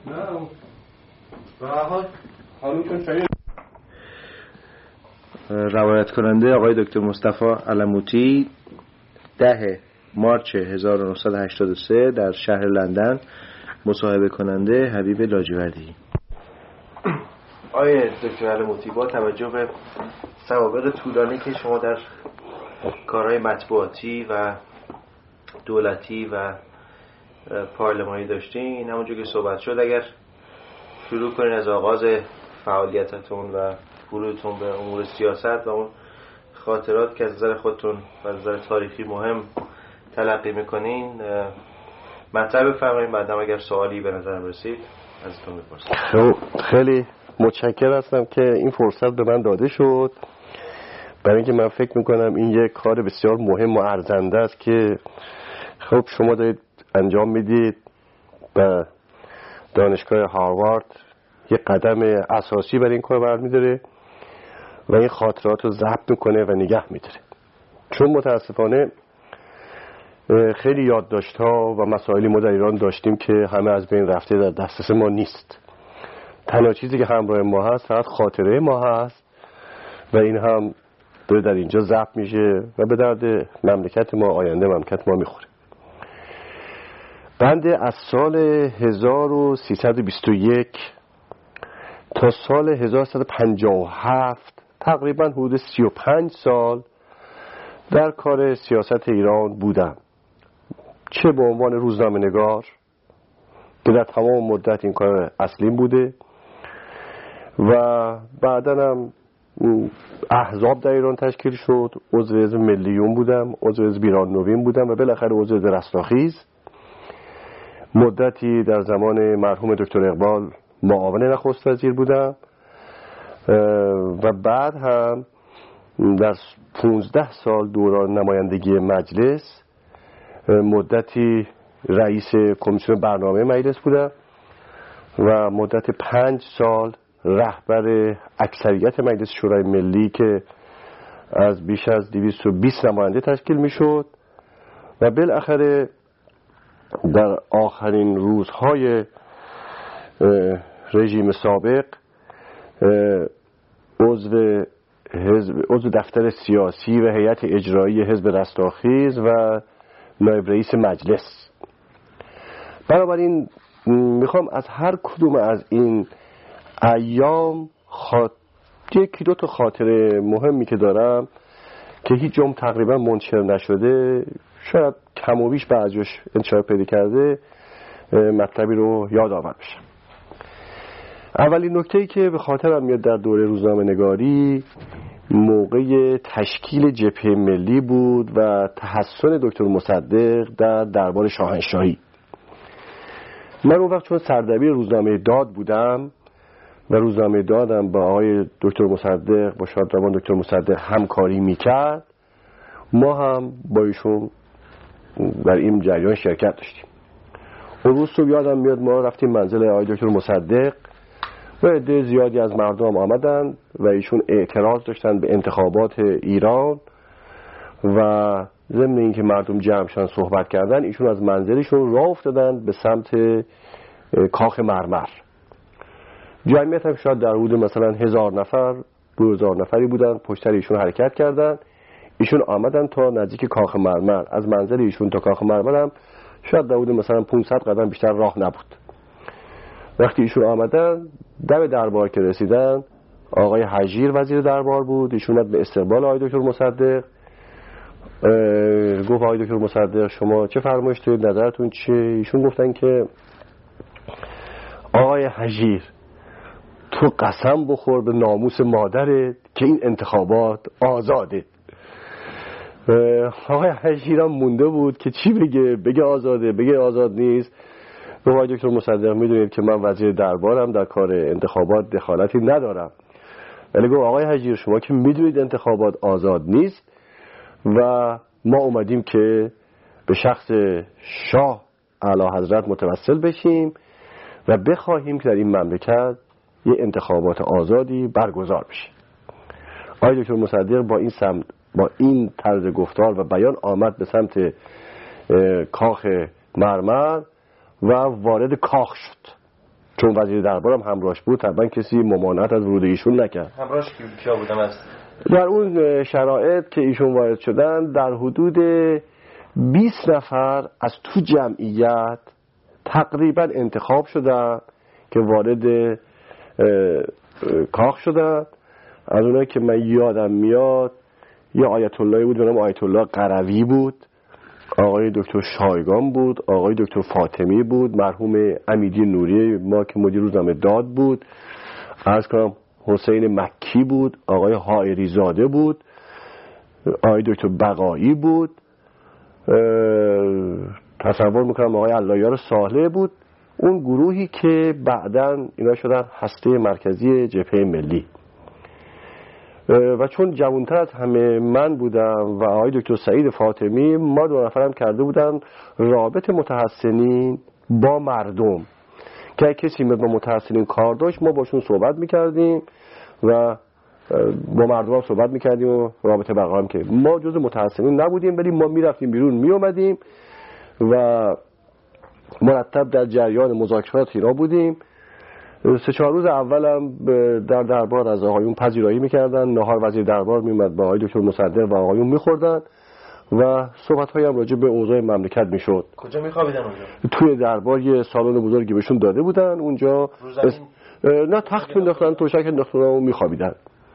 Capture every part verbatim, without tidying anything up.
نه به هر حال خانومتون چایی. روایت کننده آقای دکتر مصطفی علموتی، ده مارچ هزار و نهصد و هشتاد و سه در شهر لندن. مصاحبه کننده حبیب لاجوردی. آقای دکتر علموتی، با توجه به سوابق طولانی که شما در کارهای مطبوعاتی و دولتی و پارلمانی داشتین، همونجور که صحبت شد، اگر شروع کنین از آغاز فعالیتتون و ورودتون به امور سیاست و اون خاطرات که از نظر خودتون و از نظر تاریخی مهم تلقی میکنین مطلب بفرمایید. بعدم اگر سوالی به نظرم رسید ازتون بپرسم. خب خیلی متشکر هستم که این فرصت به من داده شد، برای اینکه من فکر میکنم این یک کار بسیار مهم و ارزنده است که خب شما دارید انجام میدید. به دانشگاه هاروارد یک قدم اساسی برای این کار برمی‌داره و این خاطرات رو ضبط میکنه و نگه میداره، چون متاسفانه خیلی یادداشت‌ها و مسائلی ما در ایران داشتیم که همه از بین رفته، در دسترس ما نیست. تنها چیزی که همراه ما هست فقط خاطره ما هست و این هم داره در اینجا ضبط میشه و به درد مملکت ما، آینده مملکت ما میخوره. بنده از سال هزار و سیصد و بیست و یک تا سال هزار و سیصد و پنجاه و هفت تقریبا حدود سی و پنج سال در کار سیاست ایران بودم، چه به عنوان روزنامه نگار که در تمام مدت این کار اصلیم بوده و بعداً هم احزاب در ایران تشکیل شد. عضو حزب ملیون بودم، عضو حزب ایران نوین بودم و بالاخره عضو حزب رستاخیز. مدتی در زمان مرحوم دکتر اقبال معاون نخست وزیر بودم و بعد هم در پونزده سال دوران نمایندگی مجلس مدتی رئیس کمیسیون برنامه مجلس بودم و مدت پنج سال رهبر اکثریت مجلس شورای ملی که از بیش از دویست و بیست نماینده تشکیل می شد و بالاخره در آخرین روزهای رژیم سابق عضو حزب عضو دفتر سیاسی و هیئت اجرایی حزب رستاخیز و نایب رئیس مجلس. بنابراین میخوام از هر کدوم از این ایام خاط... یکی دو تا خاطره مهمی که دارم که هیچ جام تقریبا منتشر نشده، شاید کم و بیش بعضیش انتشار پیدا کرده، مطلبی رو یاد آور بشم. اولین نکته‌ای که به خاطرم میاد در دوره روزنامه نگاری موقع تشکیل جبهه ملی بود و تحسن دکتر مصدق در دربار شاهنشاهی. من اون وقت چون سردبیر روزنامه داد بودم و روزنامه دادم با آقای دکتر مصدق، با شادروان دکتر مصدق همکاری میکرد، ما هم با ایشون در این جریان شرکت داشتیم. اون روز صبح یادم میاد ما رفتیم منزل آقای دکتر مصدق و عده زیادی از مردم آمدن و ایشون اعتراض داشتن به انتخابات ایران و ضمن اینکه مردم جمع شدن صحبت کردن، ایشون از منزلشون راه افتادن به سمت کاخ مرمر. جمعیت هم شاید در حدود مثلا هزار نفر دو هزار نفری بودن، پشت سر ایشون حرکت کردن. ایشون آمدن تا نزدیک کاخ مرمر، از منزل ایشون تا کاخ مرمر هم شاید در حدود مثلا پانصد قدم بیشتر راه نبود. وقتی ایشون آمدن دم دربار که رسیدن، آقای حجیر وزیر دربار بود، ایشون اومد به استقبال آقای دکتر مصدق. گفت آقای دکتر مصدق شما چه فرمایش دارید، نظرتون چیه؟ ایشون گفتن که آقای حجیر تو قسم بخور به ناموس مادرت که این انتخابات آزاده. آقای حجیر هم مونده بود که چی بگه، بگه آزاده، بگه آزاد نیست. گفت آقای دکتر مصدق میدونید که من وزیر دربارم، در کار انتخابات دخالتی ندارم. ولی گفت آقای حجیر شما که میدونید انتخابات آزاد نیست و ما اومدیم که به شخص شاه اعلی حضرت متوسل بشیم و بخواهیم که در این مملکت یه انتخابات آزادی برگزار بشه. آقای دکتر مصدق با این سمت با این طرز گفتار و بیان آمد به سمت کاخ مرمر و وارد کاخ شد. چون وزیر دربارم همراهش بود طبعا کسی ممانعت از ورود ایشون نکرد. همراهش کیا بودم از در اون شرایط که ایشون وارد شدن در حدود بیست نفر از تو جمعیت تقریبا انتخاب شدن که وارد کاخ شدن. از اونایی که من یادم میاد یه آیت الله بود به نام آیت الله قروی بود، آقای دکتر شایگان بود، آقای دکتر فاطمی بود، مرحوم امیدی نوری ما که مدیر روزنامه داد بود، عرض کنم حسین مکی بود، آقای حائری زاده بود، آقای دکتر بقایی بود، تصور میکنم آقای علایار صالح بود. اون گروهی که بعداً اینا شدن هسته مرکزی جبهه ملی و چون جوانتر از همه من بودم و آقای دکتر سعید فاطمی، ما دو نفرم کرده بودن رابط متحسنین با مردم که کسی با متحسنین کار داشت ما باشون صحبت میکردیم و با مردم هم صحبت میکردیم و رابطه برقرار که ما جز متحسنین نبودیم، ولی ما میرفتیم بیرون میومدیم و مرتب در جریان مذاکرات اینا بودیم. سه چهار روز اولم در دربار از آقایون پذیرایی میکردن، نهار وزیر دربار میومد با آقای دکتر مصدق و آقایون میخوردن و صحبت‌هایی هم راجع به اوضاع مملکت میشد. کجا میخوابیدن اونجا؟ توی دربار یه سالن بزرگی بهشون داده بودن اونجا. اس... نه تخت مینداختن، توشک انداختن و میخوابیدن.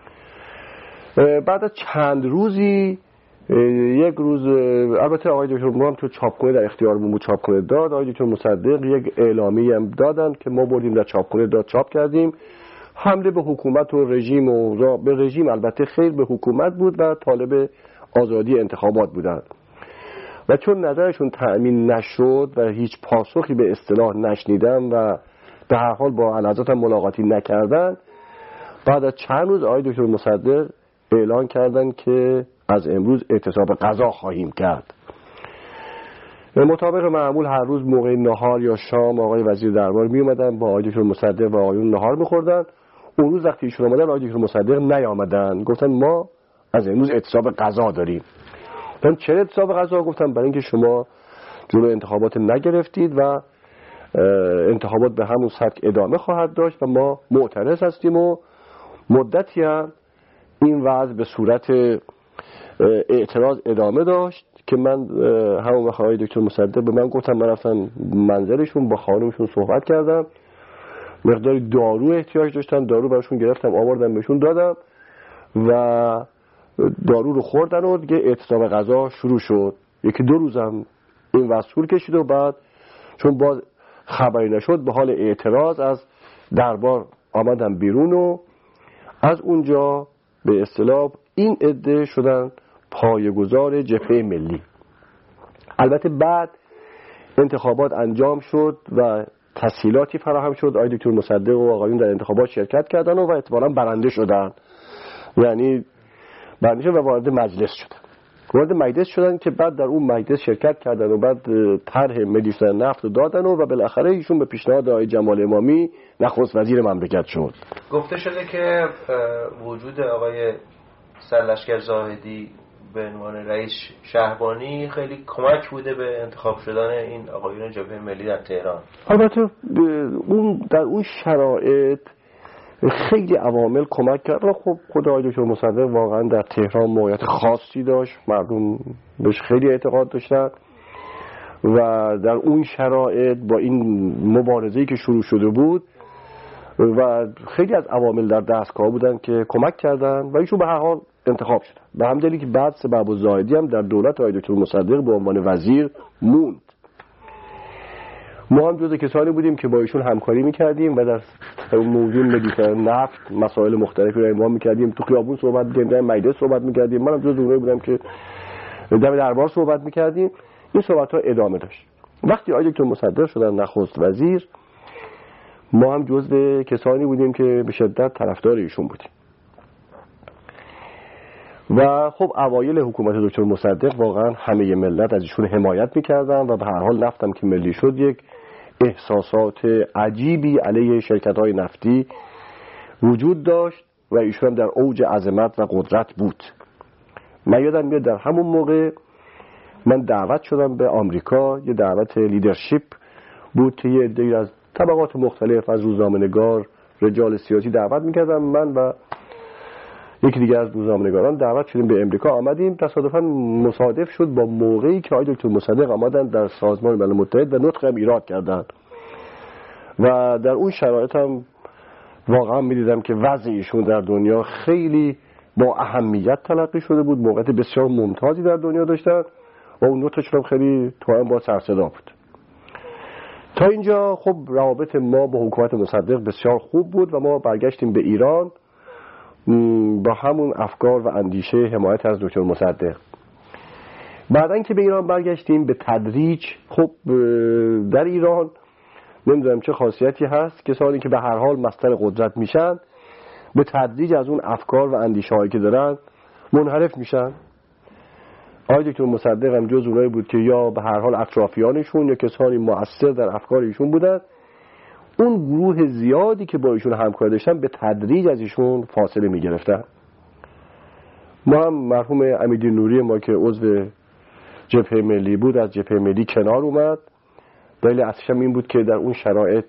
بعد از چند روزی یک روز البته آقای دکتر ما هم تو چاپخونه در اختیارمون بود، چاپخونه داد. آقای دکتر مصدق یک اعلامیه هم دادن که ما بردیم در چاپخونه داد چاپ کردیم. حمله به حکومت و رژیم و به رژیم البته خیر به حکومت بود و طالب آزادی انتخابات بودند و چون نظرشون تأمین نشد و هیچ پاسخی به اصطلاح نشنیدن و به هر حال با اعلیحضرت هم ملاقاتی نکردن، بعد از چند روز آقای دکتر مصدق اعلان کردن که از امروز اعتصاب غذا خواهیم کرد. مطابق معمول هر روز موقع نهار یا شام آقای وزیر دربار می اومدن با آقای دکتر مصدق و آقایون نهار می‌خوردن. اون روز وقتی ایشون اومدن آقای دکتر مصدق نیامدن، گفتن ما از امروز اعتصاب غذا داریم. گفتن چرا اعتصاب غذا؟ گفتن برای اینکه شما جلوی انتخابات نگرفتید و انتخابات به همون سبک ادامه خواهد داشت و ما معترض هستیم و مدتی هم این وضع به صورت اعتراض ادامه داشت که من همون وقت آقای دکتر مصدق به من گفتم، من رفتم منزلشون با خانمشون صحبت کردم، مقداری دارو احتیاج داشتن، دارو براشون گرفتم آوردم بهشون دادم و دارو رو خوردن و دیگه اعتصاب غذا شروع شد. یکی دو روزم این وضع طول کشید و بعد چون باز خبری نشد به حال اعتراض از دربار آمدم بیرون و از اونجا به اصطلاح این عده شدن پایه‌گذار جبهه ملی. البته بعد انتخابات انجام شد و تسهیلاتی فراهم شد. آقای دکتر مصدق و آقایون در انتخابات شرکت کردن و احتمالاً برنده شدن، یعنی برنده شدن و وارد مجلس شدن. وارد مجلس شدن که بعد در اون مجلس شرکت کردن و بعد طرح مجلس نفت رو دادن و, و بالاخره ایشون به پیشنهاد آقای جمال امامی نخست وزیر مملکت شد. گفته شده که وجود آقای سرلشکر زاهدی به عنوان رئیس شهبانی خیلی کمک بوده به انتخاب شدن این آقایون جبهه ملی در تهران. البته اون در اون شرایط خیلی عوامل کمک کرد. خب خود آقای دکتر مصدق واقعا در تهران موقعیت خاصی داشت، مردم بهش خیلی اعتقاد داشتن و در اون شرایط با این مبارزه‌ای که شروع شده بود و خیلی از عوامل در دستگاه بودن که کمک کردن و ایشون به هر حال انتخاب شدن. به همین دلیل که بعد سبب الزاهدی هم در دولت آقای دکتر مصدق به عنوان وزیر موند. ما هم جزو کسانی بودیم که با ایشون همکاری میکردیم و در موضوع مدیتر نفت مسائل مختلفی رو امام میکردیم، تو خیابون صحبت میکردیم، در مجلس صحبت میکردیم. منم جزو اونایی بودم که در دربار صحبت میکردیم. این صحبت ها ادامه داشت. وقتی آقای دکتر مصدق شدن نخست وزیر، ما هم جزو کسانی بودیم که به شدت طرفدار ایشون بودیم و خب اوایل حکومت دکتر مصدق واقعا همه ملت از ایشون حمایت میکردن و به هر حال نفتم که ملی شد یک احساسات عجیبی علیه شرکت‌های نفتی وجود داشت و ایشون هم در اوج عظمت و قدرت بود. من یادم میاد در همون موقع من دعوت شدم به آمریکا، یه دعوت لیدرشپ بود که یه عده‌ای از طبقات مختلف از روزنامه‌نگار، رجال سیاسی دعوت میکردم. من و یکی دیگه از روزنامه‌نگاران دعوت شدیم به امریکا. آمدیم، تصادفاً مصادف شد با موقعی که آقای دکتر مصدق آمدن در سازمان ملل متحد و نطق هم ایراد کردن و در اون شرایط هم واقعا می‌دیدم که وضع ایشون در دنیا خیلی با اهمیت تلقی شده بود، موقعیت بسیار ممتازی در دنیا داشتن و اون نطقشون هم خیلی توأم با سر صدا بود. تا اینجا خب روابط ما با حکومت مصدق بسیار خوب بود و ما برگشتیم به ایران با همون افکار و اندیشه حمایت از دکتر مصدق. بعدن که به ایران برگشتیم به تدریج، خب در ایران نمیدونم چه خاصیتی هست، کسانی که به هر حال مصدر قدرت میشن به تدریج از اون افکار و اندیشه هایی که دارن منحرف میشن. آقای دکتر مصدق هم جز اونایی بود که یا به هر حال اطرافیانشون یا کسانی مؤثر در افکار ایشون بودن، اون گروه زیادی که با ایشون همکاری داشتن به تدریج از ایشون فاصله میگرفتن. ما هم مرحوم امیدی نوری ما که عضو جبهه ملی بود از جبهه ملی کنار اومد. دلیل اصلیش هم این بود که در اون شرایط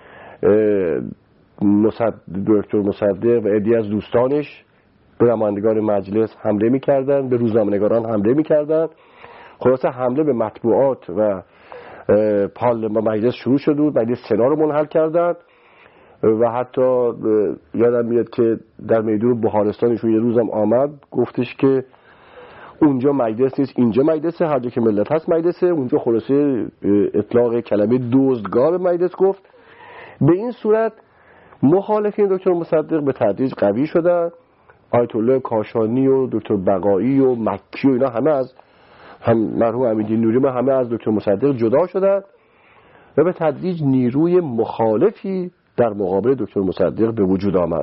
دکتر مصدق و عده‌ای از دوستانش به نمایندگان مجلس حمله می‌کردن، به روزنامه‌نگاران حمله می‌کردن. خلاصه حمله به مطبوعات و پارلمان مجلس شروع شد بود. مجلس سنا رو منحل کردن و حتی یادم میاد که در میدون بهارستانشون یه روزم آمد گفتش که اونجا مجلس نیست، اینجا مجلسه، هر جا که ملت هست مجلسه. اونجا خلاصه اطلاق کلمه دزدگاه به مجلس گفت. به این صورت مخالفین دکتر مصدق به تدریج قوی شدن. آیت الله کاشانی و دکتر بقایی و مکی و اینا همه از هم مرحوم امیدی نوری ما همه از دکتر مصدق جدا شدن و به تدریج نیروی مخالفی در مقابل دکتر مصدق به وجود آمد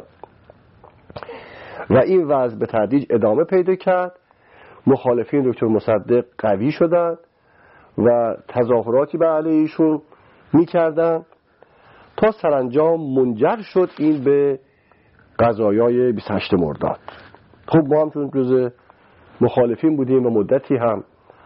و این وضع به تدریج ادامه پیدا کرد. مخالفین دکتر مصدق قوی شدند و تظاهراتی به علیه ایشون می‌کردند تا سرانجام منجر شد این به قضایای بیست و هشتم مرداد. خب ما هم چون جز مخالفین بودیم و مدتی هم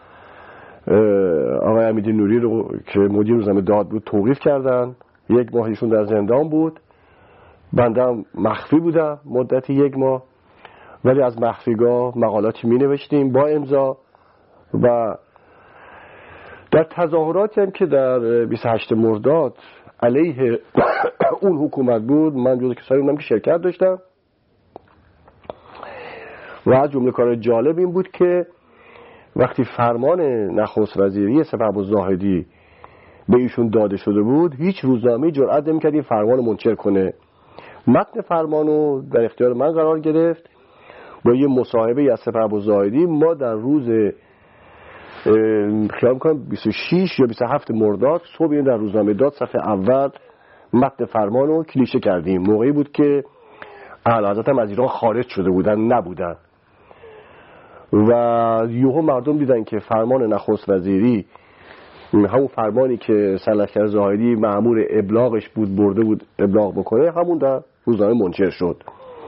آقای امیدی نوری رو که مدیر روزنامه داد بود توقیف کردن. یک ماه ایشون در زندان بود، بنده هم مخفی بودم مدتی یک ماه، ولی از مخفیگاه مقالاتی می نوشتیم با امضا و در تظاهراتی هم که در بیست و هشتم مرداد علیه اون حکومت بود من جز کسانی بودم که شرکت داشتم و از جمله کار جالب این بود که وقتی فرمان نخست وزیری سپهبد زاهدی به ایشون داده شده بود هیچ روزنامه‌ای جرئت نمی‌کرد این فرمان منکر کنه. متن فرمانو در اختیار من قرار گرفت. با یه مصاحبه از سپهبد زاهدی ما در روز خیال می‌کنم بیست و شش یا بیست و هفت مرداد صبح در روزنامه داد صفحه اول متن فرمانو کلیشه کردیم. موقعی بود که اعلیحضرت هم از ایران خارج شده بودن نبودن و یهو مردم دیدن که فرمان نخست وزیری همون فرمانی که سرلشکر زاهدی مأمور ابلاغش بود برده بود ابلاغ بکنه همون در روزنامه منشر شد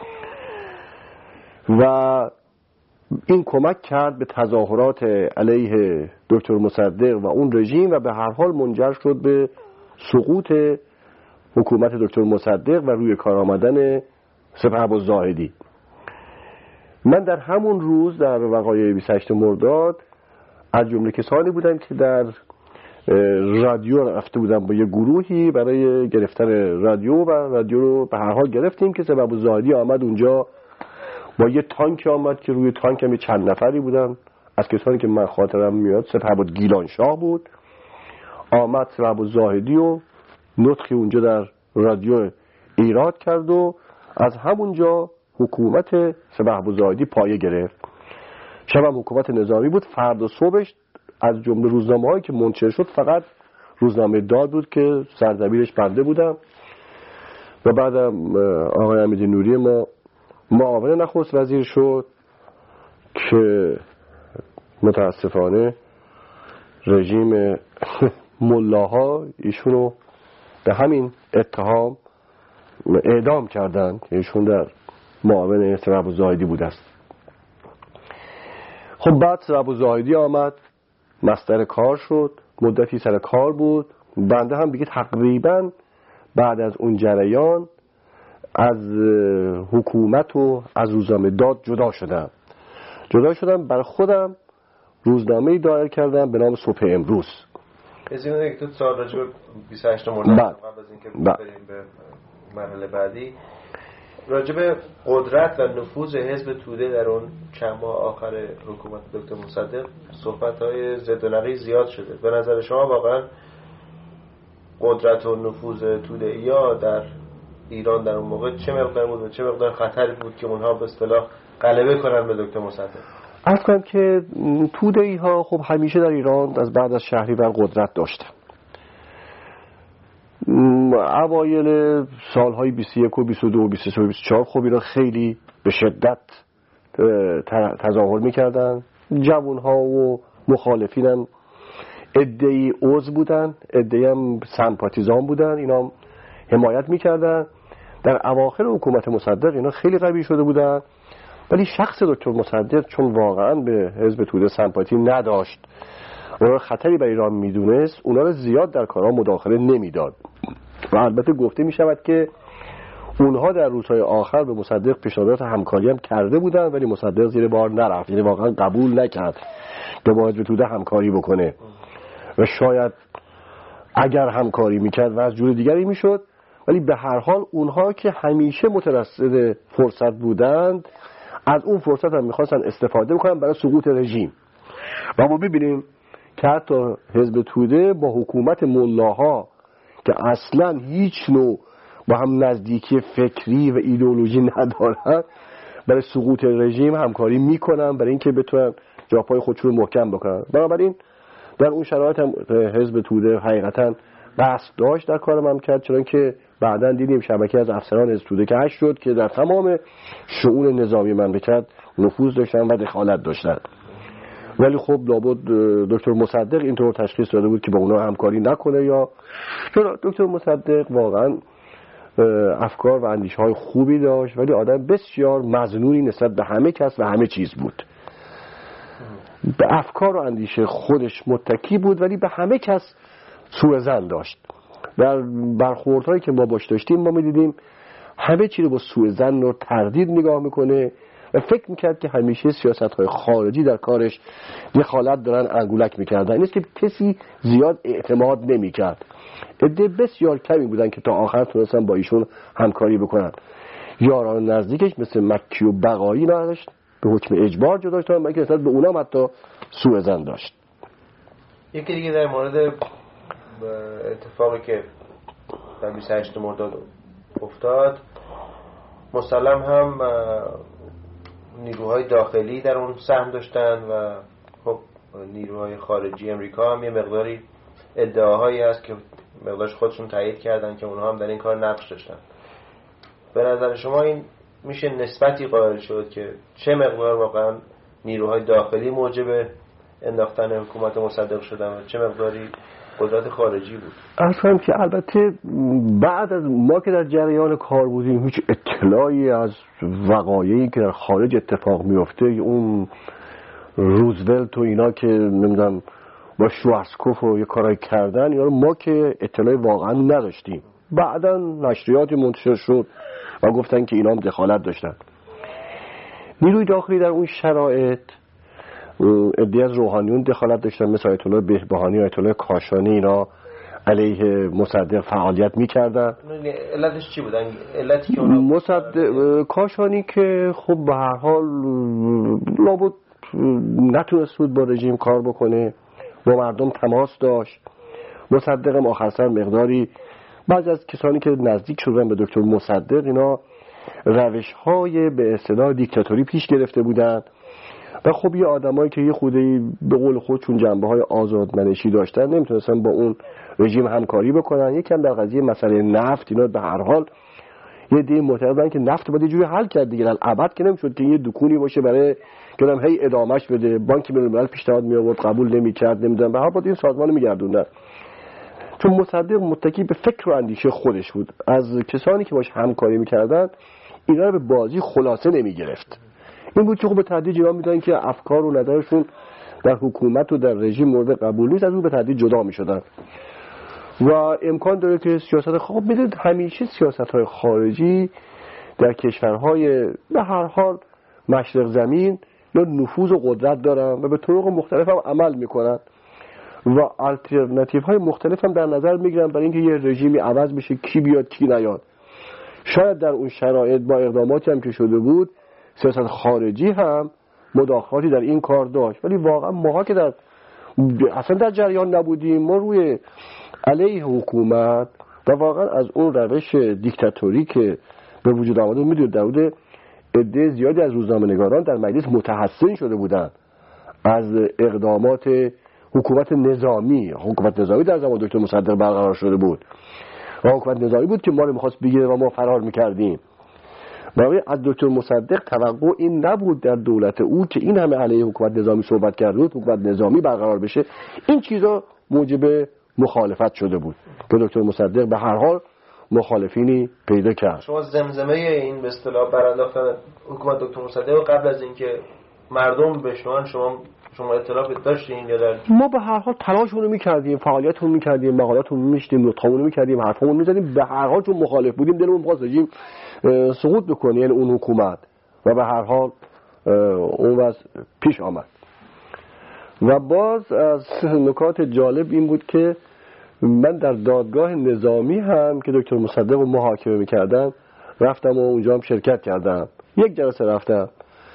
و این کمک کرد به تظاهرات علیه دکتر مصدق و اون رژیم و به هر حال منجر شد به سقوط حکومت دکتر مصدق و روی کار آمدن سپهبد زاهدی. من در همون روز در وقایع بیست و هشتم مرداد از جمله کسانی بودم که در رادیو رفته بودم با یه گروهی برای گرفتن رادیو و رادیو رو به هر حال گرفتیم که سپهبد زاهدی آمد اونجا با یه تانک آمد که روی تانک هم چند نفری بودن از کسانی که من خاطرم میاد. سپهبد گیلانشاه بود. آمد سپهبد زاهدی و نطقی اونجا در رادیو ایراد کرد و از همونجا حکومت سپهبد زاهدی پایه گرفت. شب هم حکومت نظامی بود. فردا صبحش از جمله روزنامه‌هایی که منتشر شد فقط روزنامه داد بود که سردبیرش بنده بودم و بعدم آقای امیدی نوری ما معاون نخست وزیر شد که متاسفانه رژیم ملاها ایشونو به همین اتهام اعدام کردن. ایشون در معاون سپهبد زاهدی بود است. خب بعد سپهبد زاهدی آمد مصدر کار شد، مدتی سر کار بود. بنده هم دیگه تقریبا بعد از اون جریان از حکومت و از روزنامه داد جدا شدم جدا شدم برای خودم روزنامه‌ای دایر کردم به نام صبح امروز. از این یک دو سال راجع به بیست و هشت مرداد قبل از اینکه بریم به مرحله بعدی، راجع به قدرت و نفوذ حزب توده در اون چند ماه آخر حکومت دکتر مصدق صحبت‌های ضد و نقیض زیاد شده. به نظر شما واقعا قدرت و نفوذ توده‌ای‌ها در ایران در اون موقع چه مقدار بود و چه مقدار خطری بود که اونها به اصطلاح غلبه کنن به دکتر مصدق؟ عرض کنم که توده‌ای‌ها خب همیشه در ایران از بعد از شهریور قدرت داشتن. اوایل سالهای بیست و یک و بیست و دو و بیست و سه و بیست و چهار خب ایران خیلی به شدت تظاهر میکردن. جوانها و مخالفین هم عده‌ای عضو بودن، عده‌ای هم سمپاتیزان بودن، اینا حمایت میکردن. در اواخر حکومت مصدق اینا خیلی قوی شده بودن، ولی شخص دکتر مصدق چون واقعا به حزب توده سمپاتی نداشت، اونا خطری برای ایران میدونست، اونا رو زیاد در کارها مداخله نمیداد. و البته گفته میشود که اونها در روزهای آخر به مصدق پیشنهادات همکاری هم کرده بودن، ولی مصدق زیر بار نرفت، یعنی واقعا قبول نکرد که با حزب توده همکاری بکنه و شاید اگر همکاری میکرد و از جور دیگری میشد. ولی به هر حال اونها که همیشه مترصد فرصت بودند، از اون فرصت هم میخواستن استفاده بکنن برای سقوط رژیم. و ما ببینیم که حتی حزب توده با حکومت ملاها که اصلا هیچ نوع با هم نزدیکی فکری و ایدئولوژی ندارن، برای سقوط رژیم همکاری میکنن، برای اینکه بتونن جاپای خودشون رو محکم بکنن. بنابراین در اون شرایط هم حزب توده حقیقتا قصد داشت در کار مملکت، چون که بعداً دیدیم شبکه از افسران حزب توده که هشت شد که در تمام شؤون نظامی مملکت نفوذ داشتن و دخالت داشتن. ولی خب لابد دکتر مصدق اینطور تشخیص داده بود که با اونا همکاری نکنه، یا چون دکتر مصدق واقعا افکار و اندیشه های خوبی داشت، ولی آدم بسیار مظنونی نسبت به همه کس و همه چیز بود. به افکار و اندیشه خودش متکی بود، ولی به همه کس سوء ظن داشت. در برخوردهایی که ما باش داشتیم ما می‌دیدیم همه چی رو با سوء ظن و تردید نگاه میکنه و فکر میکرد که همیشه سیاست‌های خارجی در کارش دخالت دارن، انگولک میکردن. این است که کسی زیاد اعتماد نمیکرد. عده بسیار کمی بودن که تا آخر تونستن با ایشون همکاری بکنن. یاران نزدیکش مثل مکی و بقایی نداشت، به حکم اجبار جدا شدن، مگر نسبت به اونام حتی سوء ظن داشت. یکی دیگه در مورد اتفاقی که در بیست و هشت مرداد افتاد، مسلم هم نیروهای داخلی در اون سهم داشتن و خب نیروهای خارجی امریکا هم یه مقداری ادعاهایی هست که مقدارش خودشون تایید کردن که اونها هم در این کار نقش داشتن. به نظر شما این میشه نسبتی قائل شد که چه مقدار واقعا نیروهای داخلی موجب انداختن حکومت مصدق شدن و چه مقداری قدرت خارجی بود؟ اصلا که البته بعد از ما که در جریان کار بودیم هیچ اطلاعی از وقایعی که در خارج اتفاق میفته، اون روزولت و اینا که نمیدونم با شوارزکوف و یه کارایی کردن، اینا رو ما که اطلاعی واقعا نداشتیم. بعدا نشریاتی منتشر شد و گفتن که اینا هم دخالت داشتن. نیروی داخلی در اون شرایط عده از روحانیون دخالت داشتن، مثل آیت الله بهبهانی و آیت الله کاشانی، اینا علیه مصدق فعالیت میکردن. علتش چی بودن؟ علتی که اونا مصدق کاشانی که خب به هر حال لابد نتونست بود با رژیم کار بکنه، با مردم تماس داشت. مصدق هم آخر سر مقداری بعضی از کسانی که نزدیک شدن به دکتر مصدق اینا روش‌های به اصطلاح دیکتاتوری پیش گرفته بودن و خب یه آدمایی که یه خودی به قول خودشون جنبه‌های آزادمنشی داشتن نمیتونستن با اون رژیم همکاری بکنن. یکم در قضیه مسئله نفت اینا به هر حال یه دی معتقدن که نفت باید یه جوری حل کرد دیگه، الابد که نمیشد که یه دکونی باشه برای که هم هی ادامهش بده. بانک ملل پیشنهاد می آورد قبول نمی‌کرد، نمیدونم به هر حال این سازمان رو می‌گردوندن. چون مصدق متکی به فکر و اندیشه خودش بود، از کسانی که باش همکاری می‌کردن اینا رو به بازی خلاصه نمی‌گرفت. این بود که خب به تدریج اینا می‌دونن که افکار و نظرشون در حکومت و در رژیم مورد قبول نیست، از اون به تدریج جدا می‌شدن. و امکان داره که سیاست خب بدید همیشه سیاست‌های خارجی در کشورهای به هر حال مشرق زمین یا نفوذ و قدرت دارن و به طرق مختلف هم عمل میکنن و آلترناتیو های مختلف هم در نظر میگیرن برای اینکه یه رژیمی عوض بشه کی بیاد کی نیاد. شاید در اون شرایط با اقداماتی هم که شده بود سیاست خارجی هم مداخلاتی در این کار داشت، ولی واقعا ماها که در اصلا در جریان نبودیم، ما روی علیه حکومت و واقعا از اون روش دیکتاتوری که به وجود آمده میدونید در حدود عده زیادی از روزنامه‌نگاران در مجلس متحسن شده بودند از اقدامات حکومت نظامی. حکومت نظامی در زمان دکتر مصدق برقرار شده بود و حکومت نظامی بود که ما رو می‌خواست بگیره و ما فرار می‌کردیم. برای از دکتر مصدق توقع این نبود در دولت او که این همه علیه حکومت نظامی صحبت کرده بود حکومت نظامی برقرار بشه. این چیزا موجب مخالفت شده بود که دکتر مصدق به هر حال مخالفینی پیدا کرد. شما زمزمه این به اصطلاح برانداختن حکومت دکتر مصدق قبل از اینکه مردم بشنون شما شما اطلاع داشتین یا در ما به هر حال تلاشمون رو می‌کردیم، فعالیتمون می‌کردیم، مقالاتمون می‌نوشتیم، نطقمون رو می‌کردیم، حرفمون می‌زدیم. به هر حال چون مخالف بودیم دلمون می‌خواست رژیم سقوط بکنه، یعنی اون حکومت، و به هر حال اون وضع پیش آمد. و باز از نکات جالب این بود که من در دادگاه نظامی هم که دکتر مصدق رو محاکمه می‌کردن رفتم و اونجا هم شرکت کردم. یک جلسه رفتم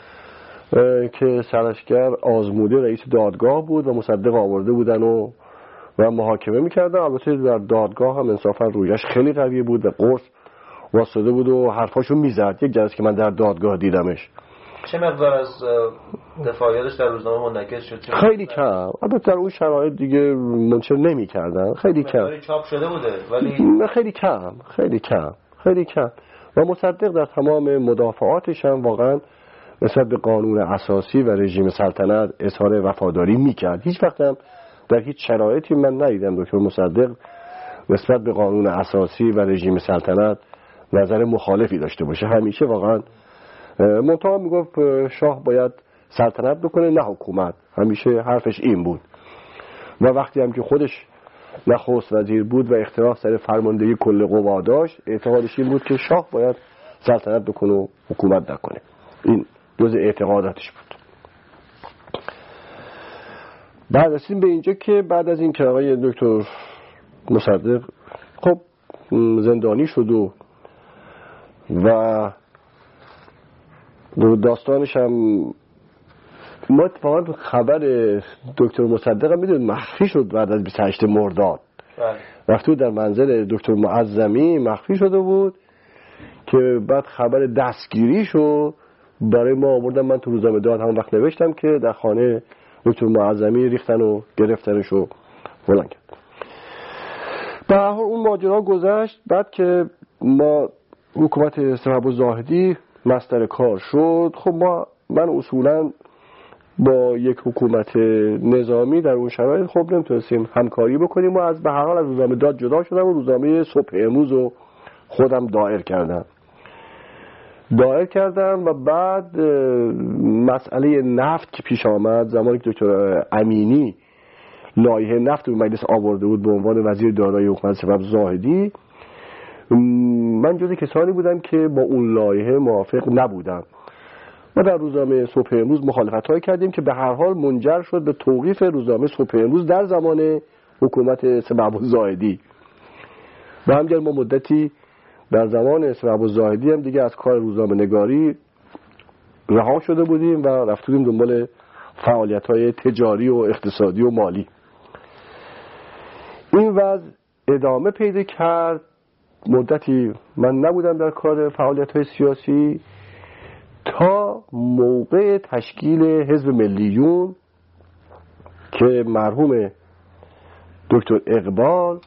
که سرشکر آزموده رئیس دادگاه بود و مصدق آورده بودن و و محاکمه می‌کردن. البته در دادگاه هم انصافا رویش خیلی قوی بود و قرص واسطه بود و حرفاشو میزد. یک جلسه که من در دادگاه دیدمش. چه مقدار از دفاعیاتش در روزنامه منعکس شد؟ خیلی کم. البته در اون شرایط دیگه منشر نمی‌کردن. خیلی کم. چاپ شده بوده ولی خیلی کم، خیلی کم، خیلی کم. و مصدق در تمام مدافعاتش هم واقعا نسبت به قانون اساسی و رژیم سلطنت اظهار وفاداری میکرد. هیچ وقت هم در هیچ شرایطی من ندیدم دکتر مصدق نسبت به قانون اساسی و رژیم سلطنت نظر مخالفی داشته باشه. همیشه واقعا منتها میگفت شاه باید سلطنت بکنه نه حکومت. همیشه حرفش این بود. و وقتی هم که خودش نخست وزیر بود و اختراع سر فرماندهی کل قوا داشت، اعتقادش این بود که شاه باید سلطنت بکنه و حکومت نکنه. این جزء اعتقاداتش بود. بعد رسیدیم به اینجا که بعد از این که آقای دکتر مصدق خب زندانی شد و و داستانش هم ما اتفاقا خبر دکتر مصدق هم میدونید مخفی شد بعد از بیست و هشتم مرداد. رفته در منزل دکتر معظمی مخفی شده بود که بعد خبر دستگیری شد برای ما آوردن. من تو روزنامه داد همون وقت نوشتم که در خانه دکتر معظمی ریختن و گرفتنش و فلان کرد. به هر حال اون ماجرا گذشت. بعد که ما حکومت سپهبد زاهدی مستر کار شد، خب ما من اصولا با یک حکومت نظامی در اون شرایط خب نمیتونستیم همکاری بکنیم و از به هر حال از روزنامه داد جدا شدم و روزنامه صبح امروز رو خودم دایر کردم دایر کردم و بعد مسئله نفت که پیش آمد زمانی که دکتر امینی لایحه نفت رو مجلس آورده بود به عنوان وزیر دارایی حکومت سپهبد زاهدی، من جزو کسانی بودم که با اون لایحه موافق نبودم و در روزنامه صبح امروز مخالفت‌هایی کردیم که به هر حال منجر شد به توقیف روزنامه صبح امروز در زمان حکومت سپهبد زاهدی. و همجور ما مدتی در زمان سپهبد زاهدی هم دیگه از کار روزنامه نگاری رها شده بودیم و رفتیم دنبال فعالیت‌های تجاری و اقتصادی و مالی. این وضع ادامه پیدا کرد. مدتی من نبودم در کار فعالیت‌های سیاسی تا موقع تشکیل حزب ملیون که مرحوم دکتر اقبال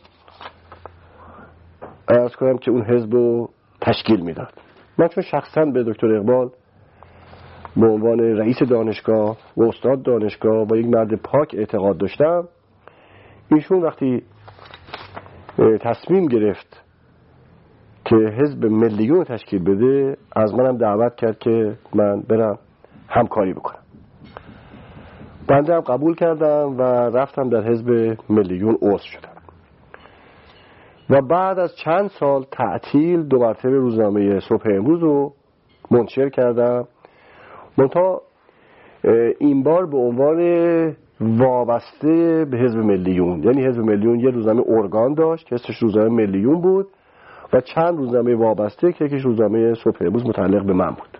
عرض کنم که اون حزب رو تشکیل میداد. من چون شخصا به دکتر اقبال به عنوان رئیس دانشگاه و استاد دانشگاه و یک مرد پاک اعتقاد داشتم، ایشون وقتی تصمیم گرفت که حزب ملیون تشکیل بده از منم دعوت کرد که من برم همکاری بکنم. بنده هم قبول کردم و رفتم در حزب ملیون عضو شدم. و بعد از چند سال تعطیل دو مرتبه روزنامه صبح امروز رو منتشر کردم، منتها این بار به عنوان وابسته به حزب ملیون. یعنی حزب ملیون یه روزنامه ارگان داشت که اسمش روزنامه ملیون بود و چند روزنامه وابسته که یکیش روزنامه صبح امروز متعلق به من بود.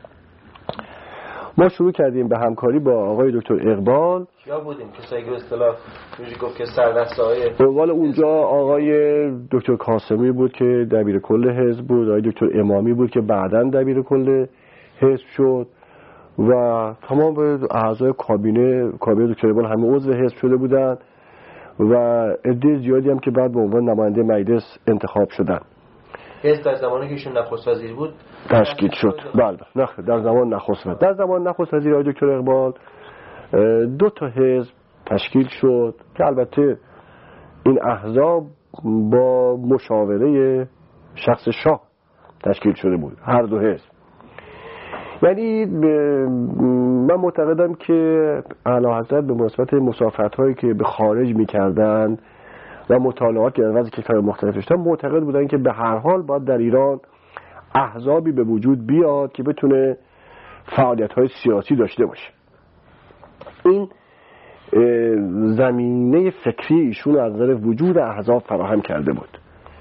ما شروع کردیم به همکاری با آقای دکتر اقبال. کیا بودیم کسایی که به اصطلاح میشه گفت که سردسته‌های اول اونجا آقای دکتر قاسمی بود که دبیر کل حزب بود، آقای دکتر امامی بود که بعداً دبیر کل حزب شد و تمام اعضای کابینه کابینه دکتر اقبال همه عضو حزب شده بودن و عده زیادی هم که بعد به عنوان نماینده مجلس انتخاب شدن. حزب در زمانی که ایشون نخست وزیر بود تشکیل شد. بله نه در زمان نخست وزیر در زمان نخست وزیر آقای دکتر اقبال دو تا حزب تشکیل شد که البته این احزاب با مشاوره شخص شاه تشکیل شده بود، هر دو حزب. یعنی من معتقدم که اعلیحضرت به مناسبت مسافرت‌هایی که به خارج می‌کردن و مطالعات که در وضع کشور مختلف داشتن معتقد بودن که به هر حال باید در ایران احزابی به وجود بیاد که بتونه فعالیت‌های سیاسی داشته باشه. این زمینه فکری ایشون از نظر وجود احزاب فراهم کرده بود،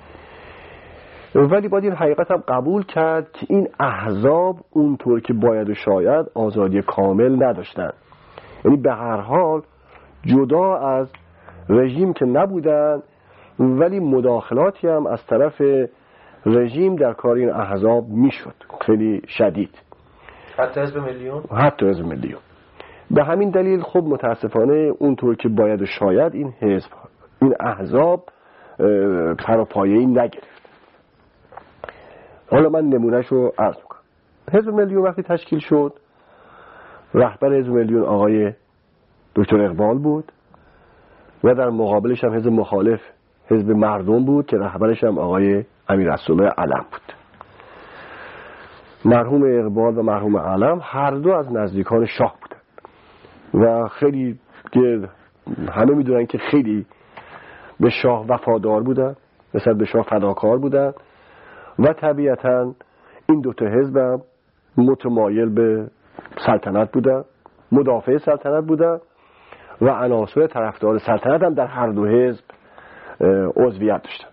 ولی باید این حقیقت هم قبول کرد که این احزاب اونطور که باید و شاید آزادی کامل نداشتن. یعنی به هر حال جدا از رژیم که نبودن ولی مداخلاتی هم از طرف رژیم در کار این احزاب میشد، خیلی شدید. حتی حزب ملیون حتی حزب ملیون به همین دلیل خب متاسفانه اونطور که باید و شاید این حزب این احزاب پروپایه‌ای نگرفت. حالا من نمونهش رو عرض میکنم. حزب ملیون وقتی تشکیل شد رهبر حزب ملیون آقای دکتر اقبال بود و در مقابلش هم حزب مخالف حزب مردم بود که رهبرش هم آقای امیرالسلطان علم بود. مرحوم اقبال و مرحوم علم هر دو از نزدیکان شاه بودند و خیلی همه میدونن که خیلی به شاه وفادار بودن، مثلا به شاه فداکار بودن و طبیعتا این دوتا حزب هم متمایل به سلطنت بودن، مدافع سلطنت بودن و عناصر طرفدار سلطنت هم در هر دو حزب عضویت داشتن.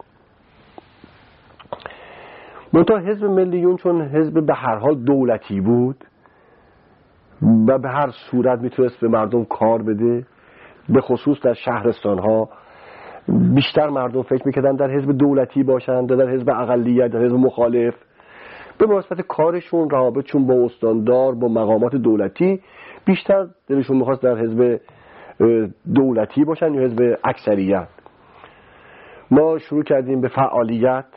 منتها حزب ملیون چون حزب به هر حال دولتی بود و به هر صورت میتونست به مردم کار بده، به خصوص در شهرستان ها بیشتر مردم فکر میکردن در حزب دولتی باشند، در حزب اقلیت، در حزب مخالف. به مناسبت کارشون، روابطشون با استاندار، با مقامات دولتی بیشتر دلشون میخواست در حزب دولتی باشن یا حزب اکثریت. ما شروع کردیم به فعالیت.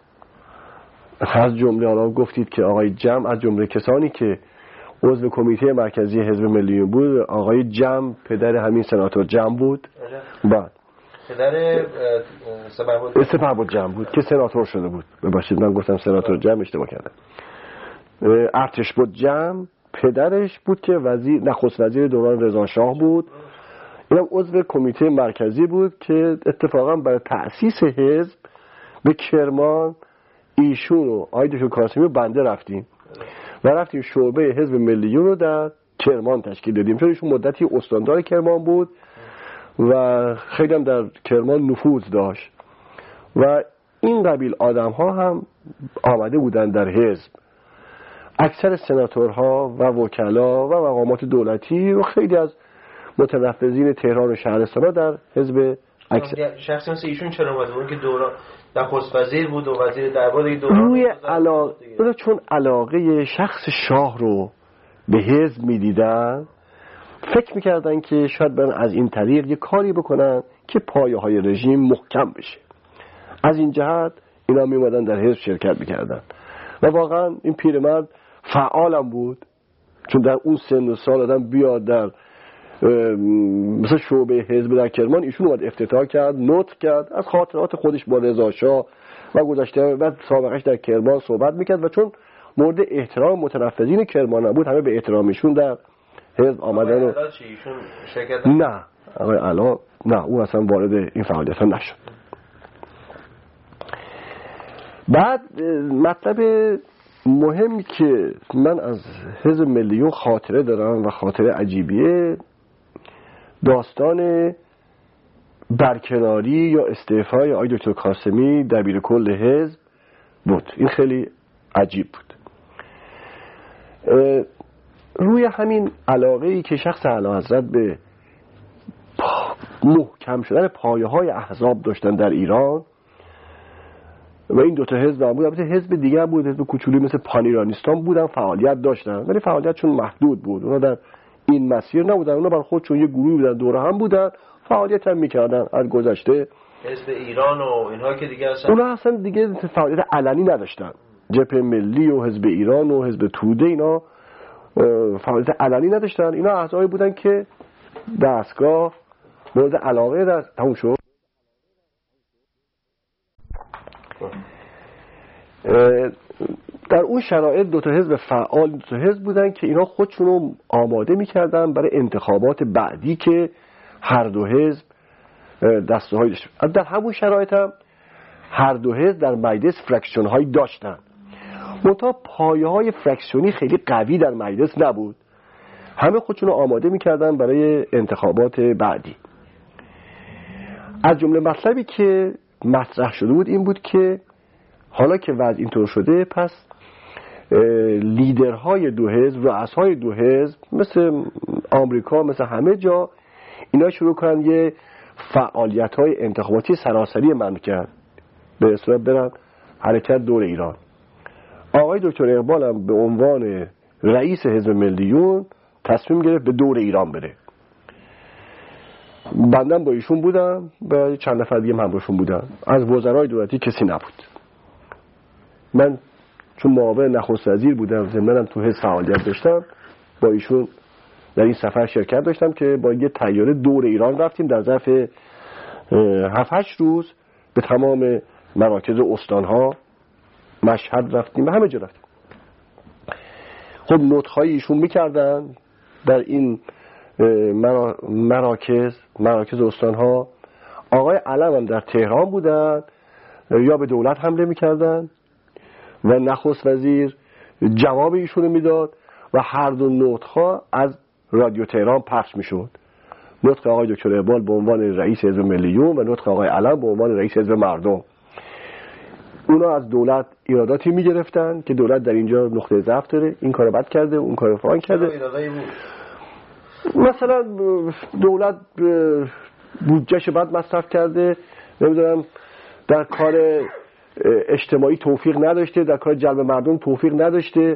از جمله حالا گفتید که آقای جم از جمله کسانی که عضو کمیته مرکزی حزب ملیون بود آقای جم پدر همین سناتور جم بود. بعد پدر سپهبد سپهبد جم بود که سناتور شده بود. ببخشید من گفتم سناتور جم، اشتباه کردم. ارتشبد جم پدرش بود که وزیر نخست وزیر دوران رضا شاه بود. اینم عضو کمیته مرکزی بود که اتفاقا برای تأسیس حزب به کرمان ایشون و آقای دکتر قاسمی و بنده رفتیم و رفتیم شعبه حزب ملیون رو در کرمان تشکیل دادیم، چون ایشون مدتی استاندار کرمان بود و خیلی هم در کرمان نفوذ داشت و این قبیل آدم ها هم آمده بودن در حزب. اکثر سناتورها و وکلا و مقامات دولتی و خیلی از متنفذین تهران و شهرستان ها در حزب اکثر. شخصی مثل ایشون چرا اومده بود که دوران نخست وزیر بود و وزیر دربار دوران روی علاقه چون علاقه شخص شاه رو به حزب می‌دیدن فکر می‌کردن که شاید برن از این طریق یه کاری بکنن که پایه‌های رژیم محکم بشه. از این جهت اینا می‌اومدن در حزب شرکت می‌کردن و واقعا این پیرمرد فعالم بود، چون در اون سن و سال آدم بیاد در مثلا شعبه حزب در کرمان ایشون اومد افتتاح کرد، نطق کرد از خاطرات خودش با رضا شاه و گذشته و سابقهش در کرمان صحبت میکرد و چون مورد احترام متنفذین کرمان بود همه به احترامشون در حزب آمدن. و نه آقای علا نه، او اصلا وارد این فعالیت ها نشد. بعد مطلب مهمی که من از حزب ملیون خاطره دارم و خاطره عجیبیه، داستان برکناری یا استعفای آقای دکتر کاظمی دبیر کل حزب بود. این خیلی عجیب بود. روی همین علاقه‌ای که شخص اعلیحضرت به محکم شدن پایه های احزاب داشتن در ایران و این دوتا حزب هم بود، البته حزب دیگه بود، حزب کوچولی مثل پانیرانیستان بودن، فعالیت داشتن ولی فعالیتشون محدود بود، اونا در این مسیر نبودن، اونا بر خودشون یه گروهی بودن، دوره هم بودن، فعالیت هم میکردن. از گذشته حزب ایران و اینها که دیگه اصلا اونا اصلا دیگه فعالیت علنی نداشتن. جبهه ملی و حزب ایران و حزب توده اینا فعالیت علنی نداشتن، اینا اعضایی بودن که دستگاه مورد علاقه در تموم شد. در اون شرایط دو تا حزب فعال، دو تا حزب بودن که اینا خودشونو آماده میکردن برای انتخابات بعدی که هر دو حزب دسته هایی داشتن. در همون شرایط هم هر دو حزب در مجلس فرکشن هایی داشتن، منتها پایه های فرکشنی خیلی قوی در مجلس نبود، همه خودشونو آماده میکردن برای انتخابات بعدی. از جمله مطلبی که مطرح شده بود این بود که حالا که وضع اینطور شده، پس لیدرهای دو حزب، رؤسای دو حزب مثل آمریکا، مثل همه جا، اینا شروع کنن یه فعالیت‌های انتخاباتی سراسری مملکت به اصطلاح برن حرکت دور ایران. آقای دکتر اقبال هم به عنوان رئیس حزب ملیون تصمیم گرفت به دور ایران بره. بندم با ایشون بودم و چند نفر دیگه همراهشون بودم. از وزرای دولتی کسی نبود. من چون معاون نخست وزیر بودم، ضمناً تو حزب فعالیت داشتم، با ایشون در این سفر شرکت داشتم که با یه طیاره دور ایران رفتیم. در ظرف هفت هشت روز به تمام مراکز استانها، مشهد رفتیم و همه جا رفتیم. خب نطق‌های ایشون میکردن در این مراکز مراکز استانها. آقای علم هم در تهران بودن، یا به دولت حمله میکردن و نخست وزیر جواب ایشون رو میداد و هر دو نطق‌ها از رادیو تهران پخش میشد. نطق آقای دکتر اقبال به عنوان رئیس حزب ملیون و نطق آقای علم به عنوان رئیس حزب مردم. اونا از دولت ایراداتی میگرفتن که دولت در اینجا نقطه ضعف داره، این کارو بد کرده، اون کارو فلان کرده. مثلا دولت بودجهش بد مصرف کرده، نمیدونم در کار اجتماعی توفیق نداشته، در کار جلب مردم توفیق نداشته.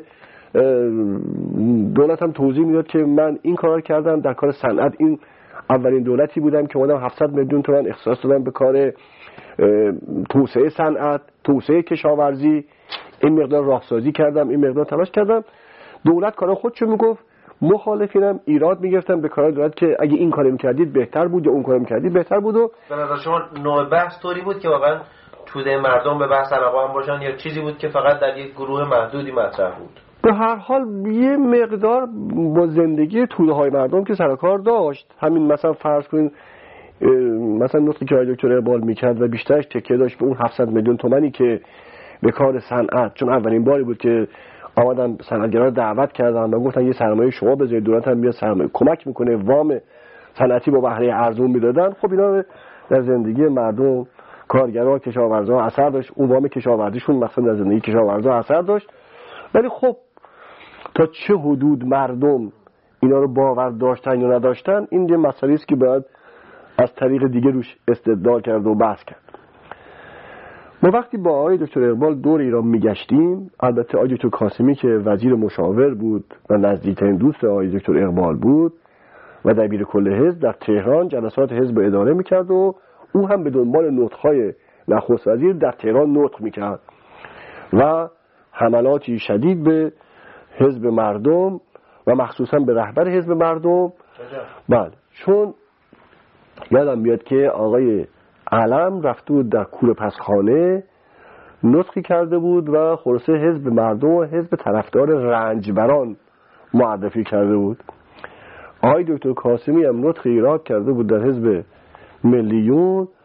دولت هم توضیح میداد که من این کار کردم. در کار صنعت این اولین دولتی بودم که اومدم هفتصد میلیون تومان اختصاص دادم به کار توسعه صنعت، توسعه کشاورزی، این مقدار راهسازی کردم، این مقدار تلاش کردم. دولت کارا خودشو میگفت، مخالفینم ایراد میگرفتن به کارهای دولت که اگه این کارو میکردید بهتر بود یا اون کارو میکردید بهتر بود. و به نظر شما نوع بحث طوری بود که واقعا توده مردم به بحث علاقه هم باشن، یا چیزی بود که فقط در یک گروه محدودی مطرح بود؟ به هر حال یه مقدار با زندگی توده های مردم که سر کار داشت. همین مثلا فرض کنین مثلا نطقی که آقای دکتر اقبال میکرد و بیشترش تکیه داشت به اون هفتصد میلیون تومانی که به کار صنعت، چون اولین باری بود که آمدن صنعتگرا رو دعوت کردن و گفتن یه سرمایه شما بذارید، دولت هم بیاد سرمایه کمک میکنه، وام صنعتی با بهره ارزون میدادن. خب اینا در زندگی مردم، کارگرها، کشاورزا اثر داشت. اون وام کشاورزیشون مثلا در زندگی کشاورزا اثر داشت. ولی خب تا چه حدود مردم اینا رو باور داشتن یا نداشتن، این یه مسئله است که باید از طریق دیگه روش استدلال کرد و بحث کرد. ما وقتی با آقای دکتر اقبال دور ایران میگشتیم، البته آقای دکتر کاظمی که وزیر مشاور بود و نزدیکترین دوست آقای دکتر اقبال بود و دبیر کل حزب، در تهران جلسات حزب اداره میکرد و او هم به دنبال نطق‌های نخست وزیر در تهران نطق میکرد و حملاتی شدید به حزب مردم و مخصوصا به رهبر حزب مردم. بله، چون یادم میاد که آقای علم رفته بود در کوره پسخانه نطقی کرده بود و خلاصه حزب مردم و حزب طرفدار رنجبران معرفی کرده بود. آقای دکتر کاظمی هم نطقی ایراد کرده بود در حزب ملیون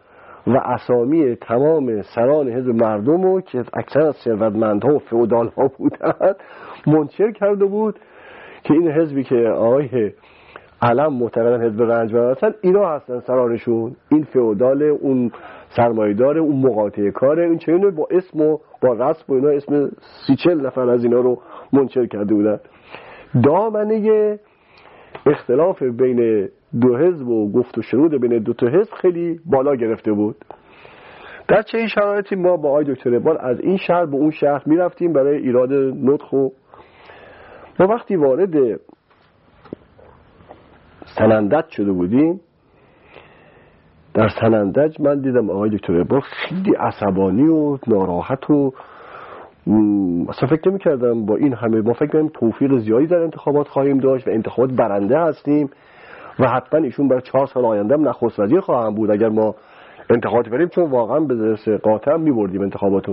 و اسامی تمام سران حزب مردم رو که اکثر از ثروتمندها و فئودال‌ها بودند منشر کرده بود که این حزبی که آقای علم معتقدن حزب رنجبر هستن، اینا هستن سرانشون، این فئودال، اون سرمایه‌دار، اون مقاطعه کاره، این چه اینو با اسم و با رسم و اینا اسم سی چل نفر از اینا رو منشر کرده بودن. دامنه اختلاف بین دو حزب و گفت و شنود بین دو تا حزب خیلی بالا گرفته بود. در چه این شرایطی ما با آقای دکتر اقبال از این شهر به اون شهر میرفتیم برای ایراد نطق و ما وقتی وارد سنندج شده بودیم، در سنندج من دیدم آقای دکتر اقبال خیلی عصبانی و ناراحت و اصلا فکر نمی کردم با این همه، ما فکر کنیم توفیق زیادی در انتخابات خواهیم داشت و انتخابات برنده هستیم و حتما ایشون برای چهار سال آینده هم نخست وزیر خواهم بود اگر ما انتخابات بریم، چون واقعا به درس قاطع می بردیم انتخاباتو.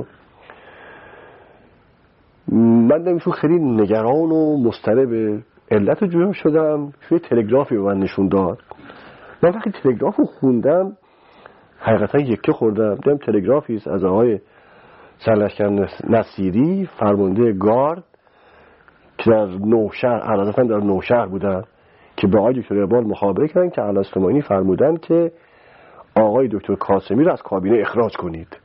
من نمیشون خیلی نگران و مضطرب علت جویم شدم. توی تلگرافی به من نشون داد، من وقتی تلگراف رو خوندم حقیقتا یکه خوردم. دیدم تلگرافی است از آقای سرلشکر نصیری فرمانده گارد که در نوشهر، علاوه در نوشهر بودن، که به آقای دکتر اقبال مخابره کردن که علاسلمانی فرمودن که آقای دکتر کاظمی رو از کابینه اخراج کنید.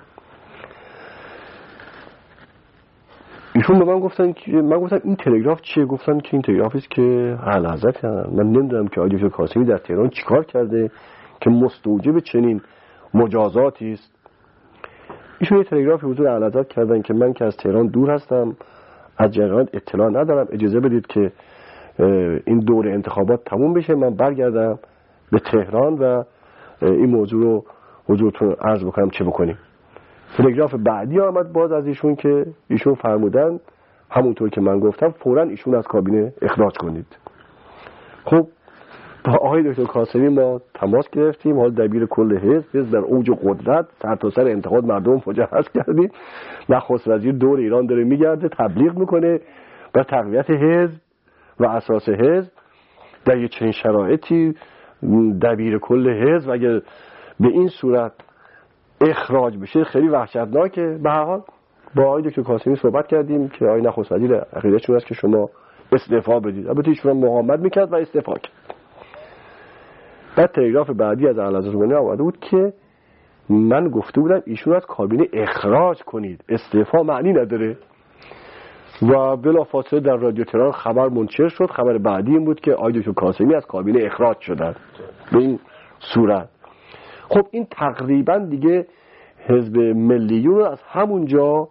ایشون به من گفتن که من گفتم این تلگراف چیه؟ گفتن که این تلگرافی است که اعلیحضرت، من نمیدونم که آقای دکتر کاظمی در تهران چیکار کرده که مستوجب چنین مجازاتی است. ایشون یه تلگرافی حضور اعلیحضرت کردن که من که از تهران دور هستم، از جریان اطلاع ندارم، اجازه بدید که این دور انتخابات تموم بشه، من برگردم به تهران و این موضوع رو حضورتون عرض بکنم چه بکنیم. تلگراف بعدی آمد باز از ایشون که ایشون فرمودن همونطور که من گفتم فوراً ایشون از کابینه اخراج کنید. خب با آقای دکتر کاظمی ما تماس گرفتیم، حال دبیر کل حزب، حزب در اوج قدرت، سر تا سر انتخابات مردم مجهز کردیم، نخست وزیر دور ایران داره میگرده تبلیغ میکنه و تقویت حزب و اساس حزب. در یه چنین شرایطی دبیر کل حزب اگر به این صورت اخراج بشه خیلی وحشتناکه. به هر حال با آقای دکتر کاظمی صحبت کردیم که آقای نخست وزیر عقیده‌شون است که شما استعفا بدید. البته ایشون مقاومت میکرد و استعفا کرد. بعد تلگراف بعدی از اعلیحضرت آمده بود که من گفته بودم ایشون از کابینه اخراج کنید، استعفا معنی نداره. و بلافاصله در رادیو تهران خبر منتشر شد. خبر بعدی این بود که آقای دکتر کاظمی از کابینه اخراج شدن به این صورت. خب این تقریبا دیگه حزب ملیون رو از همونجا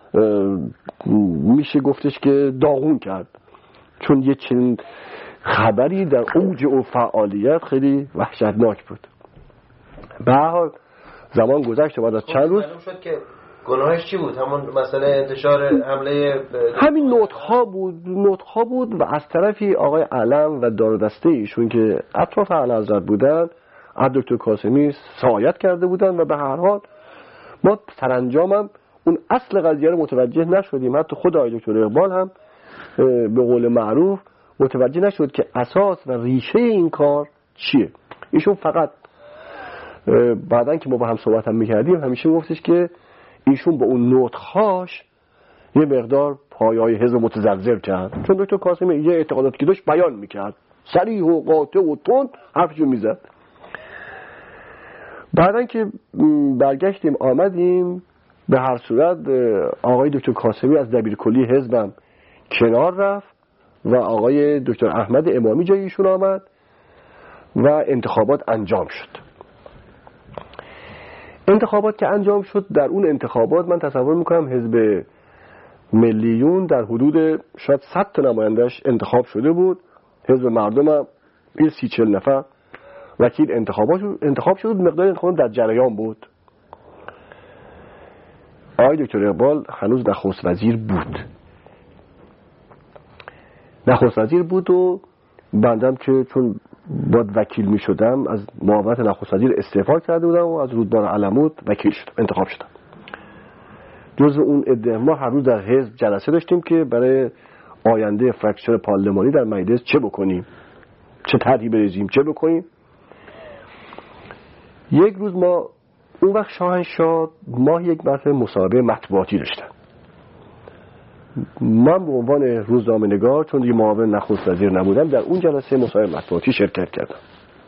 میشه گفتش که داغون کرد، چون یه چنین خبری در اوج و فعالیت خیلی وحشتناک بود. به هر حال زمان گذشت و بعد از چند روز شد که گناهش چی بود؟ همون مسئله انتشار حمله همین نطق‌ها بود نطق‌ها بود و از طرفی آقای علم و دار و دسته ایشون که اطراف اعلیحضرت بودن از دکتر کاظمی سایت کرده بودن و به هر حال ما سرانجامم اون اصل قضیه رو متوجه نشدیم. حتی خود آقای دکتر اقبال هم به قول معروف متوجه نشد که اساس و ریشه این کار چیه. ایشون فقط بعدن که ما با هم صحبت هم میکردیم همیشه گفتش که ایشون با اون نطق‌هاش یه مقدار پایه‌های حزب متزلزل کرد، چون دکتر کاظمی یه اعتقاداتی که داشت بیان میکرد، صریح و قاطع و تند حرفشو میزد. بعدن که برگشتیم آمدیم به هر صورت آقای دکتر کاظمی از دبیرکلی حزبم کنار رفت و آقای دکتر احمد امامی جای ایشون آمد و انتخابات انجام شد. انتخابات که انجام شد، در اون انتخابات من تصور میکنم حزب ملیون در حدود شاید صد تا نماینده‌اش انتخاب شده بود. حزب مردم هم این سی چل نفر وکیل انتخابات انتخاب شد. مقدار انتخابات در جریان بود. آقای دکتر اقبال هنوز نخست وزیر بود نخست وزیر بود و بندم که چون باید وکیل می شدم از معاونت نخست وزیر استعفا کرده بودم و از رودبار علمود وکیل شدم، انتخاب شدم. جزء اون عده ما هر روز در حزب جلسه داشتیم که برای آینده فرکشن پارلمانی در مجلس چه بکنیم، چه طرحی بریزیم، چه بکنیم. یک روز ما اون وقت شاهنشاه ماه یک مرتبه مصاحبه مطبوعاتی داشتن. من به عنوان روزنامه‌نگار چون دیگه معاون نخست وزیر نبودم در اون جلسه مصاحبه مطبوعاتی شرکت کردم.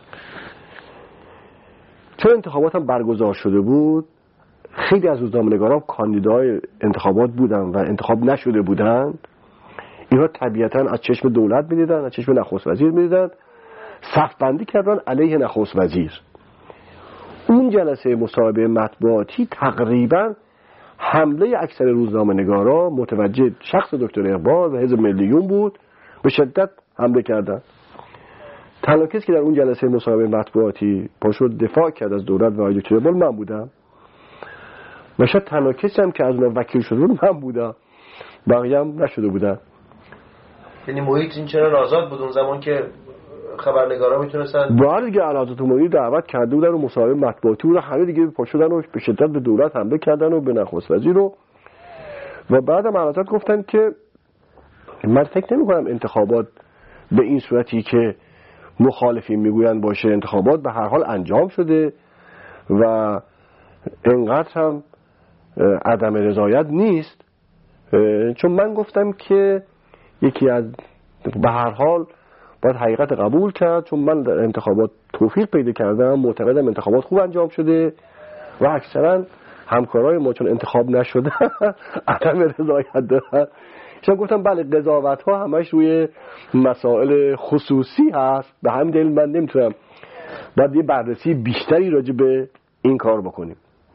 چون انتخاباتم برگزار شده بود، خیلی از روزنامه‌نگاران کاندیدای انتخابات بودن و انتخاب نشده بودن. اینا طبیعتاً از چشم دولت می‌دیدن، از چشم نخست وزیر می‌دیدن، صف بندی کردن علیه نخست وزیر. اون جلسه مصاحبه مطبوعاتی تقریباً حمله اکثر روزنامه‌نگارا متوجه شخص دکتر اقبال و حزب ملیون بود، به شدت حمله کردن. تنها کسی که در اون جلسه مصاحبه مطبوعاتی پاشو دفاع کرد از دولت و دکتر اقبال من بودم. و شاید تنها کسی هم که از اون وکیل شده بود من بودم، بقیه هم نشده بودن. یعنی محیط این چنان آزاد بود اون زمان که خبرنگارا میتونستن بعد دیگه اعلیحضرت عمومی دعوت کرده بودن و مصاحبه مطبوعاتی رو همه دیگه پاشدن و به شدت به دولت حمله کردن و به نخست وزیر رو. و بعدم اعلیحضرت گفتن که من فکر نمی‌کنم انتخابات به این صورتی که مخالفین میگویند باشه، انتخابات به هر حال انجام شده و انقدر هم عدم رضایت نیست. چون من گفتم که یکی از به هر حال باید حقیقت قبول کرد، چون من در انتخابات توفیق پیدا کردم، معتقدم انتخابات خوب انجام شده و اکثرا همکارای ما چون انتخاب نشده عدم رضایت دارن. چون گفتم بله قضاوت ها همش روی مسائل خصوصی هست، به همین دلیل من نمیتونم، باید یه بررسی بیشتری راجع به این کار بکنیم.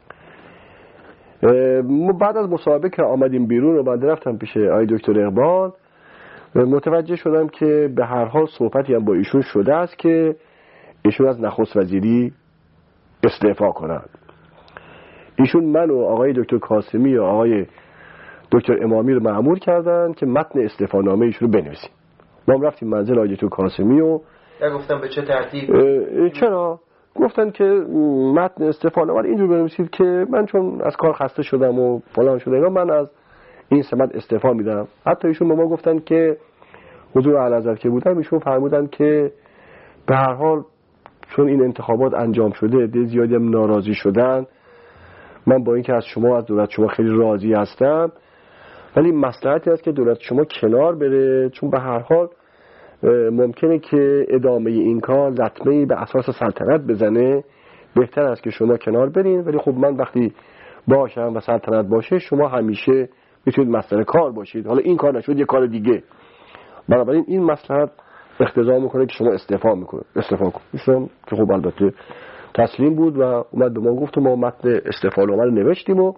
بعد از مصاحبه که آمدیم بیرون و من رفتم پیش آقای دکتر اقبال، متوجه شدم که به هر حال صحبتی هم با ایشون شده است که ایشون از نخست وزیری استعفا کنند. ایشون من و آقای دکتر قاسمی و آقای دکتر امامی رو مأمور کردن که متن استعفانامه ایشون رو بنویسیم. ما هم رفتیم منزل آقای دکتر قاسمی و گفتم به چه ترتیب؟ چرا؟ گفتن که متن استعفانامه رو اینجور بنویسید که من چون از کار خسته شدم و فلان شده اینا، من از این سمت استعفا میدم. حتی ایشون به ما گفتن که حضور اعلیحضرت که بودن، ایشون فرمودن که به هر حال چون این انتخابات انجام شده، ده زیادی هم ناراضی شدن، من با اینکه از شما از دولت شما خیلی راضی هستم، ولی مصلحتی است که دولت شما کنار بره، چون به هر حال ممکنه که ادامه این کار لطمه‌ای به اساس سلطنت بزنه. بهتر است که شما کنار برین، ولی خب من وقتی باشم و سلطنت باشه شما همیشه میتونید مسئله کار باشید. حالا این کار نشد یه کار دیگه، بنابراین این مصلحت اقتضا میکنه که شما استعفا میکنه استعفا کنید. که خب البته تسلیم بود و اومد به ما گفت و ما متن استعفانامه رو نوشتیم و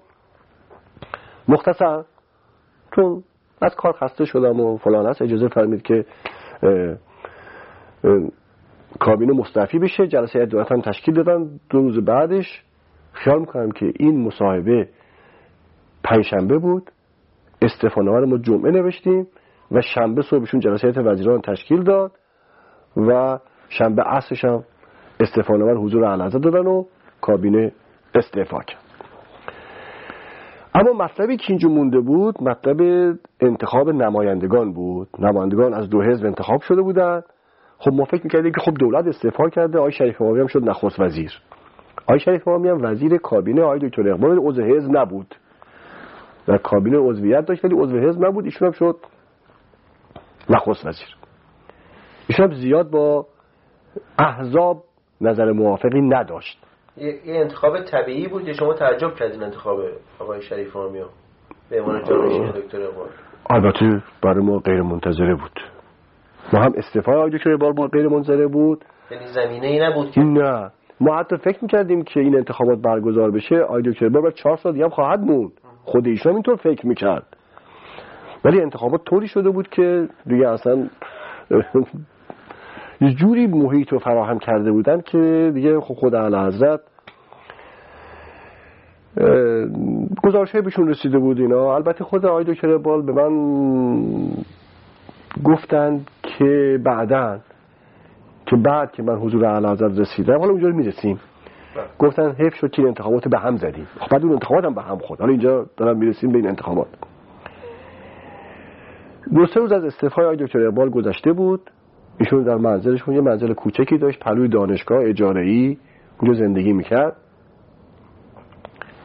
مختصر چون از کار خسته شدم و فلان است اجازه فرمید که اه اه کابینه مستعفی بشه. جلسه دولت هم تشکیل دادن. دو روز بعدش خیال میکنم که این مصاحبه پنجشنبه بود، استعفانامه رو ما جمعه نوشتیم و شنبه صبحشون جلسه وزیران تشکیل داد و شنبه عصرش هم استعفانامه رو حضور اعلیحضرت دادن و کابینه استعفا کرد. اما مطلبی که اینجا مونده بود مطلب انتخاب نمایندگان بود. نمایندگان از دو حزب انتخاب شده بودن. خب ما فکر می‌کردیم که خب دولت استعفا کرده، آقای شریف امامی هم شد نخست وزیر. آقای شریف امامی هم وزیر کابینه آقای دکتر اقبال عضو حزب نبود. در کابینه عضویت داشت ولی عضو حزب نبود، ایشون هم شد نخست وزیر. ایشون هم زیاد با احزاب نظر موافقی نداشت. یه انتخاب طبیعی بود یا شما تعجب کردین انتخاب آقای شریف امامی به عنوان جانشین دکتر اقبال؟ البته برای ما غیر منتظره بود. ما هم استعفای آقای دکتر اقبال ما غیر منتظره بود. یعنی زمینه‌ای نبود که نه، ما حتی فکر می‌کردیم که این انتخابات برگزار بشه آقای دکتر اقبال بعد چهار سال دیگه هم خواهد موند. خود ایشون هم اینطور فکر می‌کرد. ولی انتخابات طوری شده بود که دیگه اصلا یه جوری محیط رو فراهم کرده بودن که دیگه خود اعلیحضرت گزارش‌های بهشون رسیده بود اینا. البته خود آقای دکتر اقبال به من گفتند که بعداً که بعد که من حضور اعلیحضرت رسیدم، حالا اونجا میرسیم، گفتن حیف شد که این انتخابات به هم زدیم. خب بعد اون انتخابات هم به هم خورد. حالا اینجا دارم میرسیم به این انتخابات. دو سه روز از استعفای آقای دکتر اقبال گذشته بود. ایشون در منزلشون یه منزل کوچکی داشت پلوی دانشگاه اجاره‌ای، اونجا زندگی میکرد.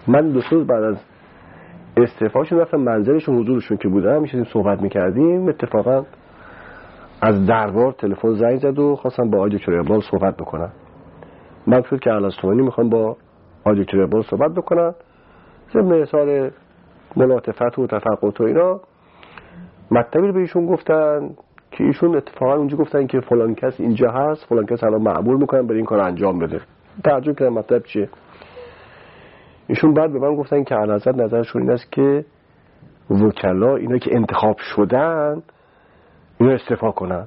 من دو روز بعد از استعفاشون رفتم منزلشون، حضورشون که بودم میشدیم صحبت میکردیم، اتفاقا از دربار تلفن زنگ زد و خواستم با آقای دکتر اقبال صحبت بکنم. من شد که الاستوانی میخوام با آقای دکتر اقبال صحبت بکنم ضمن اظهار ملاطفت و تفقد و اینا. مطلبی رو به ایشون گفتن که ایشون اتفاقا اونجا گفتن که فلان کس اینجا هست، فلان کس الان معمول میکنن برای این کار انجام بده. تعجب کردم مطلب چیه. ایشون بعد به من گفتن که اعلیحضرت نظرشون این است که وکلا اینا که انتخاب شدن اینا استعفا کنن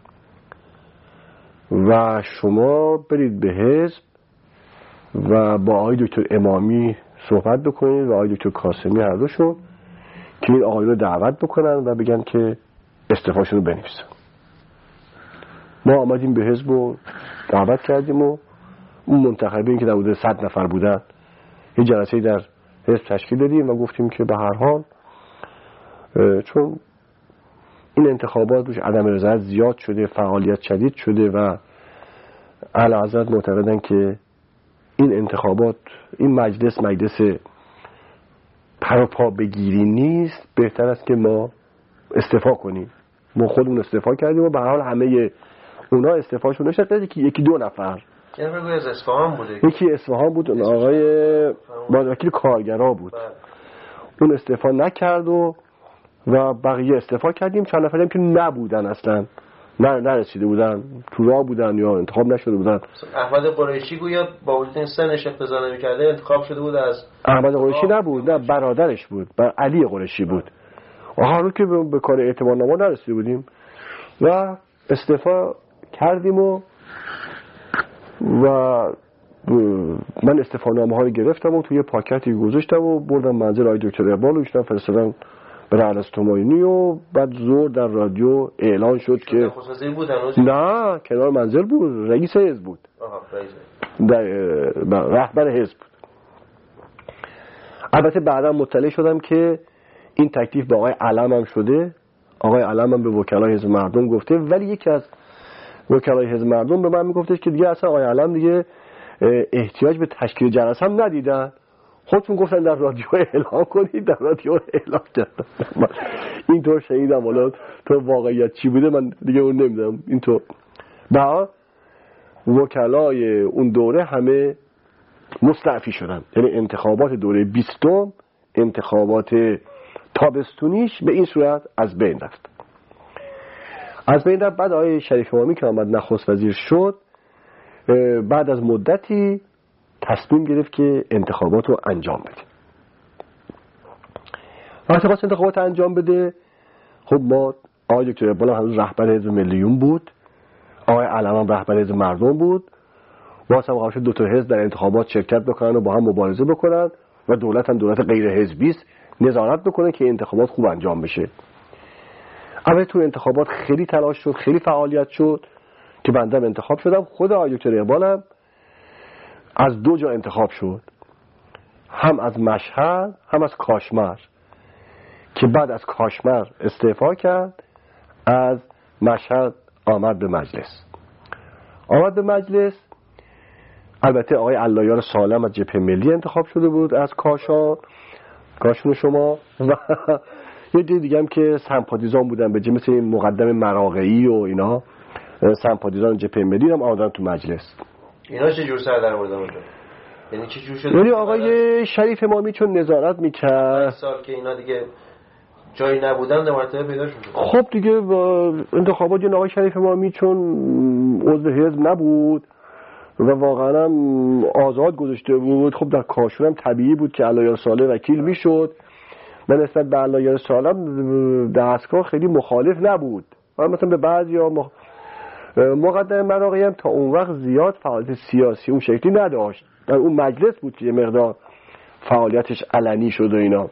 و شما برید به حزب و با آقای دکتر امامی صحبت بکنید و آقای دکتر قاسمی هر دوشون که این آقایون رو دعوت بکنن و بگن که استعفاشون رو بنویسن. ما آمدیم به حزب و دعوت کردیم و اون منتخبین که در حدود صد نفر بودن یه جلسه در حزب تشکیل دادیم و گفتیم که به هر حال چون این انتخابات روش عدم رضایت زیاد شده، فعالیت شدید شده و اعلیحضرت معتقدن که این انتخابات، این مجلس مجلس پروپا بگیری نیست، بهتر است که ما استعفا کنیم. ما خودمون استعفا کردیم و به هر حال همه اونا استعفاشون نشد. یکی یکی دو نفر یعنی بگوی از اصفهان بوده، یکی اصفهان بود، اون آقای وکیل کارگرا بود. بله. اون استعفا نکرد و و بقیه استعفا کردیم. چند نفریم که نبودن اصلا، نه نرسیده بودن، تو راه بودن یا انتخاب نشده بودن. احمد قریشی گویا با وجود این سنش اقتضا نمی‌کرده انتخاب شده بود. از احمد قریشی نبود، نه برادرش بود، بر علی قریشی بود. آها رو که به کار اعتمادنامه نرسیده بودیم و استعفا کردیم و و من استعفانامه ها رو گرفتم و توی پاکتی گذاشتم و بردم منزل آقای دکتر اقبال و ایشون فرستادن برای الاستومانی و بعد زور در رادیو اعلان شد که بود نه کنار منزل بود، رئیس حزب بود. آها رئیس رهبر حزب بود. البته بعدا مطلع شدم که این تکلیف با آقای علم هم شده. آقای علم هم به وکلای حزب مردم گفته، ولی یکی از وکلای حزب مردم به من میگفتش که دیگه اصلا آقای علم دیگه احتیاج به تشکیل جلسه هم ندیدن، خودتون گفتن در رادیو اعلام کنید، در رادیو اعلام کردن. اینطور شنیدم، حالا تو واقعیت چی بوده من دیگه اون نمیدونم. اینطور بعد وکلای اون دوره همه مستعفی شدن، یعنی انتخابات دوره بیستم، انتخابات تابستونیش به این صورت از بین رفت. از بین رفت. بعد آقای شریف امامی که آمد نخست وزیر شد، بعد از مدتی تصمیم گرفت که انتخابات رو انجام بده. وقتی خواست انتخابات انجام بده، خب ما آقای دکتر اقبال هنوز رهبر حزب ملیون بود، آقای علم هم رهبر حزب مردم بود، واسه هم قرار شد دو تا حزب در انتخابات شرکت بکنن و با هم مبارزه بکنن و دولت هم دولت غیر حزبی است، نظارت بکنه که انتخابات خوب انجام بشه. اول تو انتخابات خیلی تلاش شد، خیلی فعالیت شد که بنده انتخاب شدم. خود آقای دکتر اقبالم از دو جا انتخاب شد، هم از مشهد هم از کاشمر، که بعد از کاشمر استعفا کرد، از مشهد آمد به مجلس. آمد به مجلس. البته آقای علایار سالم از جبهه ملی انتخاب شده بود از کاشان، کاشون شما، و یه دیگه دیگه هم که سمپاتیزان بودن به جه مثل این مقدم مراغعی و اینا، سمپاتیزان جبهه ملی هم آمدن تو مجلس. اینا چه جور سر در آوردن اونجا؟ یعنی چه جور شد؟ یعنی آقای شریف امامی چون نظارت میکرد سال که اینا دیگه جایی نبودن در مرتبه پیدا شد. خب دیگه انتخابات آقای شریف امامی چون عضو حزب نبود و واقعا آزاد گذاشته بود، خب در کاشون هم طبیعی بود که علایار صالح وکیل میشد. من نسبت به علایار صالح دستگاه خیلی مخالف نبود، مثلا به بعضی ها مخ... مقدم مراغعی هم تا اون وقت زیاد فعالیت سیاسی اون شکلی نداشت، در اون مجلس بود که یه مقدار فعالیتش علنی شد و اینا.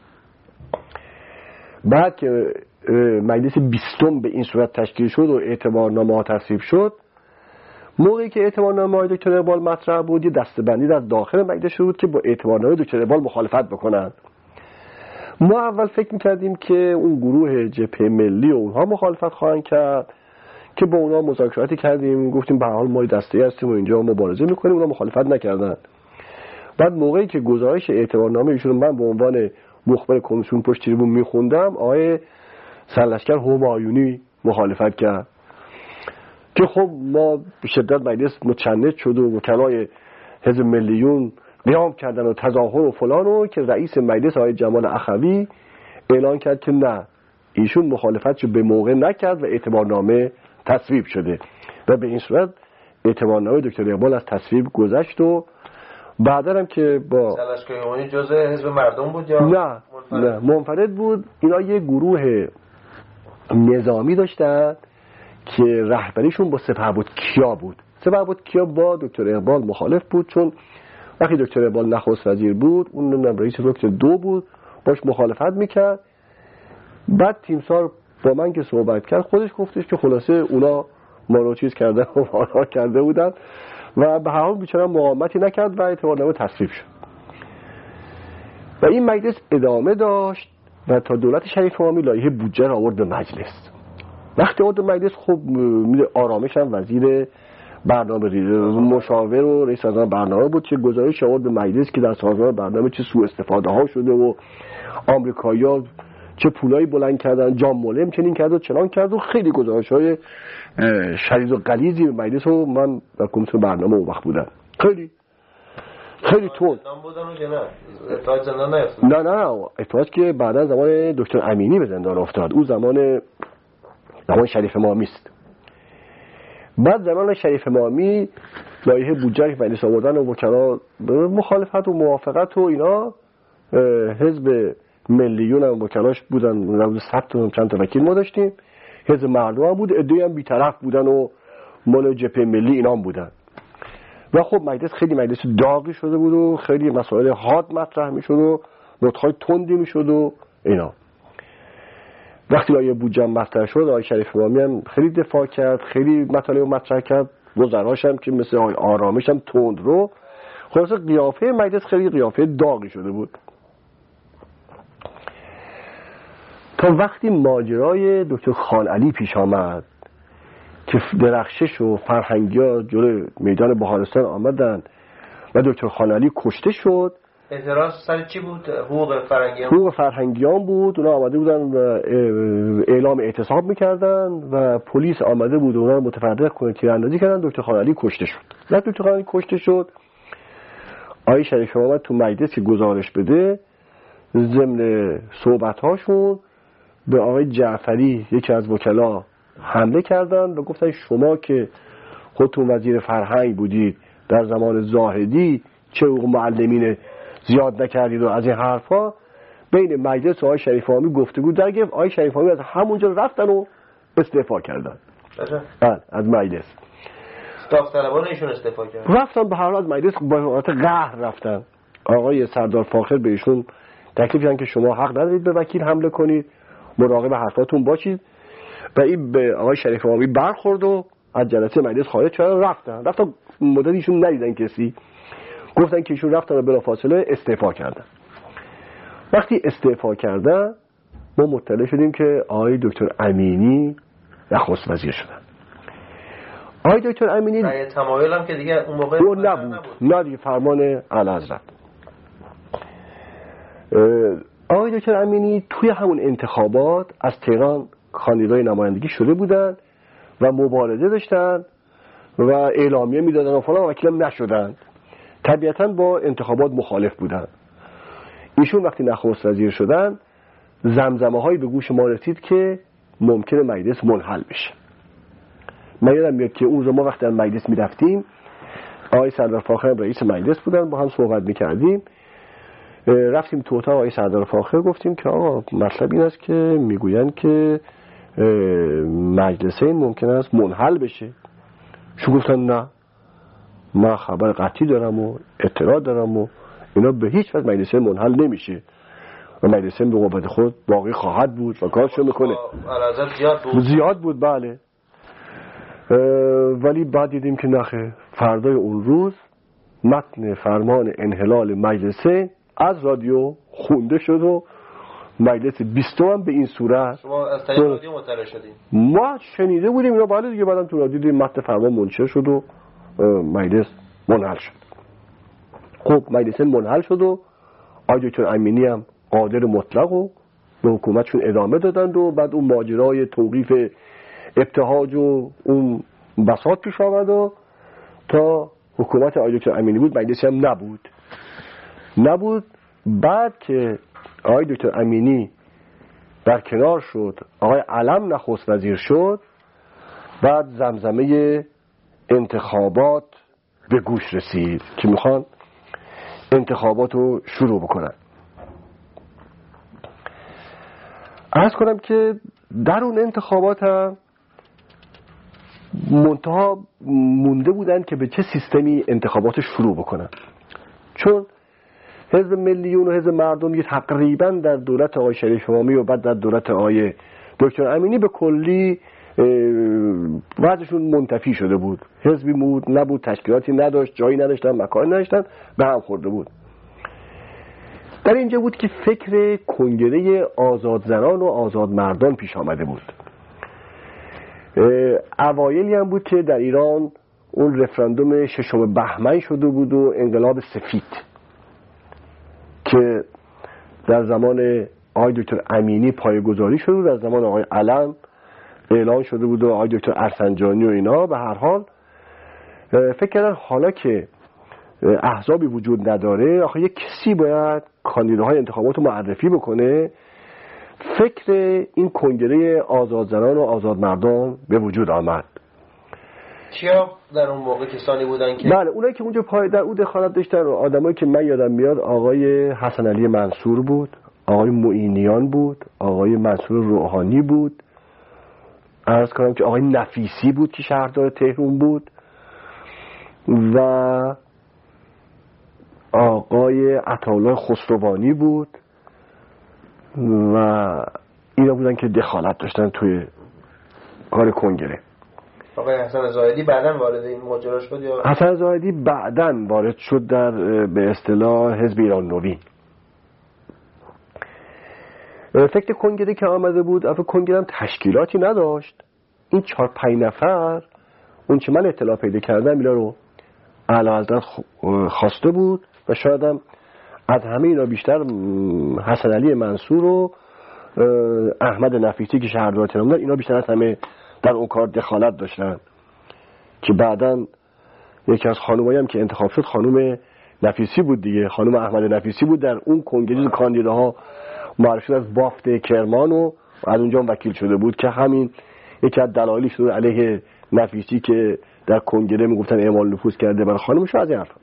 بعد که مجلس بیستم به این صورت تشکیل شد و اعتبارنامه ها تصویب شد، موقعی که اعتبارنامه های دکتر اقبال مطرح بود، یه دسته‌بندی در داخل مجلس شد که با اعتبارنامه دکتر اقبال مخالفت بکنن. ما اول فکر میکردیم که اون گروه جبهه ملی و اونها مخالفت خواهند کرد، که با اونها مذاکراتی کردیم، گفتیم به هر حال ما دسته هستیم و اینجا مبارزه میکنیم، اونها مخالفت نکردن. بعد موقعی که گزارش اعتبارنامه ایشون من به عنوان مخبر کمیسیون پشت تریبون میخوندم، آقای سرلشکر همایونی مخالفت کرد که خب ما به شدت مجلس متشنج شد و وکلای حزب ملیون قیام کردن و تظاهر و فلان، و که رئیس مجلس آقای جمال اخوی اعلان کرد که نه، ایشون مخالفتشو به موقع نکرد و اعتبارنامه تصویب شده و به این صورت اعتبارنامه دکتر اقبال از تصویب گذشت. و بعدا هم که با سرلشکر همایونی جزء حزب مردم بود یا نه منفرد؟ نه منفرد بود. اینا یه گروه نظامی داشتن که رهبریشون با سپهبد کیا بود. سپهبد کیا با دکتر اقبال مخالف بود، چون وقتی دکتر اقبال نخست وزیر بود اون رئیس دکتر دو بود، باش مخالفت میکرد. بعد تیمسار با من که صحبت کرد خودش گفتش که خلاصه اونا ما رو چیز کردن و وارا کرده بودن و به هر حال بیچاره مقاومتی نکرد و اعتبارنامه تصویب شد و این مجلس ادامه داشت و تا دولت شریف امامی لایحه بودجه را آورد به مجلس. وقتی آورد به مجلس خب آرامش هم وزیر برنامه مشاور و رئیس سازمان برنامه بود که گزارش آورد به مجلس که در سازمان برنامه چه سوء استفاده ها شده و آمریکایی‌ها چه پولایی بلند کردن، جان مولم چنین کرد و چنان کرد و خیلی گزارش‌های شدید و غلیظی به مجلس و من در کمیسیون برنامه اون وقت بودم. خیلی خیلی تون اتحاد زندان نیفتاد. نه نه اتحاد که بعدا زمان دکتر امینی به زندان افتاد، اون زمان زمان شریف امامی است. بعد زمان شریف امامی لایحه بودجه که مجلس آوردن و وکلا مخالفت و موافقت و اینا، حزب ملیون هم وکلاش بودن، روز سبت هم چند تا وکیل ما داشتیم، حزب مردم هم بود، عده‌ای هم بی‌طرف بودن و مال جبهه ملی اینا هم بودن و خب مجلس خیلی مجلس داغی شده بود و خیلی مسائل حاد مطرح میشد و نطق‌های تندی میشد و اینا. وقتی لایحه بودجه مطرح شد آقای شریف امامی هم خیلی دفاع کرد، خیلی مطالب مطرح کرد، وزراش هم که مثل آقای آرامش هم تند رو. خلاصه قیافه مجلس خیلی قیافه داغی شده بود تا وقتی ماجرای دکتر خان علی پیش آمد که درخشش و فرهنگی‌ها جلوی میدان بهارستان آمدن و دکتر خان علی کشته شد. اعتراض سر چی بود؟ حقوق فرهنگیان حقوق فرهنگیان بود. اونا آمده بودن و اعلام اعتصاب میکردن و پلیس آمده بود اونا رو متفرق کنه، تیراندازی کردن. دکتر خان علی کشته شد. وقتی دکتر خان علی کشته شد آقای شریف امامی تو مجلس که گزارش بده، ضمن صحبت‌هاشون به آقای جعفری یکی از وکلا حمله کردن و گفتن شما که خودتون وزیر فرهنگ بودید در زمان زاهدی چه حقوق معلمین زیاد نکردید و از این حرفا. بین مجلس و آقای شریف امامی گفتگو در گرفت. آقای شریف امامی از همونجا رفتن و استعفا کردن. بله از مجلس داوطلبانه ایشون استعفا کردن، رفتن به هر حال از مجلس با حالت قهر رفتن. آقای سردار فاخر به ایشون تکلیف دادن که شما حق ندارید به وکیل حمله کنید، مراقب حرفاتون باشید و این به آقای شریف امامی برخورد و از جلسه مجلس خارج شدن. رفتن رفتن مدت ایشون ندیدن کسی، گفتن که ایشون رفتن و بلافاصله استعفا کردن. وقتی استعفا کردن ما مطلع شدیم که آقای دکتر امینی نخست وزیر شدن. آقای دکتر امینی رأی تمایل هم که دیگه اون موقع نبود, نبود. نه دیگه فرمان اعلیحضرت. آقای دکتر امینی توی همون انتخابات از تهران کاندیدای نمایندگی شده بودن و مبارزه داشتن و اعلامیه میدادن و فلان، وکیلم نشدن. طبیعتاً با انتخابات مخالف بودن. ایشون وقتی نخست وزیر شدن زمزمه هایی به گوش ما رسید که ممکنه مجلس منحل بشه. من یادم میاد که اون روز ما وقتی در مجلس میرفتیم آقای سردار فاخر رئیس مجلس بودن، با هم صحبت میکردیم. رفتیم تو اتاق آقای سردار فاخر گفتیم که آقا مطلب این است که میگوین که مجلس این ممکن است منحل بشه. شو گفتن نه من خبر قطعی دارم و اطلاع دارم و اینا به هیچ وجه مجلس منحل نمیشه و مجلس به قوت خود باقی خواهد بود و کارشو میکنه. زیاد بود زیاد بود بله. ولی بعد دیدیم که نخه. فردای اون روز متن فرمان انحلال مجلسه از رادیو خونده شد و مجلس بیستم هم به این صورت. شما از طریق رادیو مطلع شدید؟ ما شنیده بودیم اینا، بعد دیگه بعدم تو رادیو دیدیم متن فرمان منشر شد و مجلس منحل شد. خب مجلس منحل شد و آقای دکتر امینی هم قادر مطلق و به حکومتشون ادامه دادند و بعد اون ماجرای توقیف ابتهاج و اون بساط پیش آمد و تا حکومت آقای دکتر امینی بود مجلسی هم نبود نبود بعد که آقای دکتر امینی برکنار شد، آقای علم نخست وزیر شد، بعد زمزمه انتخابات به گوش رسید که میخوان انتخابات رو شروع بکنن. عرض کنم که در اون انتخابات هم منتها مونده بودن که به چه سیستمی انتخابات شروع بکنن، چون حزب ملیون و حزب مردم یه تقریبا در دولت آقای شریف امامی و بعد در دولت آقای دکتر امینی به کلی وضعشون منتفی شده بود. حزبی بود نبود، تشکیلاتی نداشت، جایی نداشتن، مکانی نداشتن، به هم خورده بود. در اینجا بود که فکر کنگره آزاد زنان و آزاد مردان پیش آمده بود. اوایلی هم بود که در ایران اون رفراندوم ششم بهمن شده بود و انقلاب سفید که در زمان آقای دکتر امینی پایه‌گذاری شده بود، در زمان آقای علم اعلان شده بود و آقای دکتر ارسنجانی و اینا. به هر حال فکر کردن حالا که احزابی وجود نداره، آخه یک کسی باید کاندیداهای انتخابات رو معرفی بکنه. فکر این کنگره آزاد زنان و آزاد مردان به وجود آمد. چیا در اون موقع کسانی بودن که بله، اونایی که اونجا پای در اون دخالت داشتن، آدمایی که من یادم میاد آقای حسن علی منصور بود، آقای معینیان بود، آقای منصور روحانی بود، عرض کنم که آقای نفیسی بود که شهردار تهران بود و آقای عطاالله خسروانی بود و اینا بودن که دخالت داشتن توی کار کنگره. آقای حسن زاهدی بعداً وارد این ماجرا شد یا حسن زاهدی بعداً وارد شد در به اصطلاح حزب ایران نوین. فکر کنگره که آمده بود، افکر کنگره هم تشکیلاتی نداشت. این چهار پنج نفر اون چه من اطلاع پیدا کردم اینا رو اعلیحضرت خواسته بود و شاید هم از همه اینا بیشتر حسن علی منصور و احمد نفیسی که شهردار تهران بودن، اینا بیشتر از همه در اون کار دخالت داشتن که بعداً یکی از خانمایی هم که انتخاب شد خانم نفیسی بود دیگه، خانم احمد نفیسی بود. در اون کنگره کاندیداها معرفی شد از بافت کرمان و از اونجا وکیل شده بود که همین یکی از دلایلی شد علیه نفیسی که در کنگره میگفتن اعمال نفوذ کرده برای خانمش. از این حرفا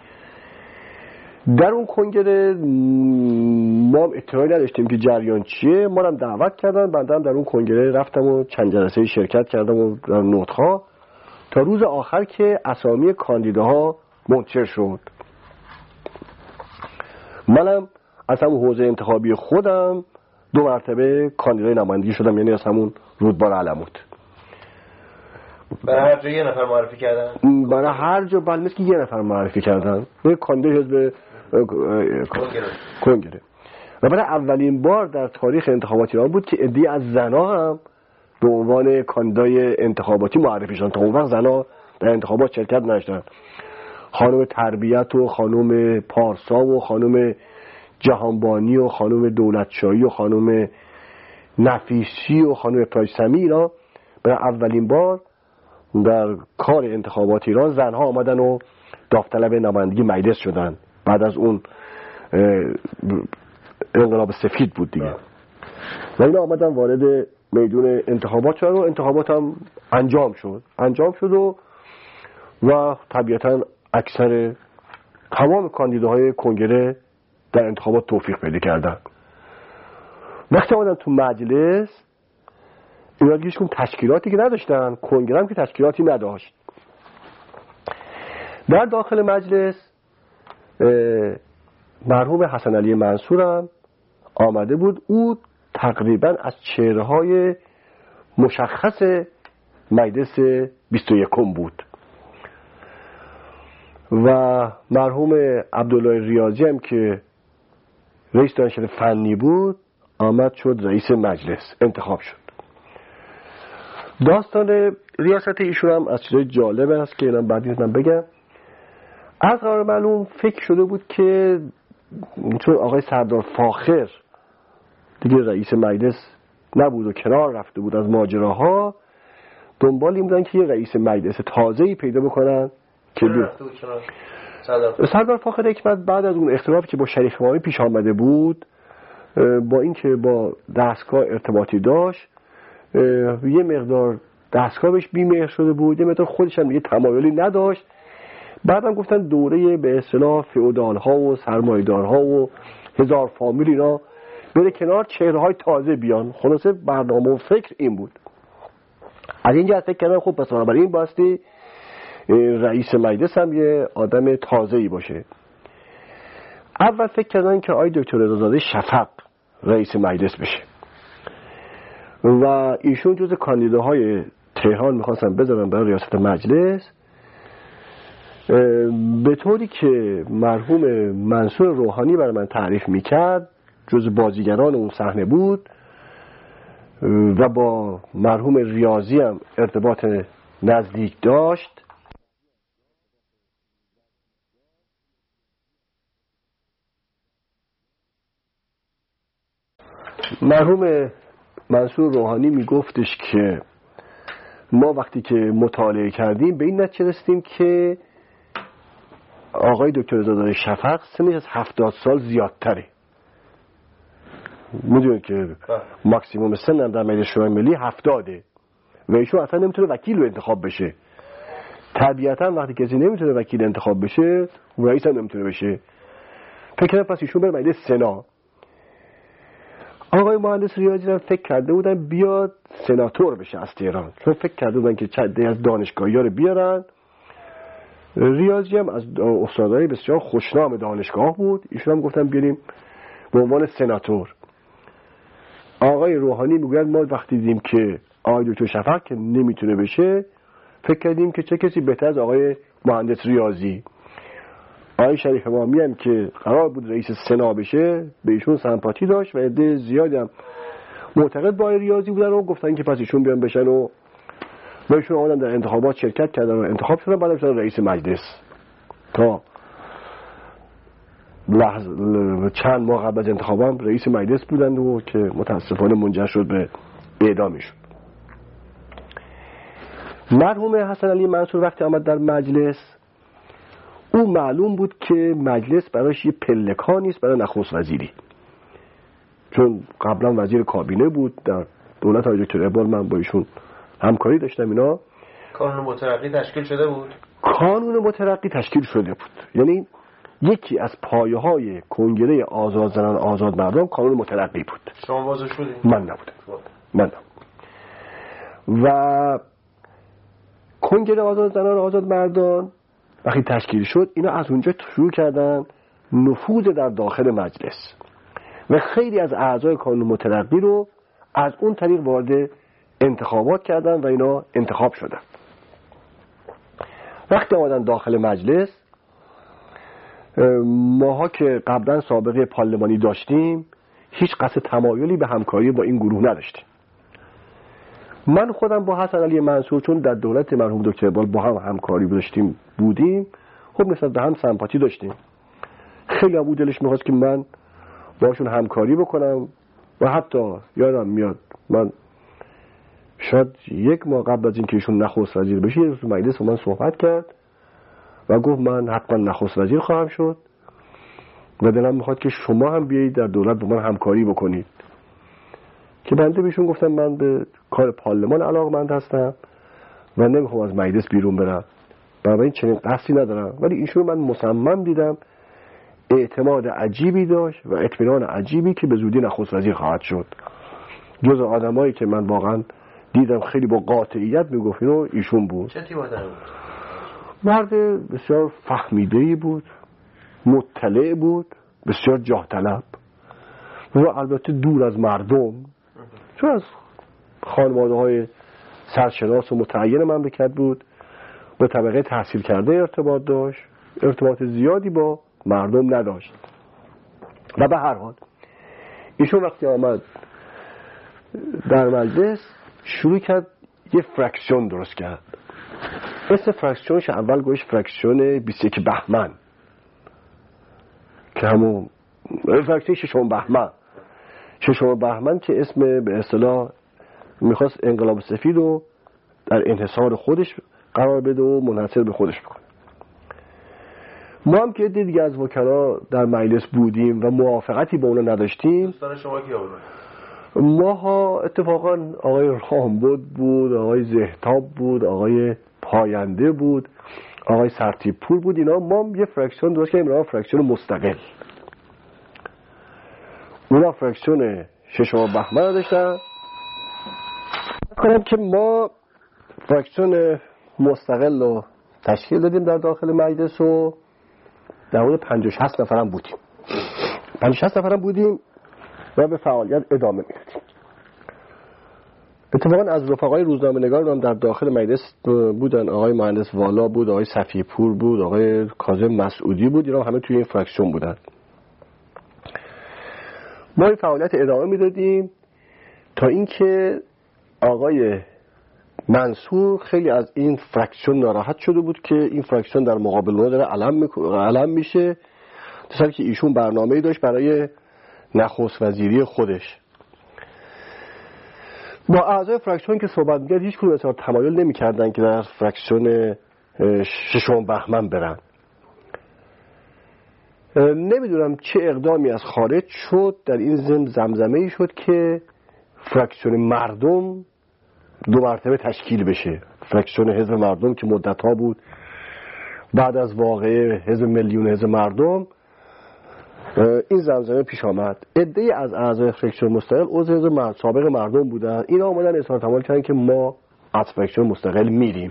در اون کنگره ما هم اطلاعی نداشتیم که جریان چیه. ما هم دعوت کردن، بنده در اون کنگره رفتم و چند جلسه شرکت کردم و در نوت‌ها تا روز آخر که اسامی کاندیداها منتشر شد. منم از همون حوزه انتخابی خودم دو مرتبه کاندیدای نمایندگی شدم، یعنی از همون رودبار علموت. برای هر جا یه نفر معرفی کردن؟ برای هر جا بله، مثل که یه نفر معرفی کردن، یه کاندیدای حزب کنگره. و برای اولین بار در تاریخ انتخابات ایران بود که عده‌ای از زنا هم به عنوان کاندیدای انتخاباتی معرفی شدن. تا اون وقت زنا در انتخابات شرکت نداشتن. خانم تربیت و خانم پارسا و خانم جهانبانی و خانم دولتشاهی و خانم نفیسی و خانم پرایسمی، اینا برای اولین بار در کار انتخابات ایران زنها آمدن و داوطلب نمایندگی مجلس شدن. بعد از اون انقلاب سفید بود دیگه و اینا آمدن وارد میدون انتخابات شدن و انتخابات هم انجام شد انجام شد و و طبیعتا اکثر تمام کاندیداهای کنگره در انتخابات توفیق پیدا کردن. وقتی آمدن تو مجلس اینا دیگه هیچ تشکیلاتی که نداشتن، کنگره هم که تشکیلاتی نداشت. در داخل مجلس مرحوم حسن علی منصور هم آمده بود. او تقریبا از چهره‌های مشخص مجلس بیست و یکم بود و مرحوم عبدالله ریاضی هم که رئیس دانشکده فنی بود آمد شد رئیس مجلس، انتخاب شد. داستان ریاست ایشون هم از چیزای جالب است که اینا بعدی من بگم. از قرار معلوم فکر شده بود که چون آقای سردار فاخر دیگه رئیس مجلس نبود و کنار رفته بود از ماجراها، دنبال این بودن که یه رئیس مجلس تازه‌ای پیدا بکنن که بیاد. سردار فاخر حکمت بعد از اون اختلافی که با شریف امامی پیش آمده بود، با اینکه با دستگاه ارتباطی داشت، یه مقدار دستگاه بهش بی‌مهر شده بود، یه مقدار خودش هم یه تمایلی نداشت. بعدم گفتن دوره به اصطلاح فئودال ها و سرمایه‌دار ها و هزار فامیل اینا بره کنار، چهره های تازه بیان. خلاصه برنامه و فکر این بود. از اینجا فکر کردن خب پس بنابراین باستی رئیس مجلس هم یه آدم تازه‌ای باشه. اول فکر کردن که آقای دکتر رضازاده شفق رئیس مجلس بشه و ایشون جز کاندیداهای تهران میخواستن بذارن برای ریاست مجلس، به طوری که مرحوم منصور روحانی برای من تعریف میکرد جز بازیگران اون صحنه بود و با مرحوم ریاضی هم ارتباط نزدیک داشت. مرحوم منصور روحانی میگفتش که ما وقتی که مطالعه کردیم به این نتیجه رسیدیم که آقای دکتر رضازاده شفق سنش از هفتاد سال زیادتره. میدونید که ماکسیموم سن هم در مجلس شورای ملی هفتاده و ایشون اصلا نمیتونه وکیل انتخاب بشه. طبیعتا وقتی کسی نمیتونه وکیل انتخاب بشه رئیس هم نمیتونه بشه. فکر کردم پس ایشون بره مجلس سنا. آقای مهندس ریاضی هم فکر کرده بودن بیاد سناتور بشه از تهران، چون فکر کرده بودن که چنده از دانشگاهی‌ها رو بیارن. ریاضی هم از استادای بسیار خوشنام دانشگاه بود، ایشون هم گفتن بیاریم به عنوان سناتور. آقای روحانی میگوید ما وقتی دیدیم که آقای دکتر شفق که نمیتونه بشه، فکر کردیم که چه کسی بهتر از آقای مهندس ریاضی. آقای شریف امامی هم که قرار بود رئیس سنا بشه به ایشون سمپاتی داشت و عده زیادی هم معتقد با ریاضی بودن و گفتن که پس ایشون بیان بشن و و ایشون آمدن در انتخابات شرکت کردن و انتخاب شدن، بعدم شدن رئیس مجلس. تا لحظه چند ماه قبل از انتخاب هم رئیس مجلس بودند و که متاسفانه منجر شد به اعدامشون. مرحوم حسن علی منصور وقتی آمد در مجلس، او معلوم بود که مجلس برایش یه پلکانی است برای نخست وزیری، چون قبلا وزیر کابینه بود در دولت آقای دکتر اقبال، من با ایشون همکاری داشتم. اینا کانون مترقی تشکیل شده بود. کانون مترقی تشکیل شده بود، یعنی یکی از پایه های کنگره آزاد زنان آزاد مردم کانون مترقی بود. شما بازو شدید؟ من نبودم. من نبودم. و کنگره آزاد زنان آزاد مردان وقتی تشکیل شد، اینا از اونجا شروع کردن نفوذ در داخل مجلس و خیلی از اعضای کانون مترقی رو از اون طریق وارد انتخابات کردن و اینا انتخاب شدن. وقتی آمدن داخل مجلس، ماها که قبلا سابقه پارلمانی داشتیم هیچ قصد تمایلی به همکاری با این گروه نداشتیم. من خودم با حسن علی منصور چون در دولت مرحوم دکتر اقبال با هم همکاری داشتیم بودیم، خب نسبت به هم سمپاتی داشتیم. خیلی هم بود دلش میخواست که من باشون همکاری بکنم و حتی یادم میاد من شاید یک ماه قبل از اینکه ایشون نخست وزیر بشه یه روز مجلس با من صحبت کرد و گفت من حتما نخست وزیر خواهم شد و دلم میخواد که شما هم بیایید در دولت با من همکاری بکنید. که بنده بهشون گفتم من به کار پارلمان علاقه‌مند هستم و نمیخوام از مجلس بیرون برم، بنابراین چنین قصدی ندارم. ولی ایشون من مصمم دیدم اعتماد عجیبی داشت و اطمینان عجیبی که به زودی نخست وزیر خواهد شد. جز آدمایی که من واقعا دیدم خیلی با قاطعیت میگفت اینو ایشون بود. چه تیپ آدمی بود؟ مرد بسیار فهمیده‌ای بود، مطلع بود، بسیار جاه طلب و البته دور از مردم، چون از خانواده های سرشناس و متعین مملکت بود، به طبقه تحصیل کرده ارتباط داشت، ارتباط زیادی با مردم نداشت. و به هر حال ایشون وقتی آمد در مجلس شروع کرد یه فرکسیون درست کرد اسم فرکسیونش اول گوش فرکسیون بیست و یک بهمن که همون فرکسیون ششم بهمن ششم بهمن که اسم به اصطلاح میخواست انقلاب سفید رو در انحصار خودش قرار بده و منحصر به خودش بکنه. ما هم که دیگه از وکلا در مجلس بودیم و موافقتی با اونا نداشتیم. دوستان شما کیا بودن؟ ما ها اتفاقا آقای رامبد بود، آقای زهتاب بود، آقای پاینده بود، آقای سرتیب پور بود. اینا ما هم یه فرکسیون درست کردیم، اینا فرکسیون مستقل. اونا فرکسیون ششم بهمن داشتن. کنم که ما فرکسیون مستقل رو تشکیل دادیم در داخل مجلس و در حدود پنجاه و شصت نفرم بودیم. پنجاه و شصت نفرم بودیم و به فعالیت ادامه میدادیم. اتفاقا از رفقای روزنامه‌نگار هم در داخل مجلس بودن. آقای مهندس والا بود، آقای صفی پور بود، آقای کاظم مسعودی بود. اینا همه توی این فرکسیون بودن. ما این فعالیت ادامه میدادیم تا اینکه آقای منصور خیلی از این فرکسیون ناراحت شده بود که این فرکسیون در مقابل اونها داره علم علم میشه. مثلا که ایشون برنامه‌ای داشت برای نخست وزیری خودش. با اعضای فرکسیون که صحبت می‌کرد هیچ کدوم اظهار تمایل نمی‌کردن که در فرکسیون ششم بهمن برن. نمیدونم چه اقدامی از خارج شد، در این ضمن زمزمه‌ای شد که فرکسیون مردم دو مرتبه تشکیل بشه. فرکسیون حزب مردم که مدت‌ها بود بعد از واقعه حزب میلیون حزب مردم این زمزمه پیش آمد. عده‌ای از اعضای فرکسیون مستقل عضو حزب مرد سابق مردم بودن. اینا اومدن اظهار تمایل کردن که ما از فرکسیون مستقل میریم.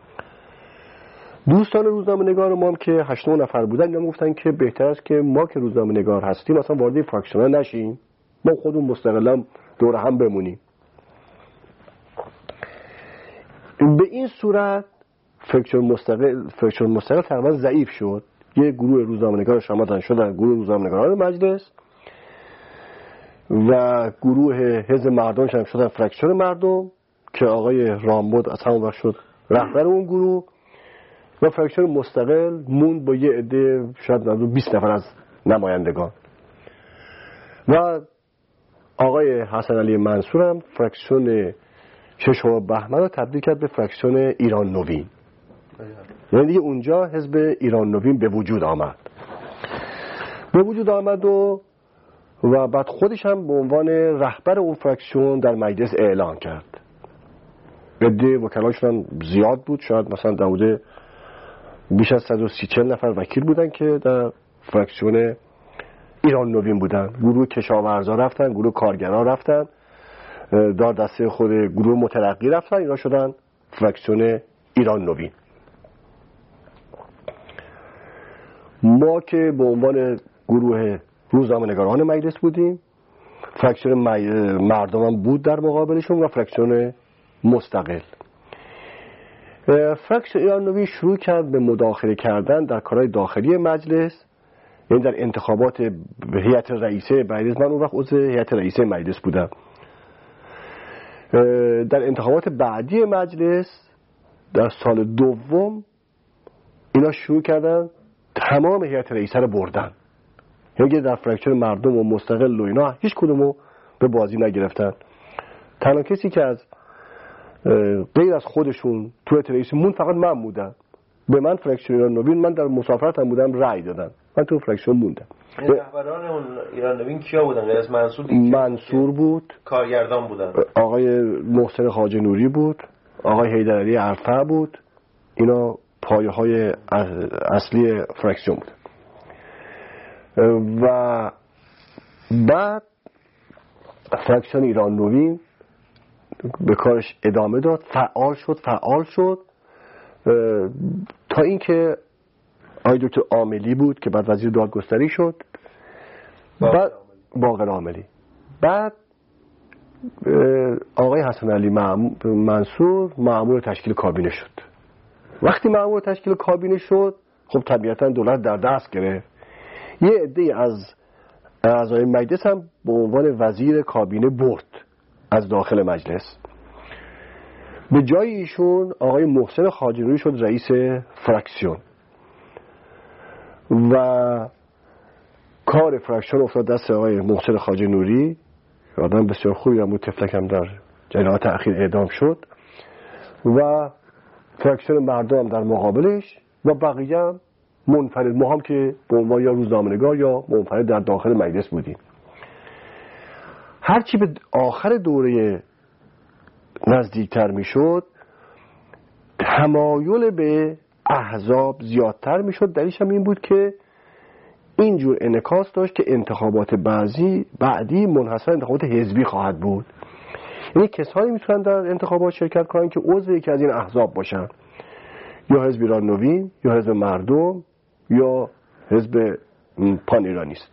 دوستان روزنامه‌نگار ما هم که هشت نه نفر بودن اینا گفتن که بهتر است که ما که روزنامه‌نگار هستیم اصلا وارد این فرکسیون نشیم، ما خودمون مستقلا دور هم بمونیم. به این صورت فرکسیون مستقل فرکسیون مستقل تقریبا ضعیف شد. یه گروه روزنامه‌نگار شامل شدن، گروه روزنامه‌نگاران مجلس و گروه حزب مردم هم شدن فرکسیون مردم که آقای رامبد از همون وقت شد رهبر اون گروه و فرکسیون مستقل موند با یه عده شاید بیست نفر از نمایندگان و آقای حسن علی منصور هم فرکسیون ششم بهمن رو تبدیل کرد به فرکسیون ایران نوین. یعنی دیگه اونجا حزب ایران نوین به وجود آمد به وجود آمد و و بعد خودش هم به عنوان رهبر اون فرکسیون در مجلس اعلان کرد. عده وکلاش هم زیاد بود، شاید مثلا در بیش از صد و سی چهل نفر وکیل بودن که در فرکسیون ایران نوین بودن. گروه کشاورزا رفتن، گروه کارگران رفتن، دار دسته خود گروه مترقی رفتن، اینا شدن فرکسیون ایران نوین. ما که به عنوان گروه روزنامه‌نگاران مجلس بودیم، فرکسیون مردم هم بود در مقابلشون و فرکسیون مستقل. فرکسیون ایران نوین شروع کرد به مداخله کردن در کارهای داخلی مجلس، یعنی در انتخابات هیئت رئیسه مجلس. من اون وقت عضو هیئت رئیسه مجلس بودم. در انتخابات بعدی مجلس در سال دوم اینا شروع کردن تمام هیئت رئیسه رو بردن. یعنی در فرکسیون مردم و مستقل و اینا هیچ کدومو به بازی نگرفتن. تنها کسی که از غیر از خودشون تو هیئت رئیسه مون فقط من بودم. به من فرکسیون ایران نوین، من در مسافرتم بودم، رأی دادن، من تو فرکسیون موندم. این رهبران اون ایران نوین کیا بودن؟ غیر از منصور منصور بود، کارگردان بودن، آقای محسن خواجه نوری بود، آقای حیدرعلی عرفه بود. اینا پایه های اصلی فرکسیون بود. و بعد فرکسیون ایران نوین به کارش ادامه داد، فعال شد فعال شد تا اینکه آقای دکتر عاملی بود که بعد وزیر دادگستری شد، بعد باقر عاملی، بعد آقای حسن علی منصور مأمور تشکیل کابینه شد. وقتی مأمور تشکیل کابینه شد خب طبیعتا دولت در دست گرفت. یه عده از اعضای مجلس هم به عنوان وزیر کابینه برد از داخل مجلس. به جای ایشون آقای محسن خواجه نوری شد رئیس فرکسیون و کار فرکسیون افتاد دست آقای محسن خواجه نوری، آدم بسیار خوبی هم بود، تفلک هم در جنایات اخیر اعدام شد و فرکسیون مردم هم در مقابلش و بقیه هم منفرد، ما هم که به عنوان یا روزنامه‌نگار یا منفرد در داخل مجلس بودیم. هرچی به آخر دوره نزدیکتر میشد تمایل به احزاب زیادتر میشد. دلیلش هم این بود که اینجور انعکاس داشت که انتخابات بعضی بعدی منحصر انتخابات حزبی خواهد بود، یعنی کسانی میتونن در انتخابات شرکت کنن که عضو یکی از این احزاب باشن، یا حزب ایران نوین یا حزب مردم یا حزب پان ایرانیست.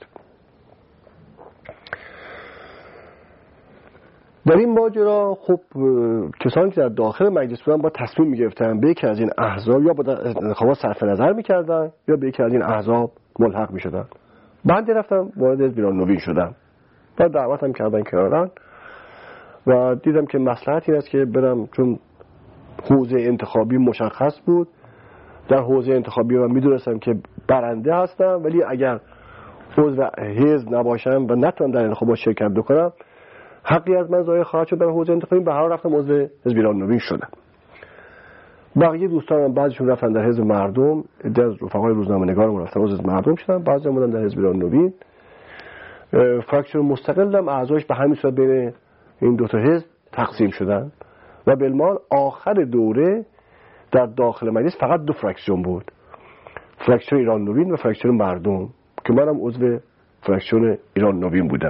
در این ماجرا خب کسانی که در داخل مجلس بودن با تصمیم میگرفتن به یکی از این احزاب یا با انتخابات صرف نظر میکردن یا به یکی از این احزاب ملحق میشدن. بعد رفتم وارد حزب ایران نوین شدم و دعوتم کردن کنارن و دیدم که مصلحت این است که برم، چون حوزه انتخابی مشخص بود. در حوزه انتخابی من میدونستم که برنده هستم، ولی اگر عضو حزب نباشم و نتونم در انتخابات شرکت بکنم حقی از من ضایع خواهد شد در حوزه انتخابی. به هر حال رفتم عضو حزب ایران نوین شدم. بقیه دوستانم بعضیشون رفتن در حزب مردم، عده از رفقای روزنامه‌نگارم رفتن عضو حزب مردم شدن، بعضی موندن در حزب ایران نوین. فراکسیون مستقل هم اعضایش به همین صورت بین این دو تا حزب تقسیم شدن و بالمال آخر دوره در داخل مجلس فقط دو فراکسیون بود، فراکسیون ایران نوین و فراکسیون مردم، که منم عضو فراکسیون ایران نوین بودم.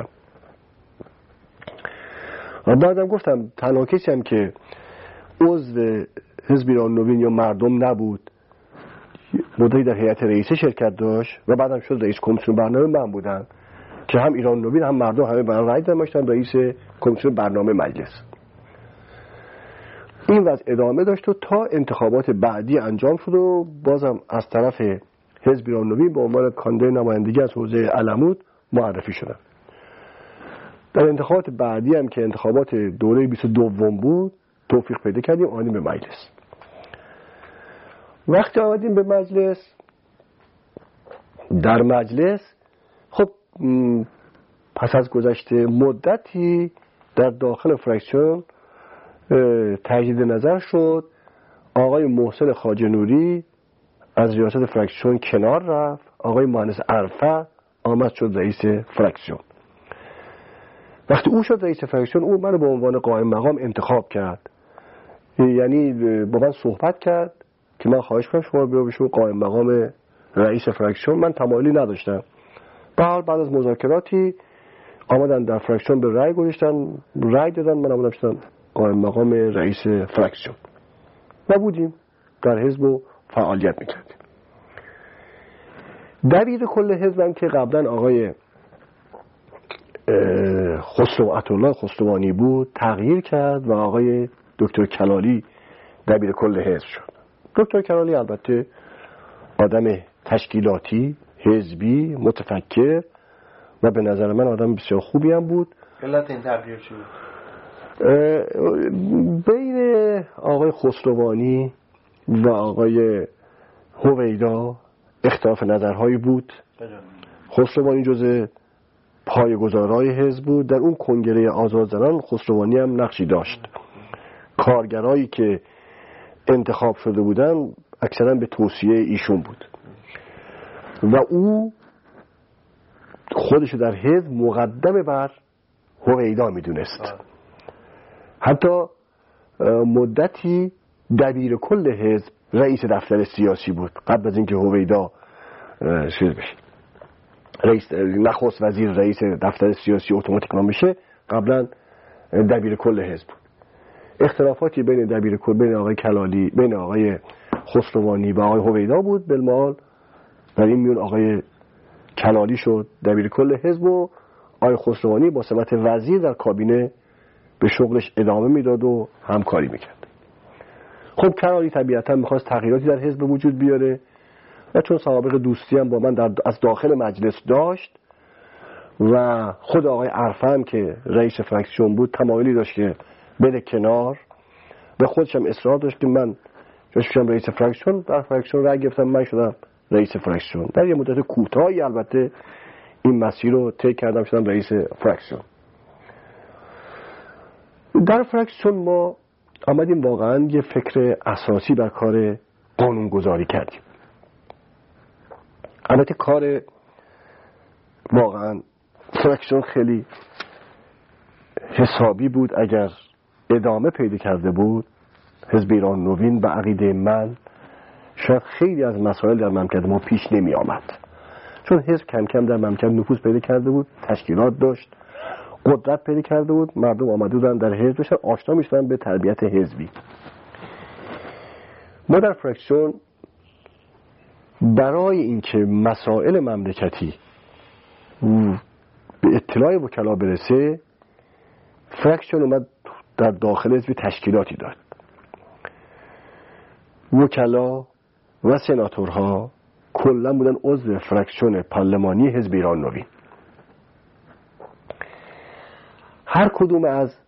و بعدم گفتم تنها کسی هم که عضو حزب ایران نوین یا مردم نبود، مدتی در هیئت رئیسه شرکت داشت و بعدم شد رئیس کمیسیون برنامه، من بودم که هم ایران نوین هم مردم همه به من رأی دادن، داشتم رئیس کمیسیون برنامه مجلس. این وضع ادامه داشت و تا انتخابات بعدی انجام شد و بازم از طرف حزب ایران نوین به عنوان کاندید نمایندگی از حوزه علمود معرفی شدم. در انتخابات بعدی هم که انتخابات دوره بیست و دو بود توفیق پیدا کردیم آمدیم به مجلس. وقتی آمدیم به مجلس، در مجلس خب پس از گذشته مدتی در داخل فراکسیون تجدید نظر شد. آقای محسن خواجه نوری از ریاست فراکسیون کنار رفت، آقای مهندس عرفه آمد شد رئیس فراکسیون. وقتی او شد رئیس فراکسیون، او منو به عنوان قائم مقام انتخاب کرد، یعنی با من صحبت کرد که من خواهش کنم شما بیا بشو قائم مقام رئیس فراکسیون. من تمایلی نداشتم. بعد بعد از مذاکراتی آمدن در فراکسیون به رأی گذاشتن، رأی دادن، من آمدم شدم قائم مقام رئیس فراکسیون و بودیم در حزب و فعالیت میکردیم. دبیر کل حزبم که قبلا آقای خسرو عطاالله خسروانی بود تغییر کرد و آقای دکتر کلالی دبیر کل حزب شد. دکتر کلالی البته آدم تشکیلاتی، حزبی، متفکر و به نظر من آدم بسیار خوبی هم بود. علت این تغییر شد بین آقای خسروانی و آقای هویدا اختلاف نظرهایی بود. خسروانی جزء پایه‌گذارای حزب بود. در اون کنگره آزادزنان خسروانی هم نقشی داشت. کارگرایی که انتخاب شده بودن اکثرا به توصیه ایشون بود و او خودشو در حزب مقدم بر هویدا میدونست. حتی مدتی دبیر کل حزب رئیس دفتر سیاسی بود قبل از اینکه هویدا چیز بشه، رئیس نخست وزیر رئیس دفتر سیاسی اتوماتیک بشه، قبلا دبیر کل حزب بود. اختلافاتی بین دبیر کل، بین آقای کلالی، بین آقای خسروانی و آقای هویدا بود. بالمال در این میون آقای کلالی شد دبیر کل حزب و آقای خسروانی با سمت وزیر در کابینه به شغلش ادامه میداد و همکاری میکرد. خب کلالی طبیعتا میخواست تغییراتی در حزب وجود بیاره و چون سوابق دوستی هم با من در از داخل مجلس داشت و خود آقای عرفه هم که رئیس فراکسیون بود تمایلی داشت که بده کنار به خودشم اصرار داشت که من جاش بشم رئیس فرکسیون. در فرکسیون رأی گرفتم، من شدم رئیس فرکسیون. در یه مدت کوتاهی البته این مسیر رو طی کردم، شدم رئیس فرکسیون. در فرکسیون ما آمدیم واقعا یه فکر اساسی بر کار قانونگذاری کردیم. البته کار واقعا فرکسیون خیلی حسابی بود. اگر ادامه پیدا کرده بود حزب ایران نوین به عقیده من شاید خیلی از مسائل در مملکت ما پیش نمی آمد، چون حزب کم کم در مملکت نفوذ پیدا کرده بود، تشکیلات داشت، قدرت پیدا کرده بود، مردم آمده بودن در حزب داشتن آشنا میشدن به تربیت حزبی. ما در فرکسیون برای اینکه مسائل مملکتی به اطلاع وکلا برسه، فرکسیون اومد در داخل حزب تشکیلاتی داد. وکلا و سناتورها کلا بودن عضو فرکسیون پارلمانی حزب ایران نوین. هر کدوم از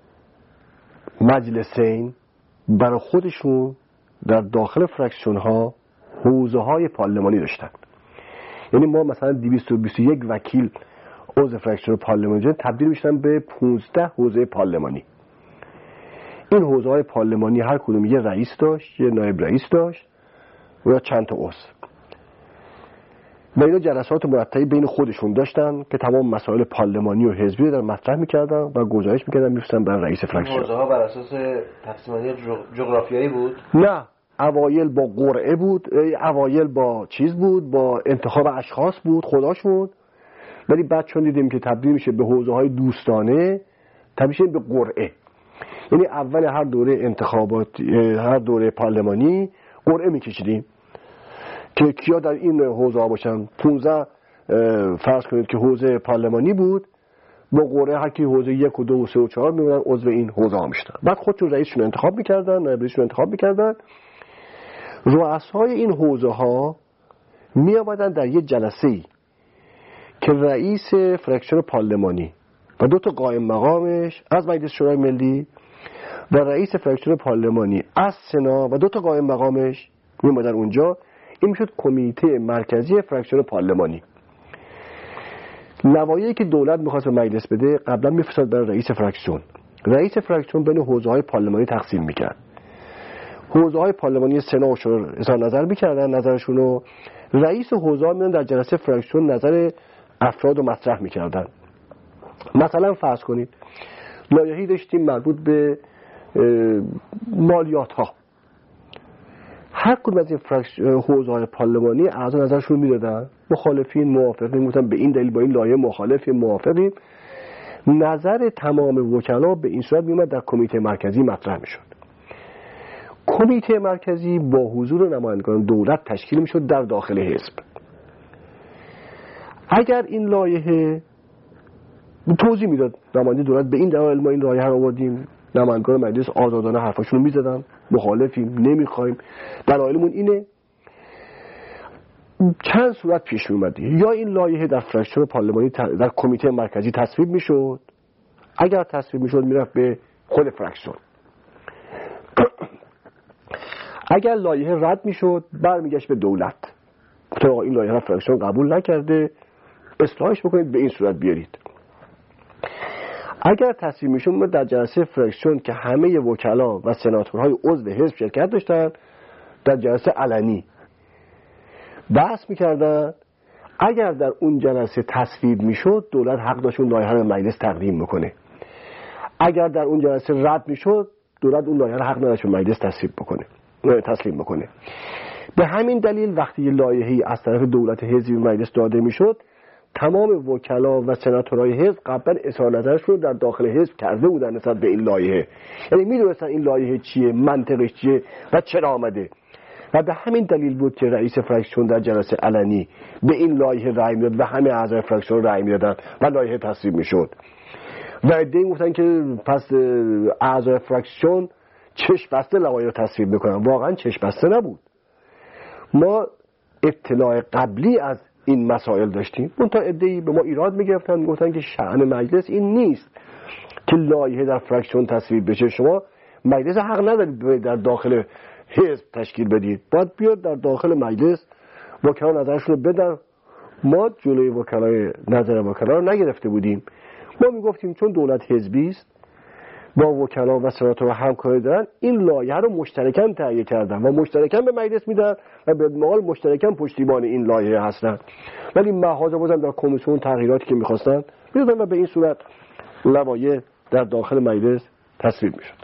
مجلسین برای خودشون در داخل فرکسیون ها حوزه های پارلمانی داشتن. یعنی ما مثلا دویست و بیست و یک وکیل عضو فرکسیون پارلمانی تبدیل میشدن به پانزده حوزه پارلمانی. این حوزه های پارلمانی هر کدوم یه رئیس داشت، یه نایب رئیس داشت و چند تا عضو. و اینا جلسات مرتبی بین خودشون داشتن که تمام مسائل پارلمانی و حزبی رو در مطرح میکردن و گزارش میکردن میفرستن برای رئیس فرکسیون. حوزه ها بر اساس تقسیم بندی جغرافیایی بود؟ نه، اوایل با قرعه بود، اوایل با چیز بود، با انتخاب اشخاص بود خداشون، ولی بعد چون دیدیم که تبدیل میشه به حوزه های دوستانه تبدیل میشه به قرعه. یعنی اول هر دوره انتخابات، هر دوره پارلمانی قرعه میکشیدیم که کیا در این حوزه ها باشن. پونزده فرض کنید که حوزه پارلمانی بود، با قرعه هر کی حوزه یک و دو و سه و چهار میمونن عضو این حوزه ها میشدن. بعد خودشون رئیسشون انتخاب میکردن، نایب رئیسشون انتخاب میکردن. رؤسای این حوزه ها می آمدن در یک جلسه‌ای که رئیس فرکسیون پارلمانی و دو تا قائم مقامش از مجلس شورای ملی و رئیس فرکسیون پارلمانی از سنا و دو تا قائم مقامش می آمدن اونجا. این میشد کمیته مرکزی فرکسیون پارلمانی. لوایحی که دولت می‌خواست به مجلس بده قبلا می‌فرستاد برای رئیس فرکسیون. رئیس فرکسیون بین حوزه‌های پارلمانی تقسیم می‌کرد. حوزه‌های پارلمانی سنا و شورا اظهار نظر می‌کردن نظرشون رو. رئیس حوزه میان در جلسه فرکسیون نظر افراد رو مطرح می‌کردن. مثلا فرض کنید لایحه‌ای داشتیم مربوط به مالیات‌ها. هر کدوم از این حوزه‌های پارلمانی اعضا نظرشون میدادن، مخالفین، موافقین، گفتن به این دلیل با این لایحه مخالفیم، موافقیم. نظر تمام وکلا به این صورت میومد در کمیته مرکزی مطرح میشد. کمیته مرکزی با حضور نمایندگان دولت تشکیل میشد در داخل حزب. اگر این لایحه توضیح میداد نماینده دولت به این دلایل ما این لایحه رو آوردیم، نمایندگان مجلس آزادانه حرفاشون رو میزدن، مخالفیم، نمیخوایم، دلایلمون اینه. چند صورت پیش میومد، یا این لایحه در فرکسیون پارلمانی در کمیته مرکزی تصویب میشد، اگر تصویب میشد میرفت به خود فرکسیون. اگر لایحه رد میشد برمیگشت به دولت، تو این لایحه فرکسیون قبول نکرده، اصلاحش بکنید، به این صورت بیارید. اگر تصویب میشد در جلسه فرکسیون که همه وکلا و سناتورهای عضو حزب شرکت داشتن، در جلسه علنی بحث میکردن. اگر در اون جلسه تصویب میشد دولت حق داشت اون لایحه رو مجلس تقدیم میکنه. اگر در اون جلسه رد میشد دولت اون لایحه رو حق نداشت مجلس تصویب بکنه، تسلیم بکنه. به همین دلیل وقتی یه لایحه‌ای از طرف دولت حزبی مجلس داده میشد، تمام وکلا و سناتورهای حزب قبلا اظهار نظرشون در داخل حزب کرده بودن نسبت به این لایحه. یعنی میدونستن این لایحه چیه، منطقش چیه و چرا آمده. و به همین دلیل بود که رئیس فرکسیون در جلسه علنی به این لایحه رأی میداد و همه اعضای فرکسیون رأی میدادن و لایحه تصویب میشد. و عده‌ای گفتن که پس اعضای فرکسیون چشم بسته لایحه رو تصویب میکنن. واقعا چشم بسته نبود. ما اطلاع قبلی از این مسائل داشتیم. اون تا عده‌ای به ما ایراد میگرفتن، میگفتن که شأن مجلس این نیست که لایحه در فرکسیون تصویب بشه. شما مجلس حق ندارید در داخل حزب تشکیل بدید، باید بیاد در داخل مجلس وکلا نظرشون رو بدن. ما جلوی وکلای نظر وکلا رو نگرفته بودیم. ما میگفتیم چون دولت حزبی است با وکلا و سناتور همکاری دارن، این لایحه رو مشترکاً تهیه کردن و مشترکاً به مجلس میدن و به مقال مشترکاً پشتیبان این لایحه هستن. ولی محاذا بازم در کمیسیون تغییراتی که میخواستن میدادن و به این صورت لوایح در داخل مجلس تصویب میشد.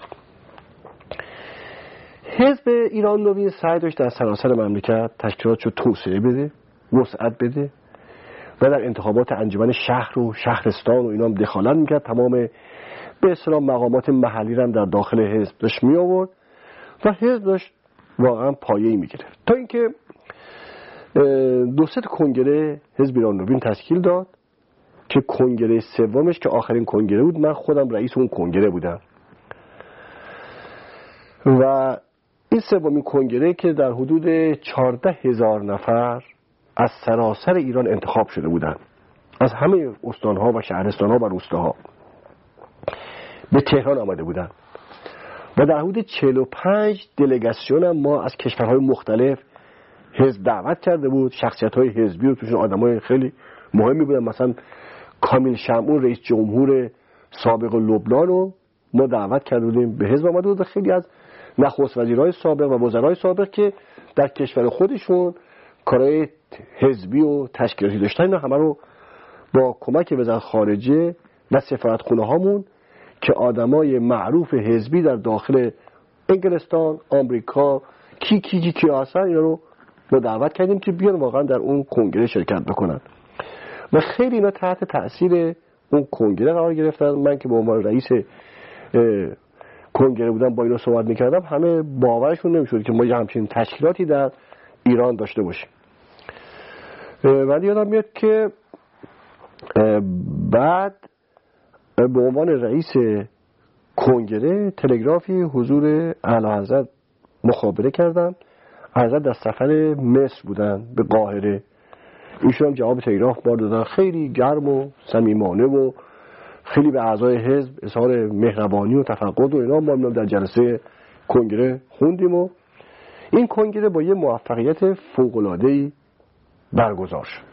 حزب ایران نوین سعی داشت در سراسر مملکت تشکیلاتش رو توسعه بده، وسعت بده و در انتخابات انجمن شهر و شهرستان و اینا هم دخالت میکرد. تمام به اصطلاح مقامات محلی رو هم در داخل حزب داشت می آورد و حزب داشت واقعا پایه‌ای میگرفت تا اینکه دو سه کنگره حزب ایران نوین تشکیل داد که کنگره سومش که آخرین کنگره بود، من خودم رئیس اون کنگره بودم و این سومین کنگره که در حدود چهارده هزار نفر از سراسر ایران انتخاب شده بودند، از همه استانها و شهرستانها و روستاها به تهران آمده بودند و در حدود چهل و پنج دلگاسیون هم ما از کشورهای مختلف حزب دعوت کرده بود. شخصیت‌های حزبی رو توشون آدمای خیلی مهمی بودن، مثلا کامیل شمعون رئیس جمهور سابق لبنان رو ما دعوت کرده بودیم به حزب آمده بود. خیلی از نخست وزیرای سابق و وزرای سابق که در کشور خودشون کارهای حزبی و تشکیلاتی داشتن، اینا همه رو با کمک وزارت خارجه و سفارتخونه هامون که آدمای معروف حزبی در داخل انگلستان، آمریکا کی کی کی کی هستن، اینا رو ما دعوت کردیم که بیان واقعا در اون کنگره شرکت بکنن و خیلی اینا تحت تأثیر اون کنگره قرار گرفتن. من که به عنوان رئیس کنگره بودم با اینا صحبت میکردم، همه باورشون نمیشد که ما یه همچین تشکیلاتی در ایران داشته باشیم. ولی یادم میاد که بعد به عنوان رئیس کنگره تلگرافی حضور اعلیحضرت مخابره کردم. حضرت در سفر مصر بودن به قاهره، ایشون هم جواب تلگراف بار دادن، خیلی گرم و صمیمانه و خیلی به اعضای حزب اظهار مهربانی و تفقد و اینا. ما در جلسه کنگره خوندیم و این کنگره با یه موفقیت فوق‌العاده‌ای برگزار شد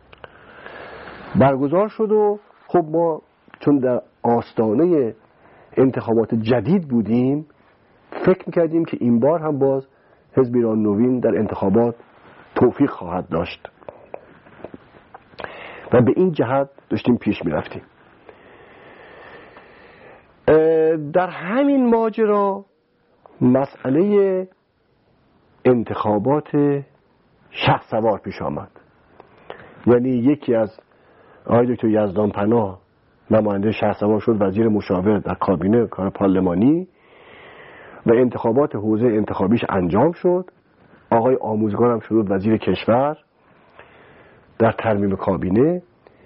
برگزار شد و خب ما چون در آستانه انتخابات جدید بودیم فکر میکردیم که این بار هم باز حزب ایران نوین در انتخابات توفیق خواهد داشت و به این جهت داشتیم پیش میرفتیم. در همین ماجرا مسئله انتخابات شهسوار پیش آمد. یعنی یکی از آقای دکتر یزدان پناه نماینده شهسوار شد وزیر مشاور در کابینه کار پارلمانی و انتخابات حوزه انتخابیش انجام شد. آقای آموزگار هم شد وزیر کشور در ترمیم کابینه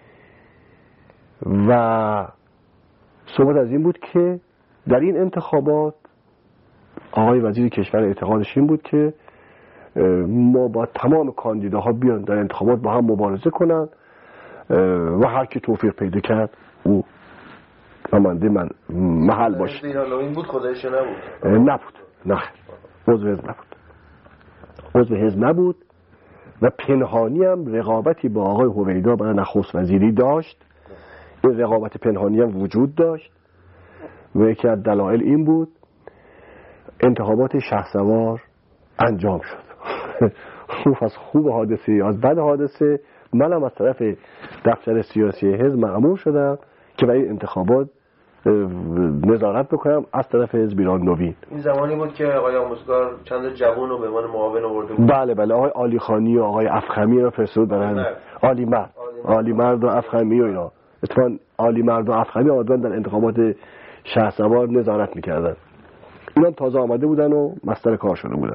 و صحبت از این بود که در این انتخابات آقای وزیر کشور اعتقادش این بود که ما با تمام کاندیداها بیان در انتخابات با هم مبارزه کنن و هر کی توفیق پیدا کرد او نماینده من محل باشه. این بود خودش نبود نبود نه عضو حزب نبود عضو حزب نبود و پنهانی هم رقابتی با آقای هویدا برای نخست وزیری داشت. این رقابت پنهانی هم وجود داشت و یکی از دلایل این بود انتخابات شهسوار انجام شد. خوب از خوب حادثه از بد حادثه منم از طرف دفتر سیاسی حزب مأمور شدم که برای این انتخابات نظارت بکنم از طرف حزب ایران نوین. این زمانی بود که آقای آموزگار چند جوان رو به عنوان معاون آورده بود. بله بله آقای علی خانی و آقای افخمی رو فرستاد برن علی مرد علی مرد و افخمی و اینا. اتفاقا علی مرد و افخمی آمدن در انتخابات شهسوار نظارت میکردن. اینا تازه آمده بودن و مستر کار شده بودن.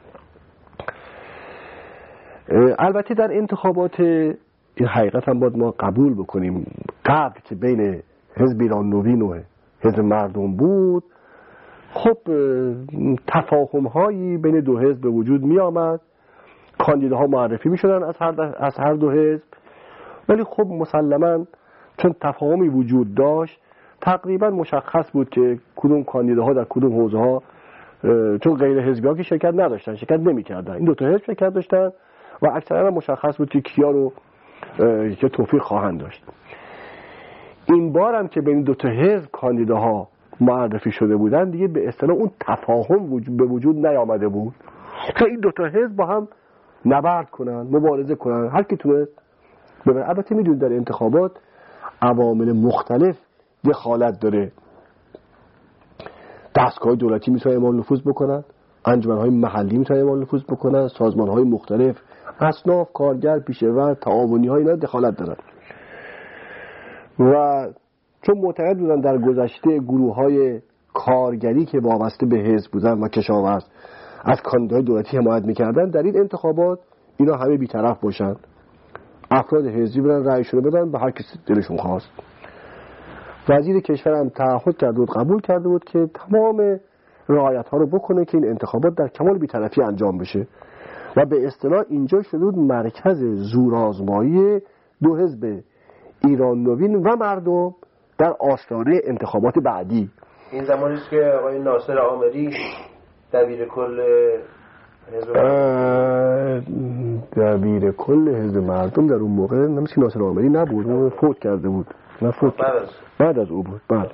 البته در انتخابات این حقیقت هم باید ما قبول بکنیم قبل که بین حزب ایران نوین و حزب مردم بود خب تفاهم هایی بین دو حزب به وجود می آمد، کاندیداها معرفی می شدن از هر, از هر دو حزب، ولی خب مسلما چون تفاهمی وجود داشت تقریبا مشخص بود که کدوم کاندیداها در کدوم حوزه ها، چون غیر حزبی ها که شرکت نداشتن، شرکت نمی‌کردن، این دو تا حزب شرکت داشتن و اکثرا مشخص بود که کیا رو که توفیق خواهند داشت. این بار هم که بین دو تا حزب کاندیداها معرفی شده بودن، دیگه به اصطلاح اون تفاهم وجود به وجود نیامده بود که این دو تا حزب با هم نبرد کنن، مبارزه کنن، هر کی تونه ببره. البته میدونید در انتخابات عوامل مختلف دخالت داره. دستگاه دولتی میتونه اعمال نفوذ بکنن، انجمن‌های محلی میتونه اعمال نفوذ بکنن، سازمان‌های مختلف، اصناف، کارگر، پیشه‌ور، تعاونی‌ها اینا دخالت دارن. و چون معتقد بودن در گذشته گروه‌های کارگری که وابسته به حزب بودن و کشاورز از کاندیدای دولتی حمایت می‌کردن، در این انتخابات اینا همه بی‌طرف باشن، افراد حزبی برن رأیشون رو بدن به هر کسی دلشون خواست. وزیر کشور هم تعهد کرده بود، قبول کرده بود که تمام رعایت‌ها رو بکنه که این انتخابات در کمال بی‌طرفی انجام بشه و به اصطلاح اینجا شده بود مرکز زورآزمایی دو حزب ایران نوین و مردم در آستانه انتخابات بعدی. این زمانی است که آقای ناصر آمری دبیر کل حزب دبیر کل حزب مردم در اون موقع نمیشه ناصر آمری نبود، اون فوت کرده بود. نه فوت بعد از او بود. بله.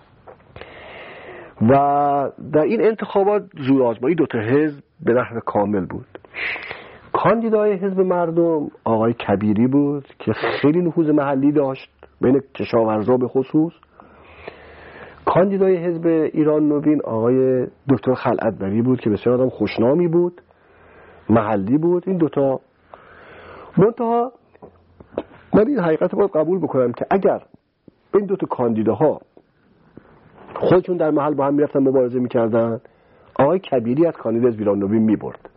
و در این انتخابات زورآزمایی دو تا حزب به نحو کامل بود. کاندیدای حزب مردم آقای کبیری بود که خیلی نفوذ محلی داشت بین کشاورزا به خصوص. کاندیدای حزب ایران نوین آقای دکتر خلعتبری بود که بسیار آدم خوشنامی بود، محلی بود. این دوتا منتها من این حقیقت باید قبول بکنم که اگر این دوتا کاندیداها خودشون در محل با هم میرفتن مبارزه میکردن، آقای کبیری از کاندیدای حزب ایران نوین میبرد.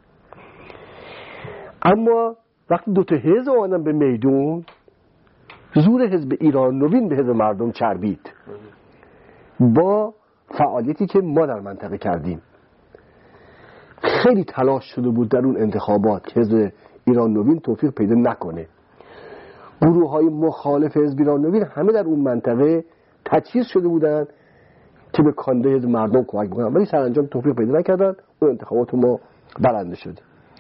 اما وقتی دوتا حزب آمدن به میدون، زور حزب ایران نوین به حزب مردم چربید با فعالیتی که ما در منطقه کردیم. خیلی تلاش شده بود در اون انتخابات که حزب ایران نوین توفیق پیدا نکنه. گروه های مخالف حزب ایران نوین همه در اون منطقه تجهیز شده بودن که به کاندیدای حزب مردم کمک بکنن، ولی سرانجام توفیق پیدا نکردن. اون انتخابات ما برنده شد.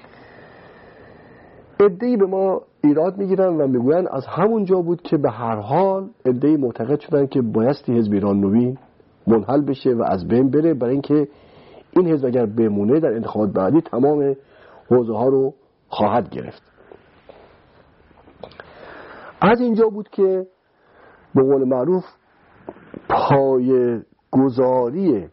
عده‌ای به ما ایراد میگیرن و میگوین از همون جا بود که به هر حال عده‌ای معتقد شدن که بایستی حزب ایران نوین منحل بشه و از بین بره، برای اینکه این حزب اگر بمونه در انتخابات بعدی تمام حوزه ها رو خواهد گرفت. از اینجا بود که به قول معروف پای گذاری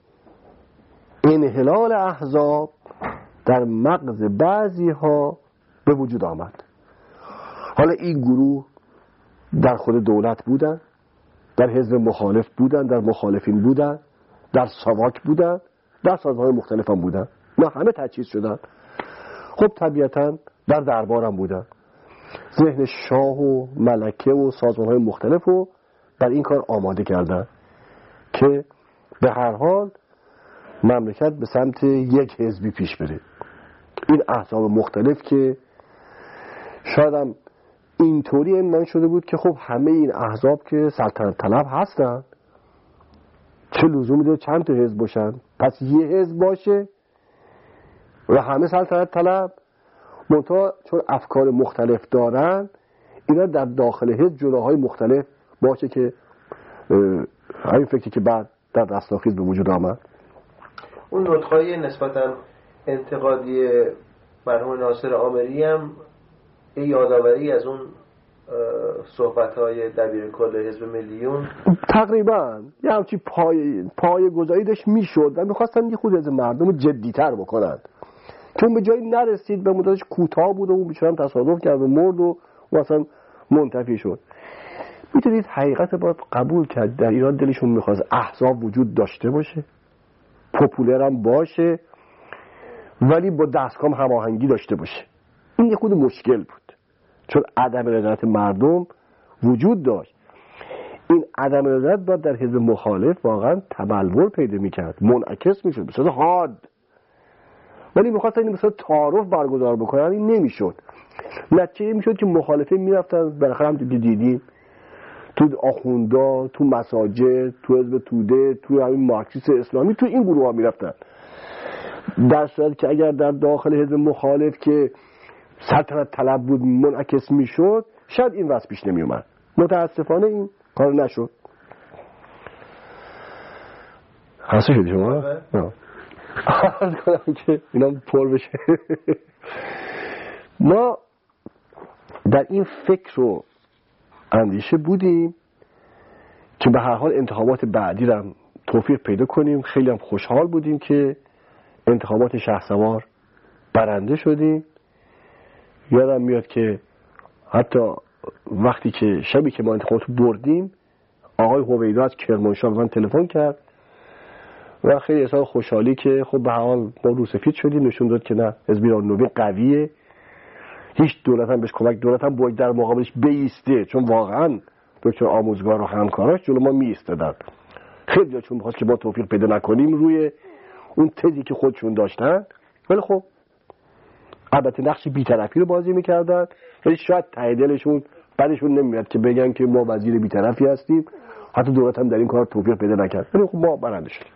انحلال احزاب در مغز بعضی ها به وجود آمد. حالا این گروه در خود دولت بودن، در حزب مخالف بودن، در مخالفین بودن، در ساواک بودن، در سازمان‌های مختلف هم بودن. نه همه تجهیز شدن. خب طبیعتاً در دربار هم بودن. ذهن شاه و ملکه و سازمان‌های مختلف رو بر این کار آماده کردن که به هر حال مملکت به سمت یک حزبی پیش بره. این احزاب مختلف که شاید هم اینطوری امتحان شده بود که خب همه این احزاب که سلطنت طلب هستن، چه لزومی داره چند تا حزب باشن؟ پس یه حزب باشه و همه سلطنت طلب، منتها چون افکار مختلف دارن اینا در داخل حزب جناح‌های مختلف باشه که همین فکری که بعد در رستاخیز به وجود آمد. اون نطق‌های نسبتاً انتقادی مرحوم ناصر آمری هم یه یادآوری از اون صحبت‌های دبیر کل حزب ملیون تقریبا یه همچی پای پای گذاری داشت میشد و میخواستن یه خود از مردم رو جدی‌تر بکنن، چون به جایی نرسید، به مدتش کوتاه بود و اون بیچاره تصادف کرد و مرد و مثلا منتفی شد. میتونید حقیقت باید قبول کرد در ایران دلشون میخواست احزاب وجود داشته باشه، پوپولر هم باشه، ولی با دستگاه هماهنگی داشته باشه. این یه خود مشکل بود چون عدم رضایت مردم وجود داشت. این عدم رضایت باید در حزب مخالف واقعا تبلور پیدا میکرد، منعکس میشد به صورت حاد، ولی میخواستن این به صورت تعارف برگزار بکنن، این نمیشد. نتیجه میشد که مخالفین میرفتن، بالاخره هم دیدیم تو آخوندا، تو مساجد، تو حزب توده، تو همین مارکسیست اسلامی، تو این گروه ها میرفتن. در صورتی که اگر در داخل حزب مخالف که سلطنت طلب بود منعکس میشد، شاید این وضع پیش نمی اومد. متاسفانه این کار نشد. حاصل شد شما؟ نه. عرض کنم که اینا پر بشه. ما در این فکر و اندیشه بودیم که به هر حال انتخابات بعدی را توفیق پیدا کنیم. خیلی هم خوشحال بودیم که انتخابات شهسوار برنده شدیم. یادم میاد که حتی وقتی که شبی که ما انتخابات بردیم، آقای هویدا از کرمانشاه من تلفن کرد و خیلی احساس خوشحالی که خب به هر حال ما روسفید شدیم، نشون داد که نه، حزب ایران نوین قویه، هیچ دولت هم بهش کمک، دولت هم باید در مقابلش بیسته، چون واقعا دکتر آموزگار و همکاراش جلو ما می ایستادن. خیلی چون می‌خواست که ما توفیق پیدا نکنیم روی اون تزی که خودشون داشتن، ولی خب البته نقش بی‌طرفی رو بازی می‌کردن، ولی شاید ته دلشون بعدشون نمیاد که بگن که ما وزیر بی‌طرفی هستیم، حتی دولت هم در این کار توفیق پیدا نکرد، ولی خب ما برنده شدیم.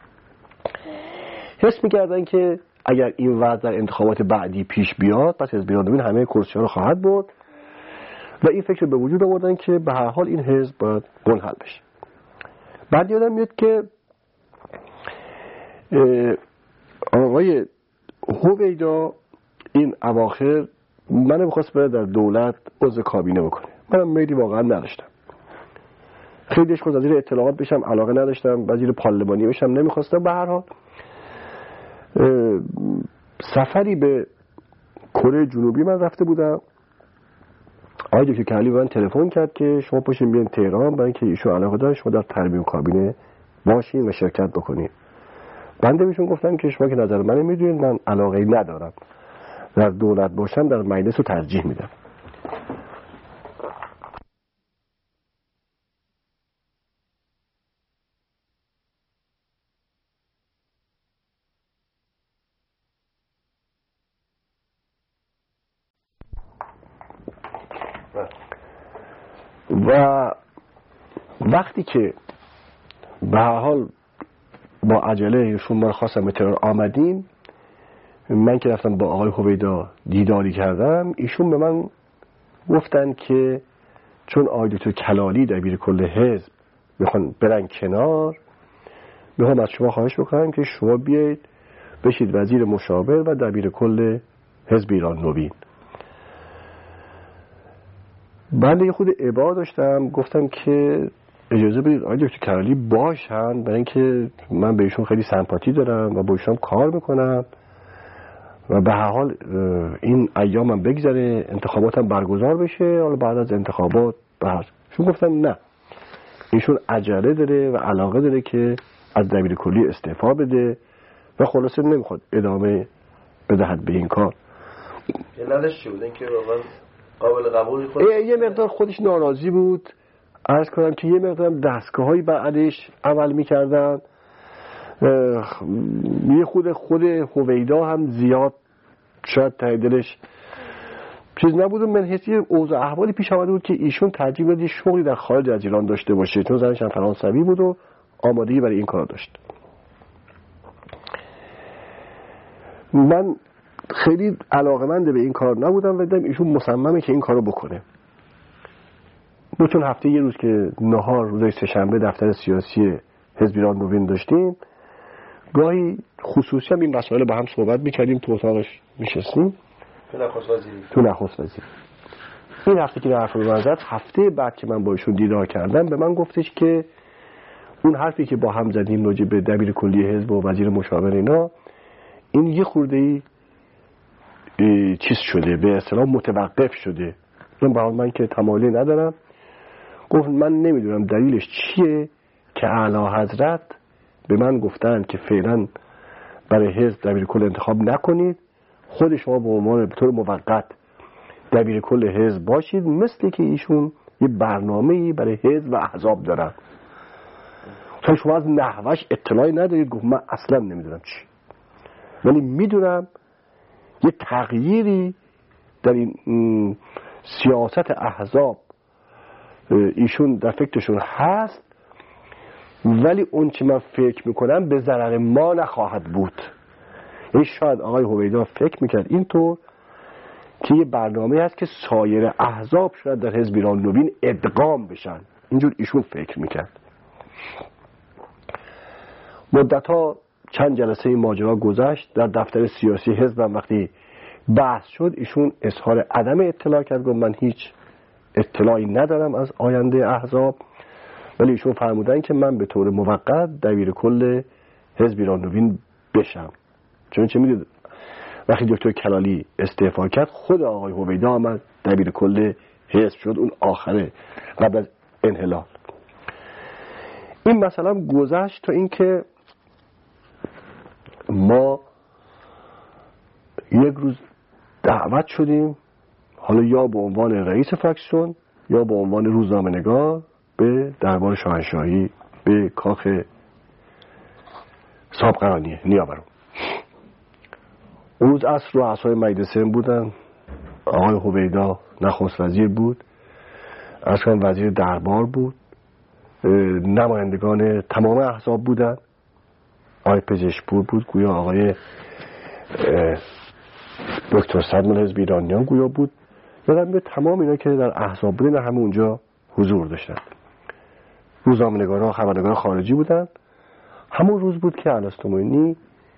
حس می‌کردن که اگر این وضع در انتخابات بعدی پیش بیاد، پس حزب ایران نوین همه کرسی‌ها رو خواهد برد و این فکر به وجود آوردن که به هر حال این حزب باید منحل بشه. بعد یادم میاد که آقای هویدا این اواخر منو می‌خواست بره در دولت عضو کابینه بکنه. منم میلی واقعا نداشتم. خیلی دلش خواست وزیر اطلاعات بشم، علاقه نداشتم، وزیر پارلمانی بشم نمی‌خواستم. به هر حال سفری به کره جنوبی من رفته بودم. آقای دکتر کلی به من تلفن کرد که شما پاشین بیاین تهران، برای اینکه ایشون علاقه داره شما در ترمیم کابینه باشین و شرکت بکنین. بنده بهشون گفتم که شما که نظر من میدونید من علاقه‌ای ندارم در دولت باشم، در مجلس رو ترجیح میدم. و وقتی که به هر حال با عجله ایشون ما خواستم به تهران آمدیم، من که رفتم با آقای هویدا دیداری کردم، ایشون به من گفتن که چون آقای دکتر کلالی دبیر کل حزب میخوان برن کنار، میخوام از شما خواهش بکنم که شما بیایید بشید وزیر مشاور و دبیر کل حزب ایران نوین. بنده یه خود ابا داشتم، گفتم که اجازه بدید آقای دکتر کلالی باشن، برای اینکه من به ایشون خیلی سمپاتی دارم و با ایشون کار میکنم و به هر حال این ایامم بگذره، انتخاباتم برگزار بشه، حالا بعد از انتخابات بحث. شون گفتم نه، ایشون عجله داره و علاقه داره که از دبیر کلی استعفا بده و خلاصه نمیخواد ادامه بدهد به این کار. علتش چی بود؟ اینکه واقعا قابل قبول خود یه مقدار خودش ناراضی بود. عرض کنم که یه مقدار دستگاه‌هایی بعدش عمل می‌کردن. یه خود خود هویدا هم زیاد شاید ته دلش چیز نبود. من حسی اوضاع احوالی پیش آمده بود که ایشون ترجیح می‌داد شغلی در خارج از ایران داشته باشه، چون زنش هم فرانسوی بود و آمادگی برای این کار داشت. من خیلی علاقه‌مند به این کار نبودم و دیدم ایشون مصممه که این کارو بکنه. دو چون هفته یه روز که نهار روز سه‌شنبه دفتر سیاسی حزب ایران نوین داشتیم، گاهی خصوصی هم این مسائل با هم صحبت می‌کردیم، تو اتاقش می‌شستیم. تو نخست وزیری تو نخست وزیری این هفته که حرف رو زد، هفته بعد که من با ایشون دیدار کردم به من گفتش که اون حرفی که با هم زدیم راجع به دبیر کلی حزب و وزیر مشاور اینا، این یه خورده‌ای چیز شده، به اصطلاح متوقف شده. من به من که تمایلی ندارم. گفت من نمیدونم دلیلش چیه که اعلی حضرت به من گفتن که فعلا برای حزب دبیر کل انتخاب نکنید، خود شما به عنوان به طور موقت دبیر کل حزب باشید، مثل که ایشون یه برنامه‌ای برای حزب و احزاب دارن. چون شما از نحوش اطلاعی ندارید. گفت من اصلا نمیدونم چی، ولی میدونم یه تغییری در این سیاست احزاب ایشون در فکرشون هست، ولی اون چی من فکر میکنم به ضرر ما نخواهد بود. این شاید آقای هویدا فکر میکرد اینطور که یه برنامه هست که سایر احزاب شاید در حزب ایران نوین ادغام بشن، اینجور ایشون فکر میکرد. مدت ها چند جلسه این ماجرا گذشت، در دفتر سیاسی حزبم وقتی بحث شد ایشون اظهار عدم اطلاع کرد، گفت من هیچ اطلاعی ندارم از آینده احزاب، ولی ایشون فرمودن که من به طور موقت دبیر کل حزب ایران نوین بشم. چون چه میدید وقتی دکتر کلالی استعفا کرد خود آقای هویدا آمد دبیر کل حزب شد، اون آخره قبل از انحلال. این مثلا گذشت تا اینکه ما یک روز دعوت شدیم، حالا یا به عنوان رئیس فراکسیون یا به عنوان روزنامه‌نگار، به دربار شاهنشاهی به کاخ صاحبقرانی نیاوران. اون روز عصر رؤسای مجلسین بودن، آقای هویدا نخست وزیر بود، اصلا وزیر دربار بود، نمایندگان تمام احزاب بودن، آقای پزشکپور بود گویا، آقای دکتر صدر حزب ایرانیان گویا بود، یادم به تمام اینا که در احزاب بودن همه اونجا حضور داشتن. روزنامه‌نگارا، خبرنگارا خارجی بودن. همون روز بود که الستموینی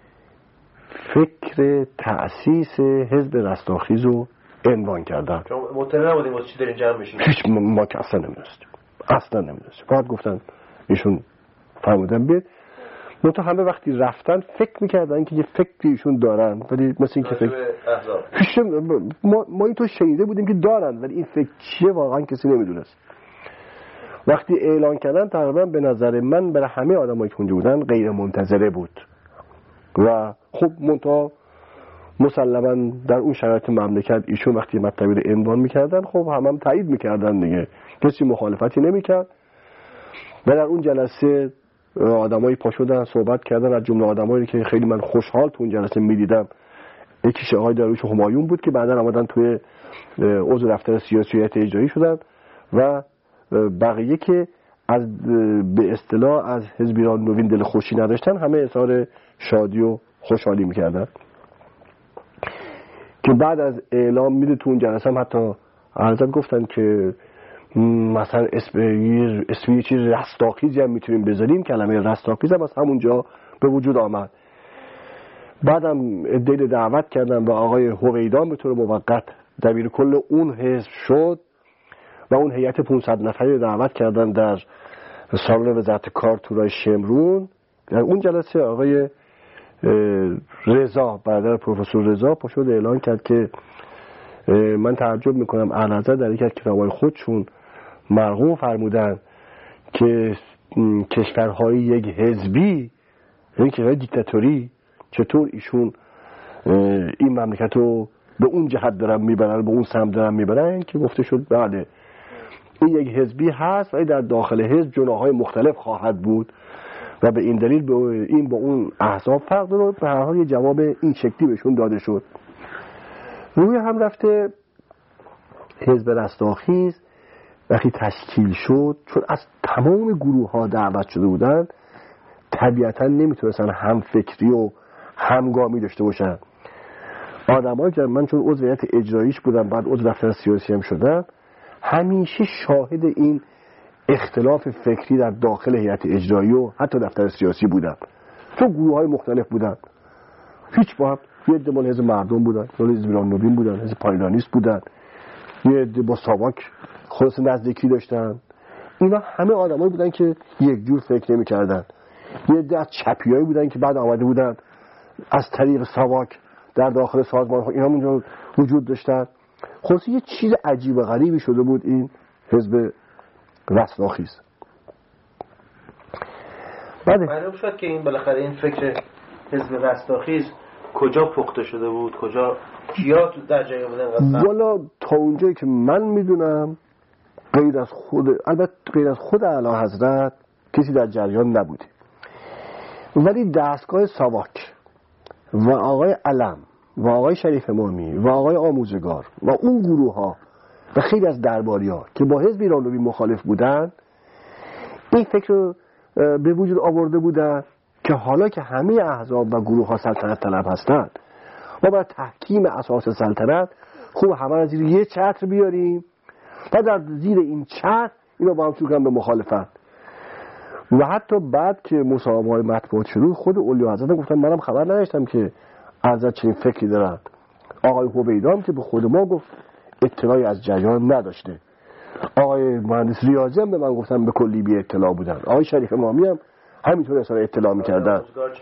فکر تأسیس حزب رستاخیز رو عنوان کردن. مطلع نبودیم واسه چی دارین جمع میشین؟ هیچ ما که اصلا نمیدونستیم. اصلا نمیدونستیم. فقط گفتن ایشون فرمودن بیاد. منتها همه وقتی رفتن فکر میکردن که یه فکری ایشون دارن، ولی مثل این که فکر ما ما اینطور شنیده بودیم که دارن، ولی این فکر چیه واقعا کسی نمیدونست. وقتی اعلان کردن تقریبا به نظر من برای همه آدمایی که اونجا بودن غیر منتظره بود و خب منتها مسلما در اون شرایط مملکت ایشون وقتی مطلبی رو عنوان میکردن خب هم هم تایید میکردن دیگه، کسی مخالفتی نمیکرد. و در اون جلسه آدمایی پا شدن صحبت کردن، از جمله آدمایی که خیلی من خوشحال تو اون جلسه میدیدم یکیش آقای داریوش همایون بود که بعدا آمدن توی عضو دفتر سیاسی هیئت اجرایی شدن و بقیه که از به اصطلاح از حزب ایران نوین دل خوشی نداشتن همه اظهار شادی و خوشحالی میکردن. که بعد از اعلام میده تو اون جلسه هم حتی حضرت گفتن که مثلا اسم یه چیز رستاخیزی هم میتونیم بذاریم، کلمه رستاخیز هم از همونجا به وجود آمد. بعدم عده دعوت کردن و آقای هویدا به طور موقت دبیر کل اون حزب شد و اون هیئت پانصد نفری دعوت کردن در سالن وزارت کار تو راه شمرون. در اون جلسه آقای رضا برادر پروفسور رضا پاشد اعلان کرد که من تعجب میکنم اعلیحضرت در یکی از کتاب‌های خودشون مرغوم فرمودن که کشورهای یک حزبی، یعنی کشورهای دیکتاتوری، چطور ایشون این مملکت رو به اون جهت دارن میبرن، به اون سمت دارن میبرن، که گفته شد بله این یک حزبی هست ولی در داخل حزب جناح‌های مختلف خواهد بود و به این دلیل به این با اون احزاب فرق داره. به هر حال یه جواب این شکلی بهشون داده شد. روی هم رفته حزب رستاخیز وقتی تشکیل شد، چون از تمام گروه ها دعوت شده بودن طبیعتا نمیتونستن هم فکری و همگامی داشته باشن. آدمایی که من چون عضو هیئت اجراییش بودم بعد عضو دفتر سیاسی هم شدم، همیشه شاهد این اختلاف فکری در داخل هیئت اجرایی و حتی دفتر سیاسی بودم، چون گروه های مختلف بودن. هیچ با هم یه عده مال حزب مردم بودن، مال حزب ایران نوین بودن، حزب پایداریست بودن، یه عده با ساواک خلاص نزدیکی داشتن. اینا همه آدمایی بودن که یک جور فکر نمی‌کردن. یه عده از چپیایی بودن که بعد آمده بودن از طریق ساواک در داخل سازمان، اینا اونجا وجود داشتن. خلاص یه چیز عجیب و غریبی شده بود این حزب رستاخیز. بعد معلوم شد که این بالاخره این فکر حزب رستاخیز کجا پخته شده بود، کجا کیا تو در جای بودن؟ والا تا اونجایی که من میدونم غیر از خود، البته غیر از خود اعلیحضرت کسی در جریان نبوده، ولی دستگاه ساواک و آقای علم و آقای شریف امامی و آقای آموزگار و اون گروه ها و خیلی از درباری‌ها که با حزب ایران نوین مخالف بودن این فکر رو به وجود آورده بودن که حالا که همه احزاب و گروه‌ها سلطنت طلب هستند ما باید تحکیم اساس سلطنت خوب همه را زیر یه چتر بیاریم و در زیر این چتر اینا با هم شروع کنن به مخالفت. و حتی بعد که مصاحبه‌های مطبوعات شروع خود اولیا حضرت گفتن منم خبر نداشتم که حضرت چنین فکری دارن. آقای هویدا که به خود ما گفت اطلاعی از جریان نداشته. آقای مهندس ریاضی هم به من گفتن به کلی بی اطلاع بودن. آقای شریف امامی هم همینطور اظهار اطلاع می‌کردن.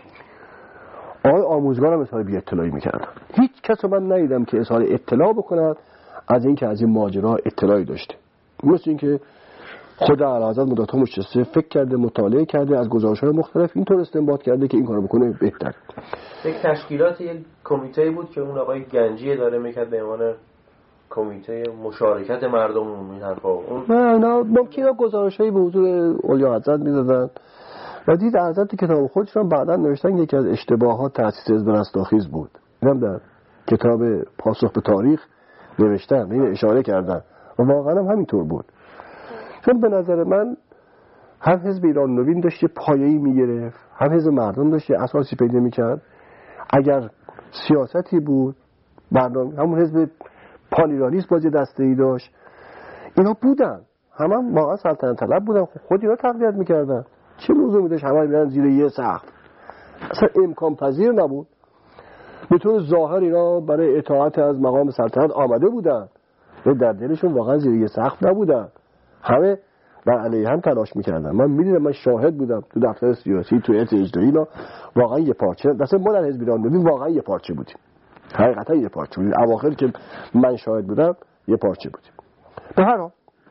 آقای آموزگار هم اظهار بی اطلاعی می‌کردن. هیچ کس من ندیدم که اظهار اطلاع بکنه از اینکه از این ماجرا اطلاعی داشته. مثل اینکه خود اعلیحضرت مدت‌ها مشخصه فکر کرده، مطالعه کرده، از گزارش‌های مختلف اینطور استنباط کرده که این کارو بکنه بهتر. یک تشکیلات یک کمیته بود که اون آقای گنجی داره میکرد به عنوان کمیته مشارکت مردم این حرفا. اون نه نه ممکنه گزارش‌هایی به حضور اولیا حضرت میدادن و دید حضرت کتاب خودشون بعداً نوشتن یکی از اشتباهات تأسیس حزب رستاخیز بود. اینم در کتاب پاسخ به تاریخ نوشتن، این اشاره کردن و واقعاً هم همینطور بود. چون به نظر من هم حزب ایران نوین داشت پایه‌ای میگرفت، هم حزب مردم داشت اساسی پیدا میکرد. اگر سیاستی بود برنامه همون حزب پان ایرانیست بازی دسته‌ای داشت، اینا بودن همه هم واقعا سلطنت طلب بودن، خود اینا تقویت میکردن. چه لزومی داشت همه میرن زیر یه سقف؟ اصلا امکان پذیر نبود. به طور ظاهر اینا برای اطاعت از مقام سلطنت آمده بودن و در دلشون واقعا زیر یه سقف نبودن، همه بر علیه هم تلاش میکردن. من میدیدم، من شاهد بودم تو دفتر سیاسی، تو هیئت اجرایی اینا واقعا یه پارچه، مثلا ما در حزب ایران نوین واقعا یه پارچه بودیم، حقیقتا یه پارچه بودیم. اواخر که من شاهد بودم یه پارچه بودیم. به هر حال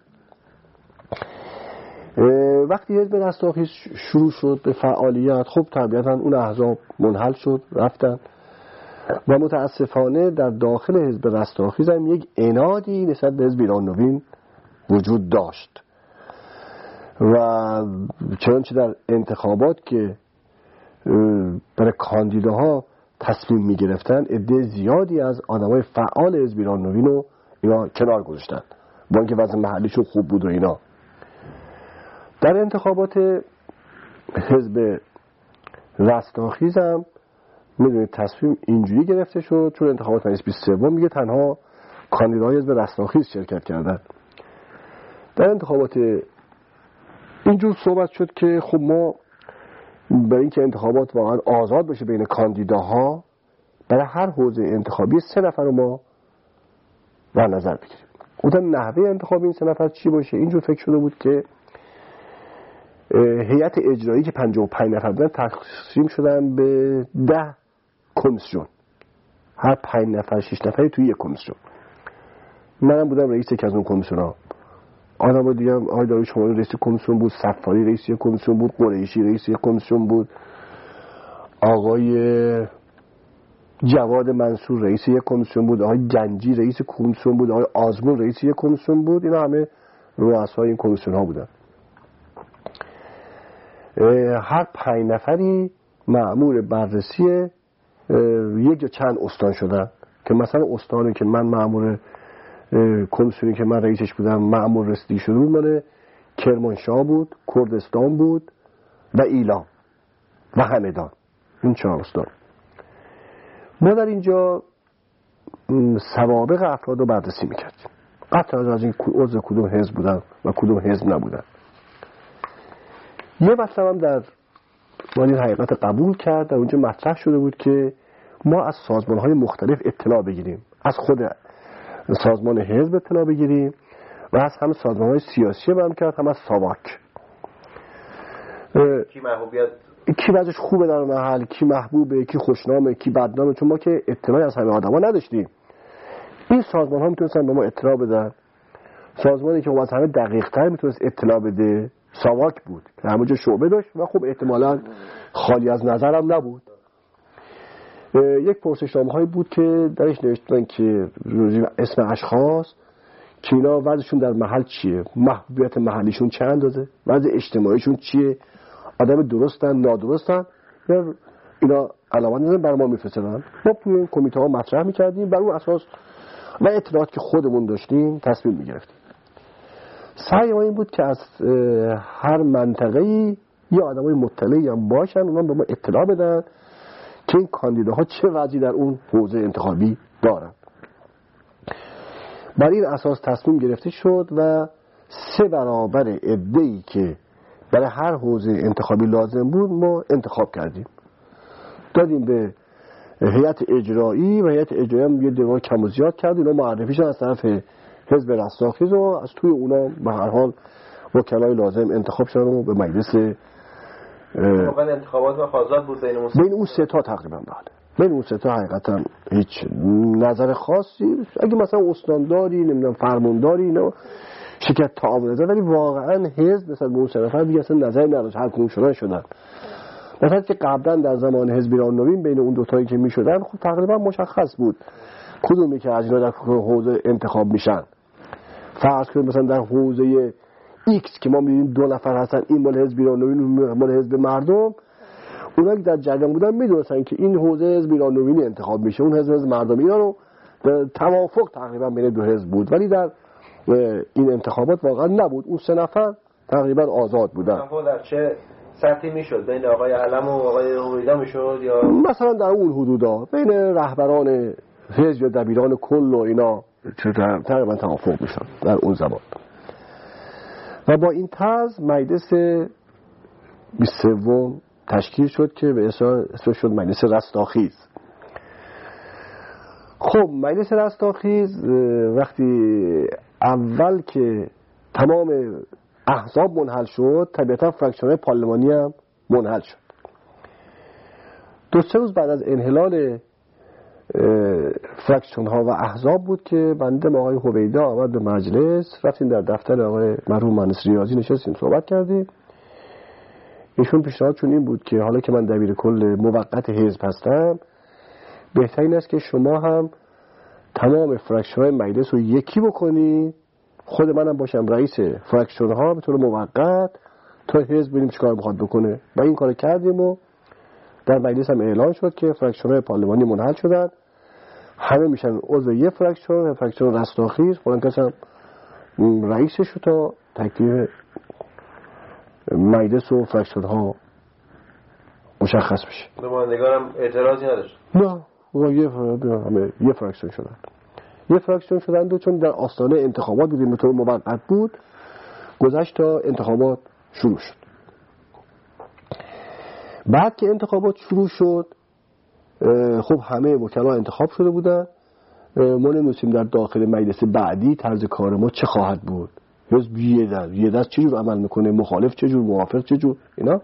وقتی حزب رستاخیز شروع شد به فعالیت، خب طبیعتا اون احزاب منحل شد رفتن و متاسفانه در داخل حزب رستاخیز هم یک عنادی نسبت به حزب ایران نوین وجود داشت و چنانچه در انتخابات که برای کاندیداها تصمیم می گرفتن عده زیادی از آدمای فعال حزب ایران نوین رو اینا کنار گذاشتن با اینکه وضع محلیشون خوب بود و اینا. در انتخابات حزب رستاخیز هم میدونید تصمیم اینجوری گرفته شد، چون انتخابات مجلس بیست و سه میگه تنها کاندیداهای حزب رستاخیز شرکت کردن. در انتخابات اینجور صحبت شد که خب ما برای اینکه انتخابات واقعا آزاد بشه بین کاندیداها، برای هر حوزه انتخابی سه نفر رو ما در نظر بگیریم. بودن نحوه انتخاب این سه نفر چی باشه؟ اینجور فکر شده بود که هیئت اجرایی که پنجاه و پنج نفر بودن تقسیم شدن به ده کمیسیون، هر پنج نفر شش نفری توی یک کمیسیون. منم بودم رئیس یکی از اون کمیسیون‌ها. آدم دیگه هم آقای داروش شمالی رئیس کمیسیون بود، صفاری رئیس یک کمیسیون بود، قریشی رئیس یک کمیسیون بود، آقای جواد منصور رئیس یک کمیسیون بود، آقای گنجی رئیس کمیسیون بود، آقای آزمون رئیس یک کمیسیون بود. اینا همه رؤسای این کمیسیون ها بودن. هر پنج نفری مأمور بررسی یک یا چند استان شدن که مثلا استانی که من مأمور کمیسیونی که من رئیسش بودم مأمور رسیدگی شده بود مال کرمانشاه بود، کردستان بود و ایلام و همدان. این چهار استان. ما در اینجا سوابق افراد رو بررسی میکردیم، قطعا از این عضو کدوم حزب بودن و کدوم حزب نبودن. یه مطلب هم در این حقیقت قبول کرد، در اونجا مطرح شده بود که ما از سازمان‌های مختلف اطلاع بگیریم، از خود سازمان حزب اطلاع بگیریم و از هم سازمان‌های سیاسی مملکت، هم از ساواک. کی محبوبیت، کی وضعش خوبه در محل، کی محبوبه، کی خوشنامه، کی بدنامه، چون ما که اطلاعی از همه آدما نداشتیم. این سازمان‌ها میتونستن به ما اطلاع بدن. سازمانی که از همه دقیق‌تر میتونست اطلاع بده ساواک بود که همونجا شعبه داشت و خب احتمالاً خالی از نظرم نبود. یک پرسشنامه‌هایی بود که درش نوشتن که اسم اشخاص که اینا وضعشون در محل چیه، محبوبیت محلیشون چه اندازه، وضع اجتماعیشون چیه، آدم درستن نادرستن، یا اینا علامت نظر بر ما میفرستن. ما توی این کمیته ها مطرح میکردیم، بر اون اساس و اطلاعات که خودمون داشتیم تصمیم میگرفتیم. سعی ما این بود که از هر منطقه‌ای یا آدمای مطلعی هم باشن، اونا به ما اطلاع بدن که این کاندیداها چه وضعی در اون حوزه انتخابی دارن. بر این اساس تصمیم گرفته شد و سه برابر عده‌ای که برای هر حوزه انتخابی لازم بود ما انتخاب کردیم، دادیم به هیئت اجرایی و هیئت اجرایی هم یه دیوار کم و زیاد کرد. اینا معرفیشون از طرف حزب رستاخیز و از توی اونا به هر حال وکلای لازم انتخاب شدن و به مجلس واقعا انتخابات و آزاد بود بین اون بین اون سه تا تقریبا. بله بین اون سه تا حقیقتا هیچ نظر خاصی، اگه مثلا استانداری نمیدونم فرمانداری اینا شرکت تعامل داد، ولی واقعا حزب مثلا به اون سه نفر دیگه اصلا نظری نداشت، هر کدوم شدن شدن. مثلا که قبلا در زمان حزب ایران نوین بین اون دو تایی که میشدن خب تقریبا مشخص بود کدومی که از اینا در حوزه انتخاب میشن. فرض کنید مثلا در حوزه ایکس که ما می‌بینیم دو نفر هستن، این مال حزب ایران نوین و مال حزب مردم، اونا که در جریان بودن میدونستن که این حوزه حزب ایران نوینی انتخاب میشه، اون حزب مردم. اینا رو توافق تقریبا بین دو حزب بود، ولی در این انتخابات واقعا نبود. اون سه نفر تقریبا آزاد بودن. توافق در چه سطحی میشد؟ بین آقای علم و آقای هویدا میشد یا مثلا در اون حدودا بین رهبران حزب یا دبیران کل و اینا تقریبا توافق میشد در اون زمان. و با این طرز مجلس بیست و سوم تشکیل شد که به اسم شد مجلس رستاخیز. خب مجلس رستاخیز وقتی اول که تمام احزاب منحل شد، طبیعتا فراکشن‌های پارلمانی هم منحل شد. دو سه روز بعد از انحلال فراکشن ها و احزاب بود که بنده آقای هویدا آمد به مجلس، رفتیم در دفتر آقای مرحوم مهندس ریاضی نشستیم صحبت کردیم. ایشون پیشنهادشون این بود که حالا که من دبیر کل موقت حزب هستم، بهترین است که شما هم تمام فراکشن های مجلس رو یکی بکنی، خود منم باشم رئیس فراکشن ها به طور موقت تا حزب ببینیم چیکار میخواد بکنه. و این کارو کردیم و در مجلس هم اعلان شد که فراکشن های پارلمانی منحل شدن، همه میشن عضو یه فراکشن، فراکشن رستاخیز. فلان کس هم رئیسش رو تا تکلیف مجلس و فراکشن ها مشخص بشه. نمایندگانم اعتراضی نداشت؟ نه، یه همه یه فراکشن شدن. یه فراکشن شدن دو چون در آستانه انتخابات بودیم، به طور موقت بود، گذشت تا انتخابات شروع شد. بعد که انتخابات شروع شد خب همه وکلا انتخاب شده بودن. ما نمی‌دونیم در داخل مجلس بعدی طرز کار ما چه خواهد بود. حزب یه دست یه دست چجور عمل میکنه، مخالف چجور، موافق چجور، اینا.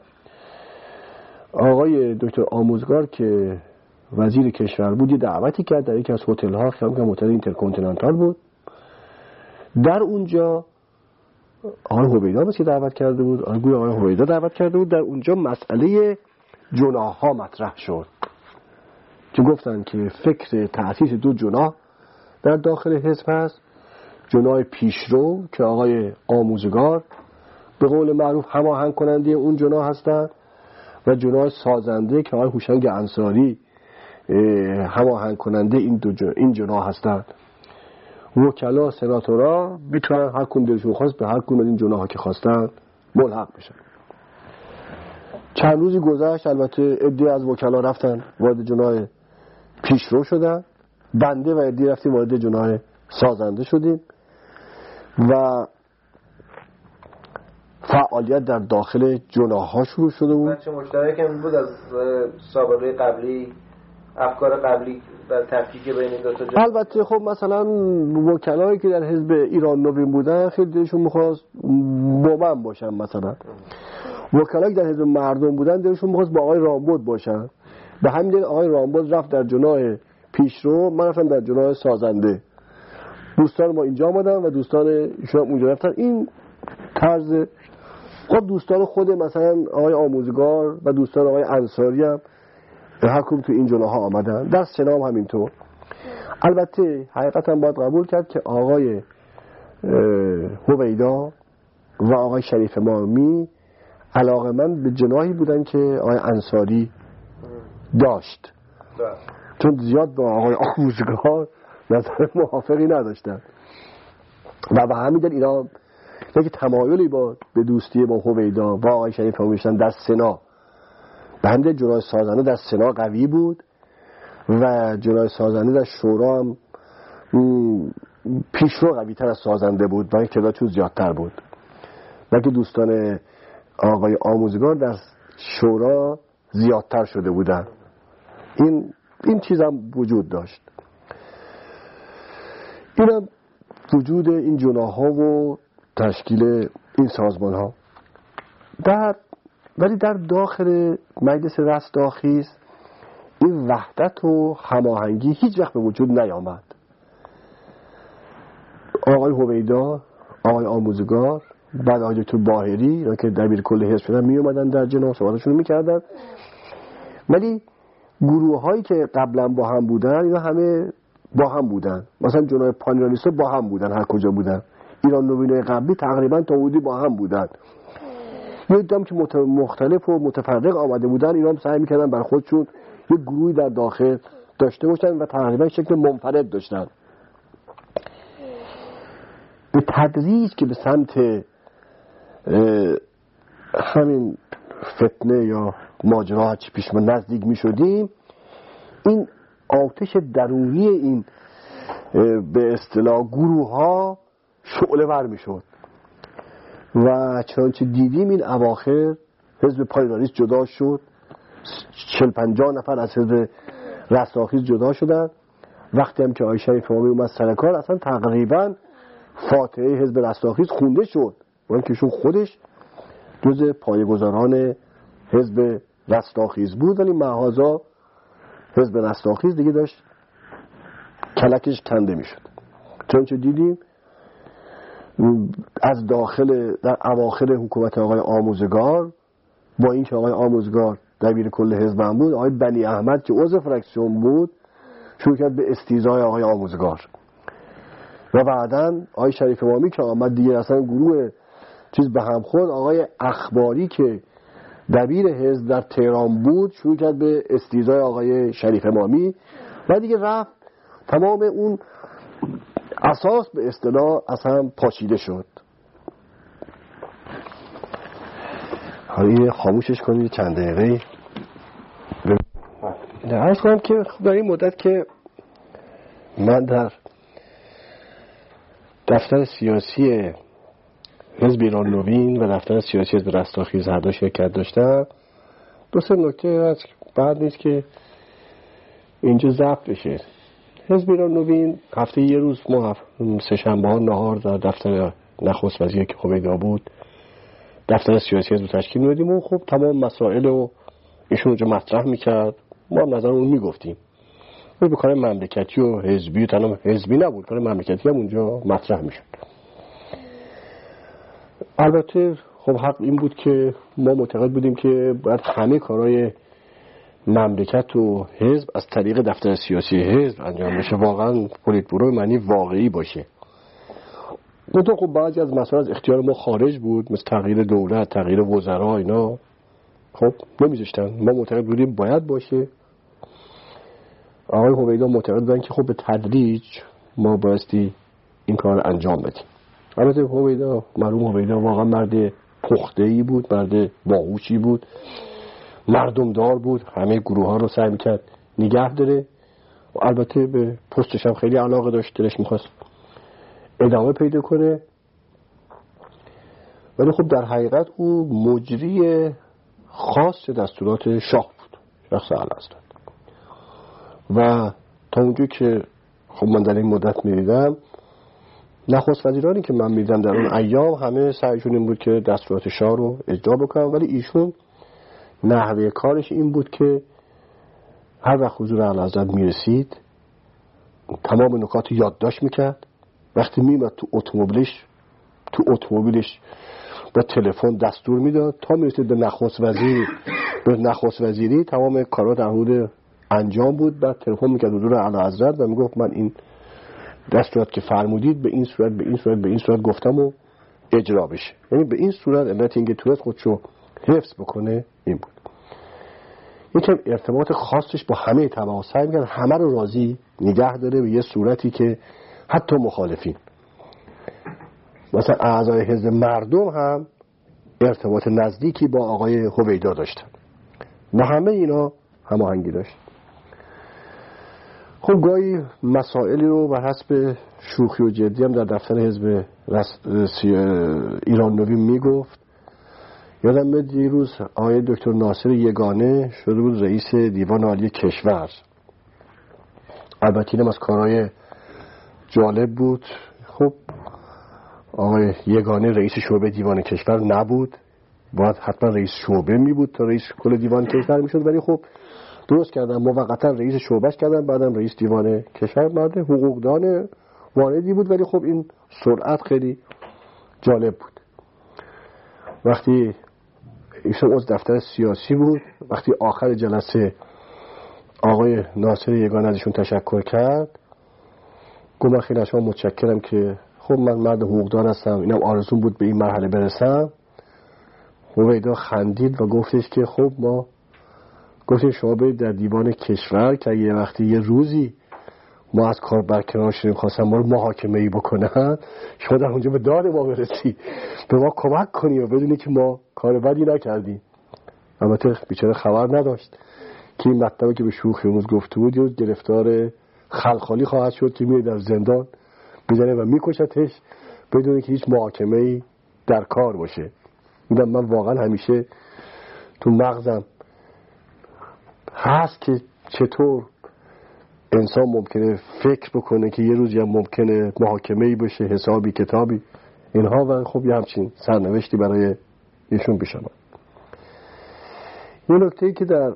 آقای دکتر آموزگار که وزیر کشور بود یه دعوتی کرد در یکی از هتل‌ها، خیلی که هتل اینترکنتیننتال بود. در اونجا آقای هویدا بس دعوت کرده بود، آقای آقای هویدا دعوت کرده بود. در اونجا مسئله جناح ها مطرح شد که گفتن که فکر تأسیس دو جناح در داخل حزب هست، جناح پیشرو که آقای آموزگار به قول معروف هماهنگ کننده اون جناح هستند و جناح سازنده که آقای هوشنگ انصاری هماهنگ کننده این دو جناح این جناح هستند. وکلا سناتورا میتونن هر کدوم دلشون خواست به هر کدوم از این جناح‌ها که خواستن ملحق بشن. چند روزی گذشت، البته عده از وکلا رفتن وارد جناح پیشرو شدن، بنده و عده رفتیم وارد جناح سازنده شدیم و فعالیت در داخل جناح‌ها شروع شده بود. بچه مشترک هم بود از سابقه قبلی، افکار قبلی و تفکیک بین این دو تا جناح. البته خب مثلا وکلایی که در حزب ایران نوین بودن خیلی دلشون می‌خواست با من باشن، مثلا وکلایی که در حزب مردم بودن دلشون می‌خواست با آقای رامبد باشن. به همین دلیل آقای رامبد رفت در جناح پیشرو، من رفتم در جناح سازنده. دوستان ما اینجا آمدن و دوستان ایشون هم اونجا رفتن. این طرز خب دوستان خود مثلا آقای آموزگار و دوستان آقای انصاری هم هر کدوم تو این جناح‌ها آمدن، در سنا هم همینطور. البته حقیقتا باید قبول کرد که آقای هویدا و آقای شریف مامی علاقه‌مند به جناحی بودن که آقای انصاری داشت، چون زیاد با آقای آموزگار نظر موافقی نداشتن و به همین دلیل اینا یک تمایلی با به دوستی با هویدا و آقای شریف امامی داشتن. در سنا بند جناح سازنده در سنا قوی بود و جناح سازنده در شورا هم پیشرو قوی تر از سازنده بود و تعدادشون زیادتر بود. بلکه دوستان آقای آموزگار در شورا زیادتر شده بودن. این این چیز هم وجود داشت. این هم وجود این جناح ها و تشکیل این سازمان ها. در ولی در داخل مجلس رستاخیز این وحدت و هماهنگی هیچ وقت به وجود نیامد. آقای هویدا، آقای آموزگار، بعد آقای دکتر باهری که دبیر کل حزب شدن می اومدن در جناح صحبتشون میکردن، ولی گروه هایی که قبلا با هم بودن اینا همه با هم بودن. مثلا جناح پانیرالیستا با هم بودن، هر کجا بودن. ایران نوینای قبلی تقریبا تا حدودی با هم بودن. یه دیدم که مختلف و متفرق آمده بودن، اینا هم سعی میکردن بر خودشون یه گروهی در داخل داشته باشن و تقریبا شکل منفرد داشتن. به تدریج که به سمت همین فتنه یا ماجرا چی پیش ما نزدیک می شدیم، این آتش درونی این به اصطلاح گروه ها شعله ور می شد و چنانچه دیدیم این اواخر حزب پایداریست جدا شد، چل پنجاه نفر از حزب رستاخیز جدا شدن. وقتی هم که آقای شریف امامی اومد سر کار اصلا تقریبا فاتحه حزب رستاخیز خونده شد، ولی که ایشون خودش جز پایه‌گذاران حزب رستاخیز بود، ولی معاذا حزب رستاخیز دیگه داشت کلکش کنده میشد. چنانچه دیدیم از داخل در اواخر حکومت آقای آموزگار، با اینکه آقای آموزگار دبیر کل حزب هم بود، آقای بنی احمد که عضو فرکسیون بود شروع کرد به استیزای آقای آموزگار و بعداً آقای شریف امامی که آمد دیگه اصلا گروه چیز به هم خورد. آقای اخباری که دبیر حزب در تهران بود شروع کرد به استیزای آقای شریف امامی و دیگه رفت تمام اون اساس به اصطلاح اصلا پاشیده شد. حالا خاموشش کنید چند دقیقه. عرض کنم که در این مدت که من در دفتر سیاسی حزب ایران نوین و دفتر سیاسی حزب رستاخیز هر دو شرکت داشتم، دو سه نکته از بعد نیست که اینجا ضبط بشه. حزب ایران نوین هفته یه روز ما سه شنبه ها نهار در دفتر نخست وزیر که هویدا بود دفتر سیاسی حزب تشکیل میدیم و خب تمام مسائل رو ایشون اونجا مطرح میکرد، ما هم نظر اون میگفتیم. به کار مملکتی و حزبی و تنها حزبی نبود، کار مملکتی هم اونجا مطرح میشد. البته خب حق این بود که ما معتقد بودیم که باید همه کارهای مملکت و حزب از طریق دفتر سیاسی حزب انجام بشه، واقعا پلیتبورو معنی واقعی باشه. منتها خب بعضی از مسائل از اختیار ما خارج بود، مثل تغییر دولت، تغییر وزرا، اینا خب نمیذاشتن. ما معتقد بودیم باید باشه. آقای هویدا معتقد بودن که خب به تدریج ما بایستی این کار انجام بدیم. البته هویدا، مرحوم هویدا واقعا مرد پخته‌ای بود، مرد باهوشی بود، مردم دار بود، همه گروه ها رو سعی میکرد نگه داره و البته به پستش هم خیلی علاقه داشت، دلش میخواست ادامه پیدا کنه. ولی خب در حقیقت او مجری خاص دستورات شاه بود، شخص اعلی است. و تا اونجا که خب من در این مدت میدیدم نخست وزیرانی که من میدیدم در اون ایام همه سعیشون این بود که دستورات شاه رو اجرا بکنن، ولی ایشون نحوه کارش این بود که هر وقت حضور اعلیحضرت میرسید تمام نکات یادداشت میکرد. وقتی میمد تو اتومبیلش تو اتومبیلش با تلفن دستور میداد تا میرسید به نخست وزیر به نخست وزیری تمام کارا در حدود انجام بود. بعد تلفن میکرد حضور اعلیحضرت و میگفت من این دستورات که فرمودید به این صورت به این صورت به این صورت گفتم و اجرا بشه. یعنی به این صورت علت اینکه تونست خودشو حفظ بکنه این بود یکم ارتباط خاصش با همه طبقات، سعی می‌کنه همه رو راضی نگه داره به یه صورتی که حتی مخالفین، مثلا اعضای حزب مردم هم ارتباط نزدیکی با آقای هویدا داشتن، با همه اینا هماهنگی داشت. خب گاهی مسائلی رو بر حسب شوخی و جدی هم در دفتر حزب ایران نوی میگفت. یادم میاد یه روز آقای دکتر ناصر یگانه شده بود رئیس دیوان عالی کشور. البته اینم از کارهای جالب بود. خب آقای یگانه رئیس شعبه دیوان کشور نبود، باید حتما رئیس شعبه می بود تا رئیس کل دیوان کشور می شد، ولی خب درست کردن موقتا رئیس شعبهش کردن، بعدم رئیس دیوان کشور. مرد حقوقدان واردی بود، ولی خب این سرعت خیلی جالب بود. وقتی ایشون از دفتر سیاسی بود، وقتی آخر جلسه آقای ناصر یگانه ازشون تشکر کرد، گفت من خیلی از شما متشکرم که خب من مرد حقوقدان هستم، اینم آرزوم بود به این مرحله برسم. هویدا خندید و گفتش که خب ما گفتیم شما برید در دیوان کشور که یه وقتی یه روزی ما از کار برکنار شدیم خواستن ما رو محاکمه ای بکنن، شما در اونجا به داد ما برسی، به ما کمک کنی و بدونی که ما کار بدی نکردیم. البته بیچاره خبر نداشت که این مطلبی که به شوخی اون گفته بود یه گرفتار خلخالی خواهد شد که میره در زندان میزنه و میکشتش بدون که هیچ محاکمه ای در کار باشه. میدونم من واقعا همیشه تو مغزم هست که چطور انسان ممکنه فکر بکنه که یه روزی هم ممکنه محاکمه‌ای بشه، حسابی کتابی اینها، و خب یه همچین سرنوشتی برای ایشون پیش آمد. یه نکته‌ای که در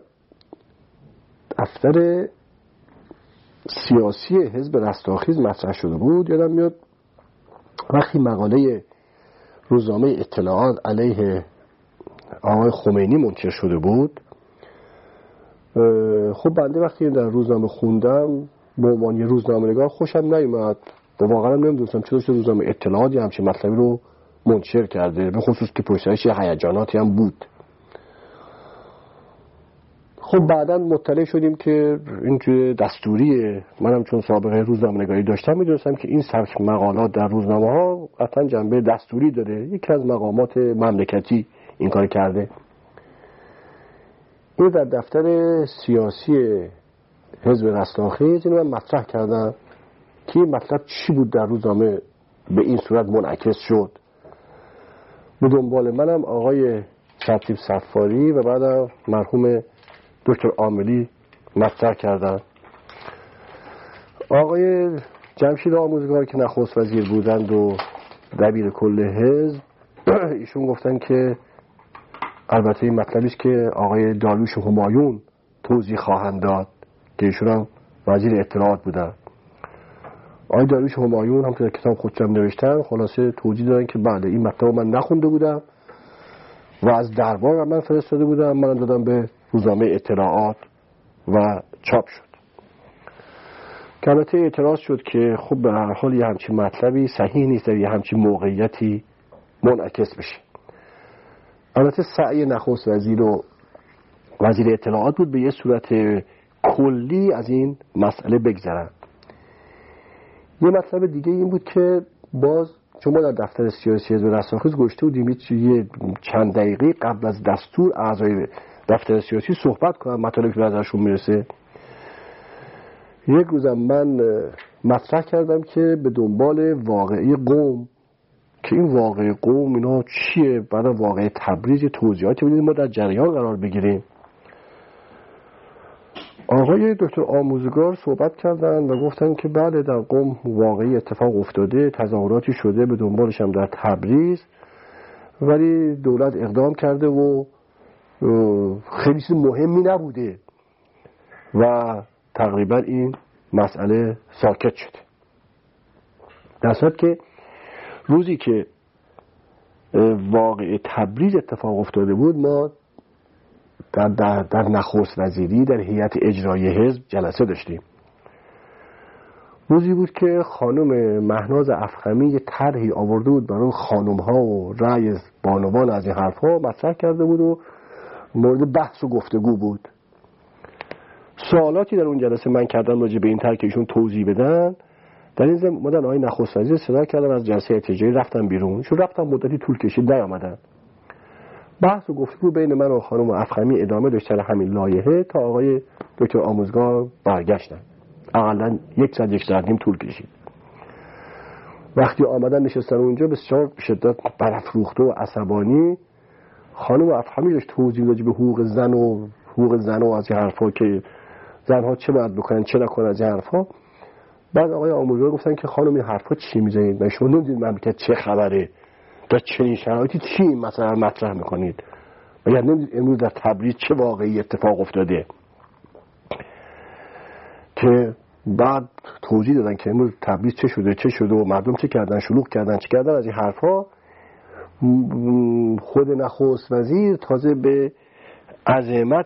دفتر سیاسی حزب رستاخیز مطرح شده بود، یادم میاد وقتی مقاله روزنامه اطلاعات علیه آقای خمینی منتشر شده بود، خب بنده وقتی در روزنامه خوندم به عنوان یه روزنامه‌نگار خوشم نیومد و واقعا نمیدونستم چرا چه روزنامه اطلاعاتی همچین مطلبی رو منتشر کرده، به خصوص که پشتش یه هیجاناتی هم بود. خب بعداً مطلع شدیم که این توی دستوریه. منم چون سابقه روزنامه‌نگاری داشتم میدونستم که این سبک مقالات در روزنامه‌ها قطعاً جنبه دستوری داره، یکی از مقامات مملکتی این کار کرده. این در دفتر سیاسی حزب رستاخیز اینو من مطرح کردم که این مطلب چی بود در روزنامه به این صورت منعکس شد. به دنبال منم آقای خطیب صفاری و بعدم مرحوم دکتر عاملی مطرح کردن. آقای جمشید آموزگار که نخست وزیر بودند و دبیر کل حزب، ایشون گفتن که البته این مطلبی است که آقای داریوش همایون توضیح خواهند داد که ایشون هم وزیر اطلاعات بودن. آقای داریوش همایون هم در کتاب خودشم نوشتن، خلاصه توضیح دادن که بله این مطلب من نخونده بودم و از دربار من فرستاده بودم، من دادم به روزنامه اطلاعات و چاپ شد. که البته اعتراض شد که خب به هر حال یه همچین مطلبی صحیح نیست در یه همچین موقعیتی منعکس بشه. البته سعی نخست وزیر و وزیر اطلاعات بود به یه صورت کلی از این مسئله بگذرن. یه مطلب دیگه این بود که باز چون ما در دفتر سیاسی حزب رستاخیز گشته بودیم یه چند دقیقه قبل از دستور اعضای دفتر سیاسی صحبت کنم مطالبی که به نظرشون میرسه. یک روزم من مطرح کردم که به دنبال واقعی قم، که این واقعی قم اینا چیه، بعد واقعی تبریز توضیحاتی بدیم ما در جریان قرار بگیریم. آقای دکتر آموزگار صحبت کردن و گفتن که بله در قم واقعی اتفاق افتاده، تظاهراتی شده، به دنبالش هم در تبریز، ولی دولت اقدام کرده و خیلی چیز مهمی نبوده و تقریبا این مسئله ساکت شده. در صورت که روزی که واقع تبریز اتفاق افتاده بود ما در, در, در نخست وزیری در هیئت اجرایی حزب جلسه داشتیم. روزی بود که خانم مهناز افخمی یه طرحی آورده بود برای خانم ها و رأی بانوان از این حرف ها مطرح کرده بود و مورد بحث و گفتگو بود. سوالاتی در اون جلسه من کردم راجع به این طرح که ایشون توضیح بدن. در این زمان مدن آقای نخست وزیر صدا کردم از جلسه احتجاجی، رفتم بیرون. چون رفتم مدتی طول کشید نیامدن. بحث و گفتگو بین من و خانم افخمی ادامه داشت سر همین لایحه تا آقای دکتر آموزگار برگشتن. اقلا یک ساعت یک ساعت نیم طول کشید. وقتی آمدن نشستن اونجا بسیار شدت برافروخته و عصبانی خانم افخمی داشت توضیح راجع به حقوق زن و حقوق زن و از این حرفا که زنها چه باید بکنن چه نکنن از این حرفا. بعد آقای آموزگار گفتن که خانم این حرفا چی میزنید؟ من شما نمیدونید مملکت چه خبره؟ در چنین شرایطی چی مثلا مطرح میکنید؟ مگر نمیدونید امروز در تبریز چه واقعی اتفاق افتاده؟ که بعد توضیح دادن که امروز تبریز چه شده چه شده و مردم چه کردن، شلوغ کردن چه کردن از این حرفا. خود نخست وزیر تازه به عظمت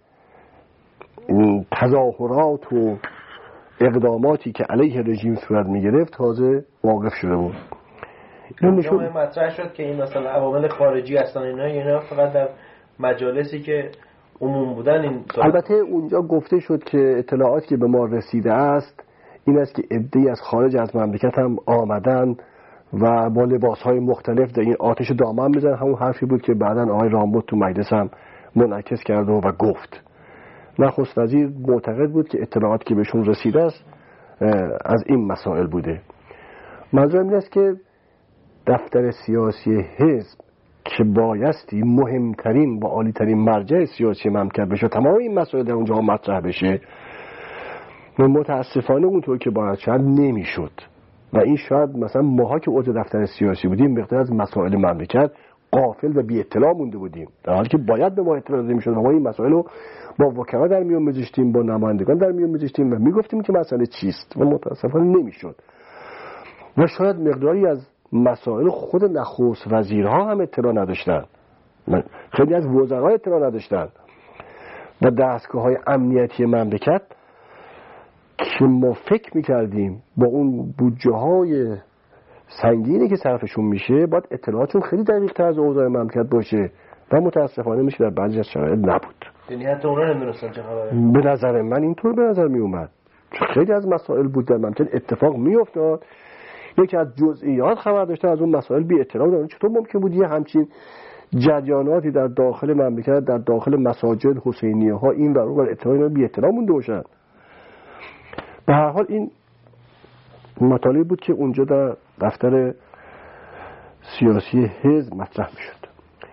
تظاهرات و اقداماتی که علیه رژیم صورت میگرفت تازه واقف شده بود. این نشون مطرح شد که این مثلا عوامل خارجی هستن اینا اینا فقط در مجالسی که عموم بودن این صورت. البته اونجا گفته شد که اطلاعاتی که به ما رسیده است این است که عده‌ای از خارج از مملکت هم آمدن و با لباس‌های مختلف در این آتش دامن بزنن. همون حرفی بود که بعداً آقای رامبد تو مجلس هم منعکس کرد و, و گفت. نخست وزیر معتقد بود که اطلاعاتی که بهشون رسیده است از این مسائل بوده. منظورم این است که دفتر سیاسی حزب که بایستی مهمترین و عالیترین مرجع سیاسی مملکت بشه، تمام این مسائل در اونجا مطرح بشه، متاسفانه اونطور که باید شاید نمیشد و این شاید مثلا ماها که عضو دفتر سیاسی بودیم مقدار از مسائل مملکت غافل و بی اطلاع مونده بودیم، در حالی که باید به ما اطلاع داده میشد و ما این مسائل رو با وکلا در میون میذاشتیم، با نمایندگان در میون میذاشتیم و میگفتیم که مسئله چیست و متاسفانه نمیشد. و شاید مقداری از مسائل خود نخست وزیرها هم اطلاع نداشتن، خیلی از وزرا اطلاع نداشتن و دستگاه‌های امنیتی مملکت که ما فکر میکردیم با اون بودجه‌های سنگینی که صرفشون میشه باید اطلاعاتشون خیلی دقیق‌تر از اوضاع مملکت باشه و متاسفانه میشه در بعضی از شرایط نبود. یعنی حتی اونا نمی‌دونستن چه خبره. به نظر من اینطور به نظر میومد. خیلی از مسائل بود در مملکت اتفاق میافتاد، یکی از جزئیات خبر داشته از اون مسائل بی اطلاع بودن. چطور ممکن بود یه همچین جریاناتی در داخل مملکت، در داخل مساجد حسینیه ها این و اون و اطلاعی بی اطلاع مونده باشن؟ به هر حال این مطالبی بود که اونجا در دفتر سیاسی حزب مطرح میشد.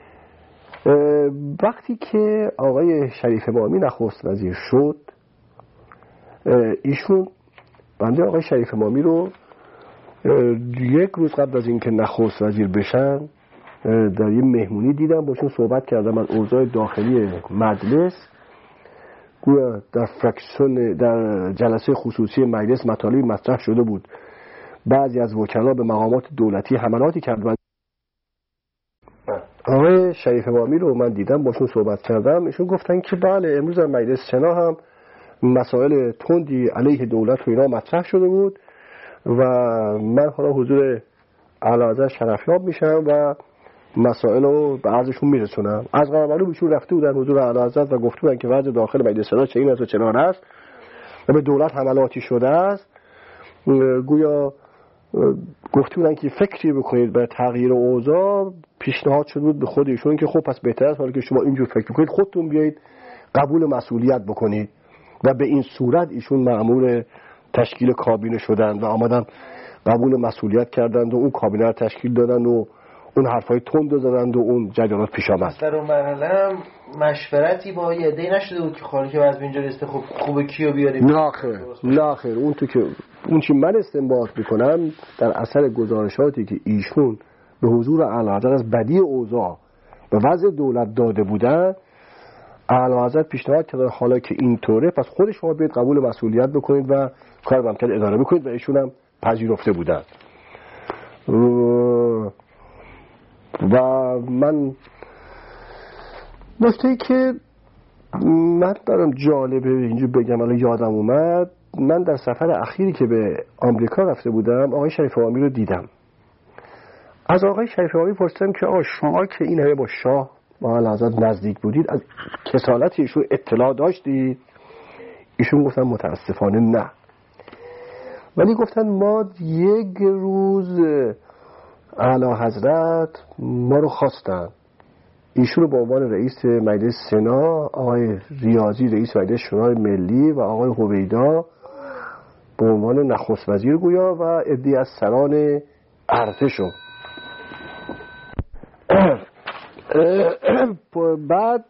وقتی که آقای شریف امامی نخست وزیر شد، ایشون بنده آقای شریف امامی رو یک روز قبل از اینکه نخست وزیر بشن در یه مهمونی دیدم، باشون صحبت کردم. من اوضاع داخلی مجلس گویا در فرکسیون در جلسه خصوصی مجلس مطالبی مطرح شده بود، بعضی از وکلا به مقامات دولتی حملاتی کردن. آقای شریف امامی رو من دیدم، باشون صحبت کردم، ایشون گفتن که بله امروز در مجلس سنا هم مسائل تندی علیه دولت و اینا مطرح شده بود و من حالا حضور اعلیحضرت شرفیاب میشم و مسائل رو به عرضشون میرسونم. از قبل ایشون رفته بودن حضور اعلیحضرت و گفته بودن که وضع داخل مجلس سنا چه این است و چنان است و به دولت حملاتی شده است. گویا گفته بودن که فکری بکنید برای تغییر اوضاع. پیشنهاد شده بود به خود ایشون که خب پس بهتر است حالا که شما اینجور فکر کنید خودتون بیایید قبول مسئولیت بکنید و به این صورت ایشون مأمور تشکیل کابینه شدند و آمدن قبول مسئولیت کردند و اون کابینه رو تشکیل دادن و اون حرفای تند زدند و اون جریانات پیش آمد. در اون مرحله هم مشورتی با یه عده‌ای نشده بود که خالی که از اینجا رسته خب خوبه کیو بیاریم؟ نه خیر نه خیر اون تو که اون چی من استنباط میکنم در اثر گزارشاتی که ایشون به حضور اعلیحضرت از بدی اوضاع به وضع دولت داده بودن، اعلیحضرت پیشنهاد کردن حالا که اینطوره پس خود شما بیاید قبول مسئولیت بکنید و کار ممکن اداره بکنید و ایشون هم پذیرفته بودن. و من نکته‌ای که من برام جالبه اینجور بگم الان یادم اومد، من در سفر اخیری که به آمریکا رفته بودم آقای شریف امامی رو دیدم. از آقای شریف امامی پرسیدم که آقا شما که این همه با شاه با اعلیحضرت نزدیک بودید از کسالت ایشون اطلاع داشتید؟ ایشون گفتن متاسفانه نه. ولی گفتن ما یک روز اعلی حضرت ما رو خواستن، ایشون رو به عنوان رئیس مجلس سنا، آقای ریاضی رئیس مجلس شورای ملی و آقای هویدا به عنوان نخست وزیر گویا و عده‌ای از سران ارتش. بعد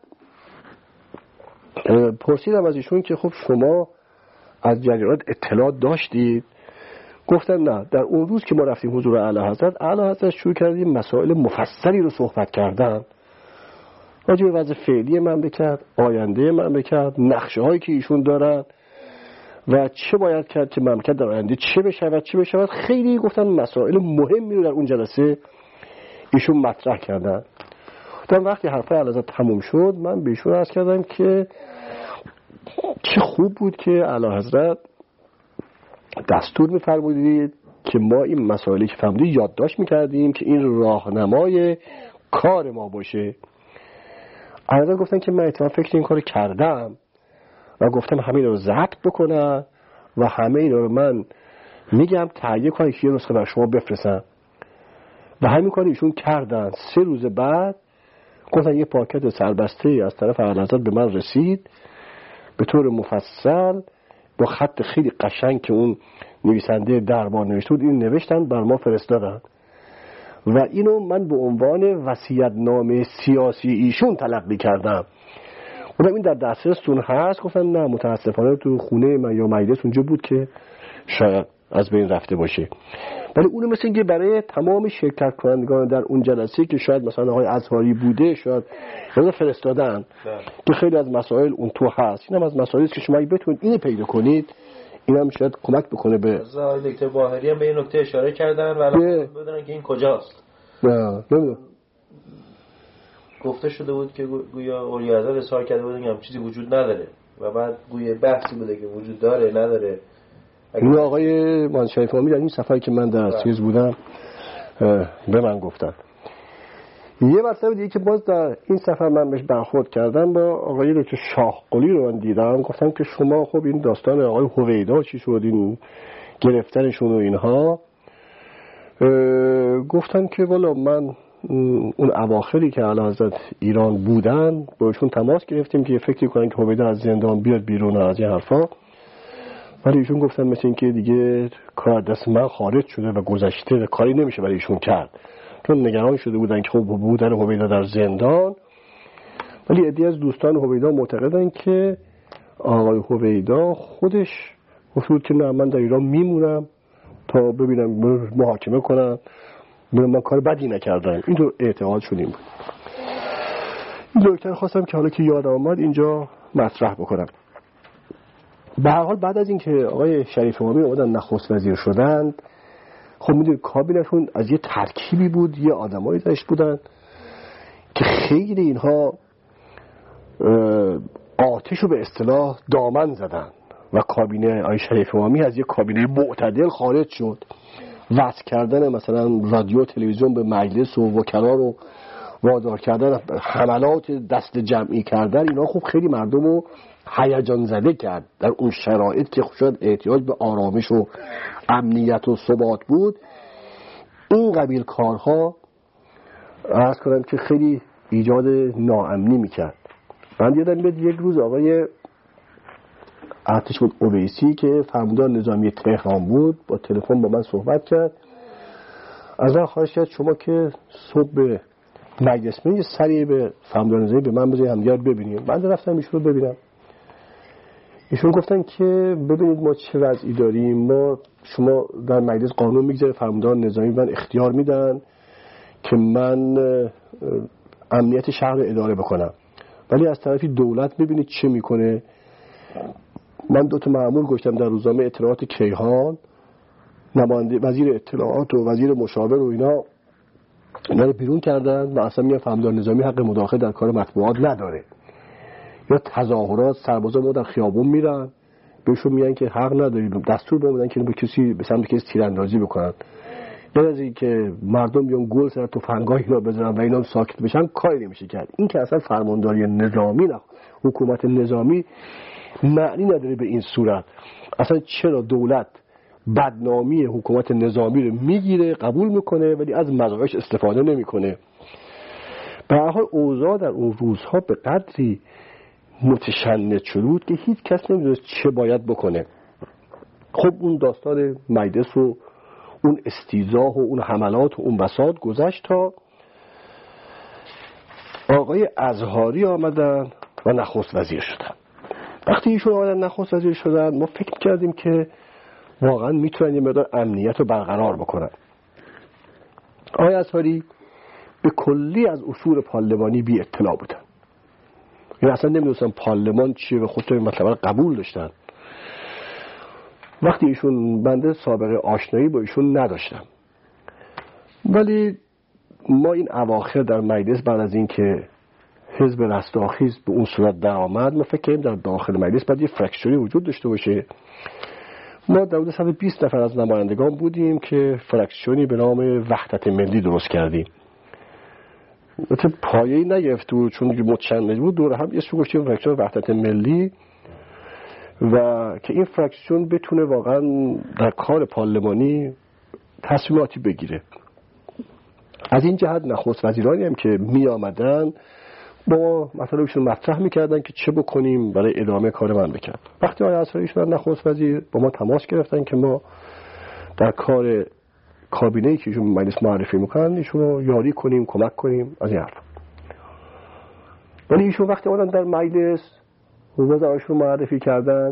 پرسیدم از ایشون که خب شما از جریانات اطلاع داشتید؟ گفتن نه. در اون روز که ما رفتیم حضور اعلی حضرت، اعلی حضرت شروع کردیم مسائل مفصلی رو صحبت کردن، راجع به وضع فعلی مملکت، آینده مملکت، نقشه هایی که ایشون دارن و چه باید کرد که مملکت در آینده چه بشود چه بشود. خیلی گفتن مسائل مهمی رو در اون جلسه ایشون مطرح کردن. در وقتی حرفای اعلی حضرت تموم شد، من به ایشون عرض کردم که چه خوب بود که اعلی حضرت دستور می‌فرمودید که ما این مسائلی که فهمیدیم یادداشت می‌کردیم که این راهنمای کار ما باشه. اعلی حضرت گفتن که من اتفاقا فکر این کارو کردم و گفتم همه اینا رو ضبط بکنن و همه اینا رو من میگم تهیه کنن که یه نسخه برای شما بفرستم و همین کار ایشون کردن. سه روز بعد گفتن یه پاکت سربسته از طرف اعلی حضرت به من رسید به طور مفصل با خط خیلی قشنگ که اون نویسنده دربار نوشته بود، این نوشتن بر ما فرستادن و اینو من به عنوان وصیت‌نامه سیاسی ایشون تلقی کردم. گفتم این در دسترستون هست؟ گفتن نه متاسفانه تو خونه من یا مجلس اونجا بود که شاید از بین رفته باشه. ولی اونو مثل اینکه برای تمام شرکت کنندگان در اون جلسه که شاید مثلا آقای ازهاری بوده شاید یاد فرستادن که خیلی از مسائل اون تو هست. اینم از مسائلی که شما بتونید اینو پیدا کنید، اینم شاید کمک بکنه به آقای دکتر باهری هم به این نکته اشاره کردن و الان بدونن که این کجاست. نه نمیدونم. گفته شده بود که گویا اولیاء اظهار کرده بودن که هم چیزی وجود نداره و بعد گویا بحثی بوده که وجود داره نداره. این آقای مانشریف امید در این سفری که من در چیز بودم به من گفتن. یه مطلب دیگه که باز در این سفر من بهش برخورد کردم با آقای دکتر شاهقلی رو من دیدم. گفتم که شما خب این داستان آقای هویدا چی شد، این گرفتنشون و اینها. گفتن که والا من اون اواخری که اعلی حضرت ایران بودن باشون تماس گرفتیم که فکری کنن که هویدا از زندان بیاد بیرون و از این حرفا، ولی ایشون گفتن مثل این که دیگه کار دست من خارج شده و گذشته و کاری نمیشه برای ایشون کرد، چون نگران شده بودن که خب بودن هویدا در زندان. ولی عده‌ای از دوستان هویدا معتقدن که آقای هویدا خودش گفت که نه من در ایران میمونم تا ببینم محاکمه کنم ببینم من کار بدی نکردم. اینطور اعتقاد شدیم بود. این نکته خواستم که حالا که یادم آمد اینجا مطرح بکنم. به هر حال بعد از اینکه آقای شریف امامی اومدن نخست وزیر شدند، خب میدونید کابینشون از یه ترکیبی بود، یه آدمایی درش بودن که خیلی اینها آتش رو به اصطلاح دامن زدن و کابینه آقای شریف امامی از یه کابینه معتدل خارج شد. وصل کردن مثلا رادیو تلویزیون به مجلس و وکلا رو وادار کردن، حملات دست جمعی کردن، اینا خب خیلی مردم رو هیجان زده کرد در اون شرایط که شاید احتیاج به آرامش و امنیت و ثبات بود. این قبیل کارها عرض کنم که خیلی ایجاد ناامنی میکرد. من یادم میاد یک روز آقای ارتش بود اویسی که فرماندار نظامی تهران بود با تلفن با من صحبت کرد. از من خواهش کرد شما که صبح به مجلس میرید سریع به فرماندار نظامی به من بذارید همدیگر ببینیم. من رفتم ایشون رو ببینم. ایشون گفتن که ببینید ما چه وضعی داریم، ما شما در مجلس قانون میگذاره فرماندار نظامی من اختیار میدن که من امنیت شهر رو اداره بکنم، ولی از طرفی دولت ببینید چه میکنه. من دو تا مأمور گشتم در روزنامه اطلاعات کیهان، نماینده وزیر اطلاعات و وزیر مشاور و اینا اینا رو بیرون کردن و اصلا میگن فرماندار نظامی حق مداخله در کار مطبوعات نداره. یا تظاهرات سربازا ما در خیابون میرن بهشون میگن که حق ندارید، دستور بمیدن که به کسی به سمت کسی تیراندازی بکنن. یا از این که مردم بیان گل سر تفنگای اینا بزنن و اینا ساکت بشن کاری نمیشه کرد. این که اصلا فرمانداری نظامی نه، حکومت نظامی معنی نداره به این صورت. اصلا چرا دولت بدنامی حکومت نظامی رو میگیره قبول میکنه ولی از مزایاش استفاده نمیکنه؟ به هر حال اوضاع در اون روزها به قدری متشنج شده بود که هیچ کس نمیدونست چه باید بکنه. خب اون داستان مجلس و اون استیضاح و اون حملات و اون بساط گذشت تا آقای ازهاری آمدن و نخست وزیر شدن. وقتی ایشون آمدن نخست وزیر شدن ما فکر کردیم که واقعا میتونن یه مقدار امنیت رو برقرار بکنن. آقای ازهاری به کلی از اصول پارلمانی بی اطلاع بودن، یعنی اصلا نمیدونستن پارلمان چیه و خودشون مطلب قبول داشتن. وقتی ایشون بنده سابقه آشنایی با ایشون نداشتم، ولی ما این اواخر در مجلس بعد از اینکه حزب رستاخیز به اون صورت در آمد ما فکر کردیم در داخل مجلس باید یه فرکشنی وجود داشته باشه. ما در حدود صد و بیست نفر از نمایندگان بودیم که فرکشنی به نام وحدت ملی درست کردیم. البته پایه‌ای نگرفت بود چون متشنج بود، دور هم اسمش گذاشتیم فرکشن وحدت ملی و که این فرکشن بتونه واقعا در کار پارلمانی تصمیماتی بگیره. از این جهت نخست وزیرانی هم که می آمدن با مطالبشون مطرح میکردن که چه بکنیم برای ادامه کار من بکرد. وقتی آقای ازهاری شدن نخست وزیر با ما تماس گرفتن که ما در کار کابینه‌ای که ایشون مجلس معرفی میکنن ایشون رو یاری کنیم، کمک کنیم از این حرف. ولی ایشون وقتی آمدن در مجلس وزرایشون معرفی کردن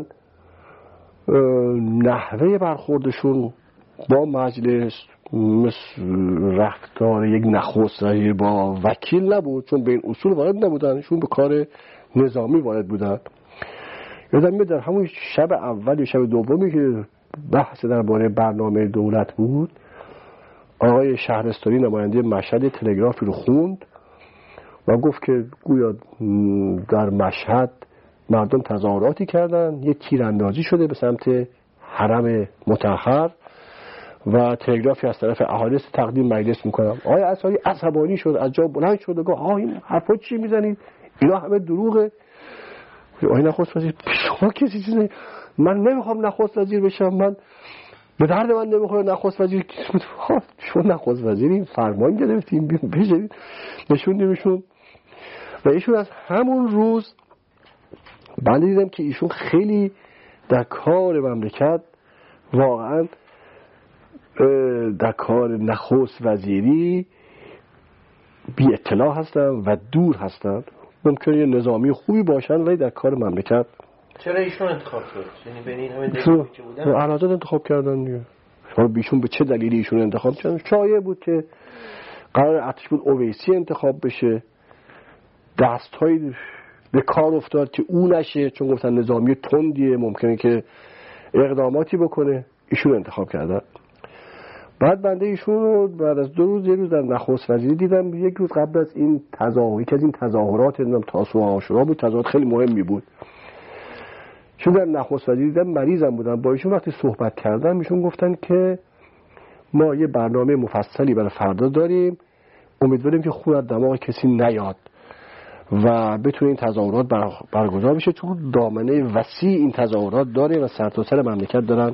نحوه برخوردشون با مجلس مثل رفتار یک نخست وزیر با وکیل نبود، چون به این اصول وارد نبودن، ایشون به کار نظامی وارد بودن. یادم میاد در همون شب اول یا شب دومی که بحث درباره برنامه دولت بود آقای شهرستانی نماینده مشهد تلگرافی رو خوند و گفت که گویا در مشهد مردم تظاهراتی کردن، یک تیراندازی شده به سمت حرم مطهر و تلگرافی از طرف اهالی تقدیم مجلس میکنم. آقای ازهاری عصبانی شد، از جا بلند شد و گفت آه این حرفا چی میزنید؟ اینا همه دروغه. آقای نخست وزیر شما کسی چیز نه، من نمیخوام نخست وزیر بشم، من به درد من نمیخوره نخست وزیر. شما نخست وزیرین، فرمان گرفتیم بشید نشوندیم ایشون. و ایشون از همون روز من دیدم که ایشون خیلی در کار مملکت واقعا در کار نخست وزیری بی اطلاع هستن و دور هستن. ممکنه یه نظامی خوبی باشن ولی در کار مملکت. چرا ایشون انتخاب شد؟ یعنی بین این همه دلیلی که بودن اعلازات انتخاب کردن دیگه. حالا بیشون به چه دلیلی ایشون انتخاب کردن؟ شایعه بود که قرار عطش‌بود اویسی انتخاب بشه، دست‌های به کار افتاد که او نشه چون گفتن نظامی تندیه ممکنه که اقداماتی بکنه، ایشون انتخاب کردن. بعد بنده ایشون رو بعد از دو روز یه روز در نخست وزیری دیدم، یک روز قبل از این تظاهر که از این تظاهرات نام تاسوعا و عاشورا بود، تظاهرات خیلی مهمی بود. چون در نخست وزیری دیدم مریضم بودم، با ایشون وقتی صحبت کردم ایشون گفتن که ما یه برنامه مفصلی برای فردا داریم، امیدواریم که خون از دماغ کسی نیاد و بتونه این تظاهرات برگزار بشه، چون دامنه وسیع این تظاهرات داره و سرتاسر مملکت دارن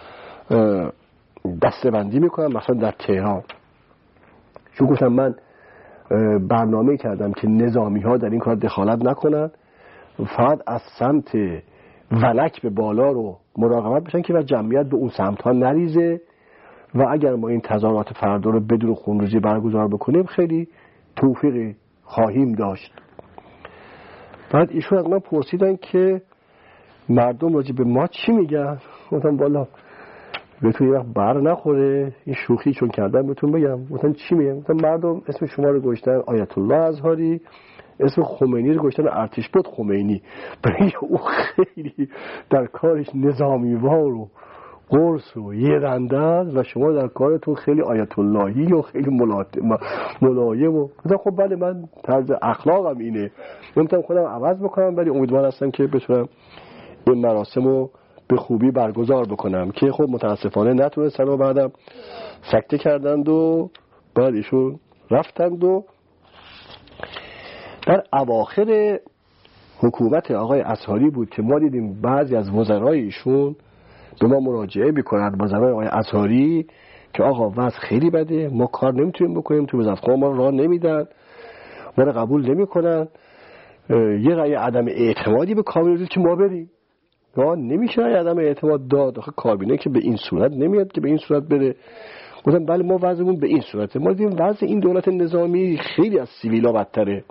دسته‌بندی میکنن، مثلا در تهران. چون گفتم من برنامه کردم که نظامی ها در این کار دخالت نکنن، فقط از سمت ولک به بالا رو مراقبت بشن که و جمعیت به اون سمت ها نریزه و اگر ما این تظاهرات فردا رو بدون خونریزی برگزار بکنیم خیلی توفیقی خواهیم داشت. بعد ایشون از من پرسیدن که مردم راجع به ما چی میگن؟ گفتم بالا بهتون یه وقت بر نخوره این شوخی چون کردم بهتون بگم. گفتن چی میگن؟ گفتم مردم اسم شما رو گذاشتن آیت الله ازهاری، اسم خمینی رو گذاشتن ارتشبد خمینی، برای او خیلی در کارش نظامیوار و قرص و یه رنده است و شما در کارتون خیلی آیت اللهی و خیلی ملایم. و گفتم خب بله من طرز اخلاقم اینه، نمیتونم خودم عوض بکنم ولی امیدوار هستم که بتونم این مراسم رو به خوبی برگزار بکنم که خب متاسفانه نتونستن و بعدم سکته کردند و بعد ایشون رفتند. و در اواخر حکومت آقای اصحاری بود که ما دیدیم بعضی از وزرای ایشون به ما مراجعه میکنند، وزرای آقای اصحاری، که آقا وضع خیلی بده، ما کار نمیتونیم بکنیم، تو وزارتخانه ما راه نمیدن، ما رو قبول نمیکنن، یه رأی عدم اعتمادی به کابینه دید که ما بریم. نه نمیشه رأی عدم اعتماد داد، آخه کابینه که به این صورت نمیاد که به این صورت بره. گفتم بله ما وضعمون به این صورته. ما دیدیم وضع این دولت نظامی خیلی از سیویلا بدتره.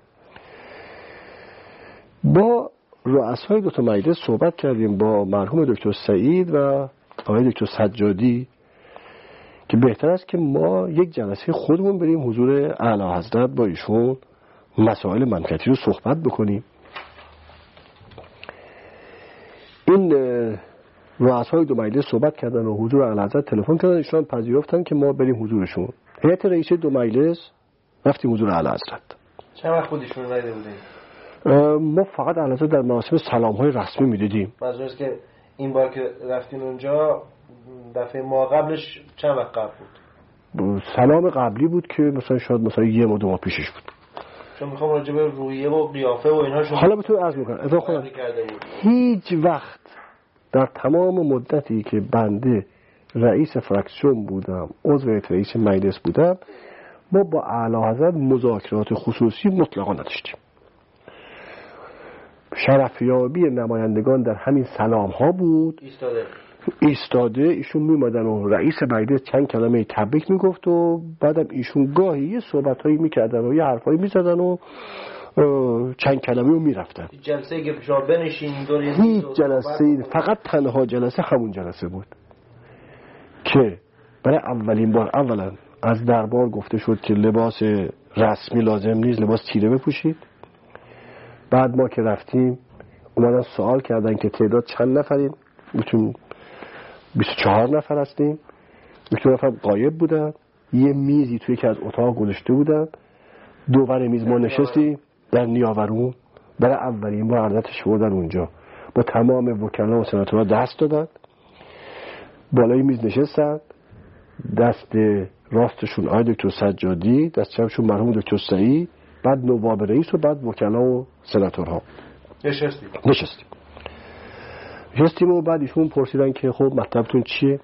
با رؤسای دو تا مجلس صحبت کردیم، با مرحوم دکتر سعید و آقای دکتر سجادی، که بهتر است که ما یک جلسه خودمون بریم حضور اعلی حضرت با ایشون مسائل مملکتی رو صحبت بکنیم. این رؤسای دو مجلس صحبت کردن و حضور اعلی حضرت تلفن کردن، ایشون پذیرفتن که ما بریم حضورشون. هیئت رئیسه دو مجلس رفتیم حضور اعلی حضرت. چند وقت خودشون رایده بودین؟ ما فقط اعلی حضرت در مراسم سلام‌های رسمی می‌دیدیم. منظورم که این بار که رفتین اونجا دفعه ما قبلش چند وقت قبل بود؟ سلام قبلی بود که مثلا شاید مثلا یه ماه دو ماه پیشش بود. چون میخوام راجع به رویه و قیافه و اینها شما حالا بهتون عرض میکنم اذا خودم هیچ وقت در تمام مدتی که بنده رئیس فراکسیون بودم، عضو رئیس مجلس بودم، ما با اعلی حضرت مذاکرات خصوصی مطلقا نداشتیم. شرفیابی نمایندگان در همین سلام ها بود. ایستاده ایستاده ایشون میمدن و رئیس مجلس چند کلمه تبریک میگفت و بعدم ایشون گاهی یه صحبتایی میکردن و یه حرفایی میزدن و چند کلمه رو میرفتن. جلسه که شما بنشین دور هیچ جلسه، فقط تنها جلسه همون جلسه بود که برای اولین بار اولا از دربار گفته شد که لباس رسمی لازم نیست، لباس تیره بپوشید. بعد ما که رفتیم اومدن سوال کردن که تعداد چند نفرین؟ میتونیم بیست و چهار نفر هستیم. بیست و چهار نفر غایب بودن. یه میزی توی که از اتاق گذاشته بودن، دوباره میز ما نشستیم در نیاورون. برای اولین بار عرضتش بردن اونجا، با تمام وکلا و سناتورها دست دادن، بالای میز نشستن، دست راستشون آقای دکتر سجادی، دست چپشون مرحوم دکتر سعید، بعد نواب رئیس و بعد وکلا و سناتورها نشستیم نشستیم نشستیم و بعد ایشون پرسیدن که خب مطلبتون چیه؟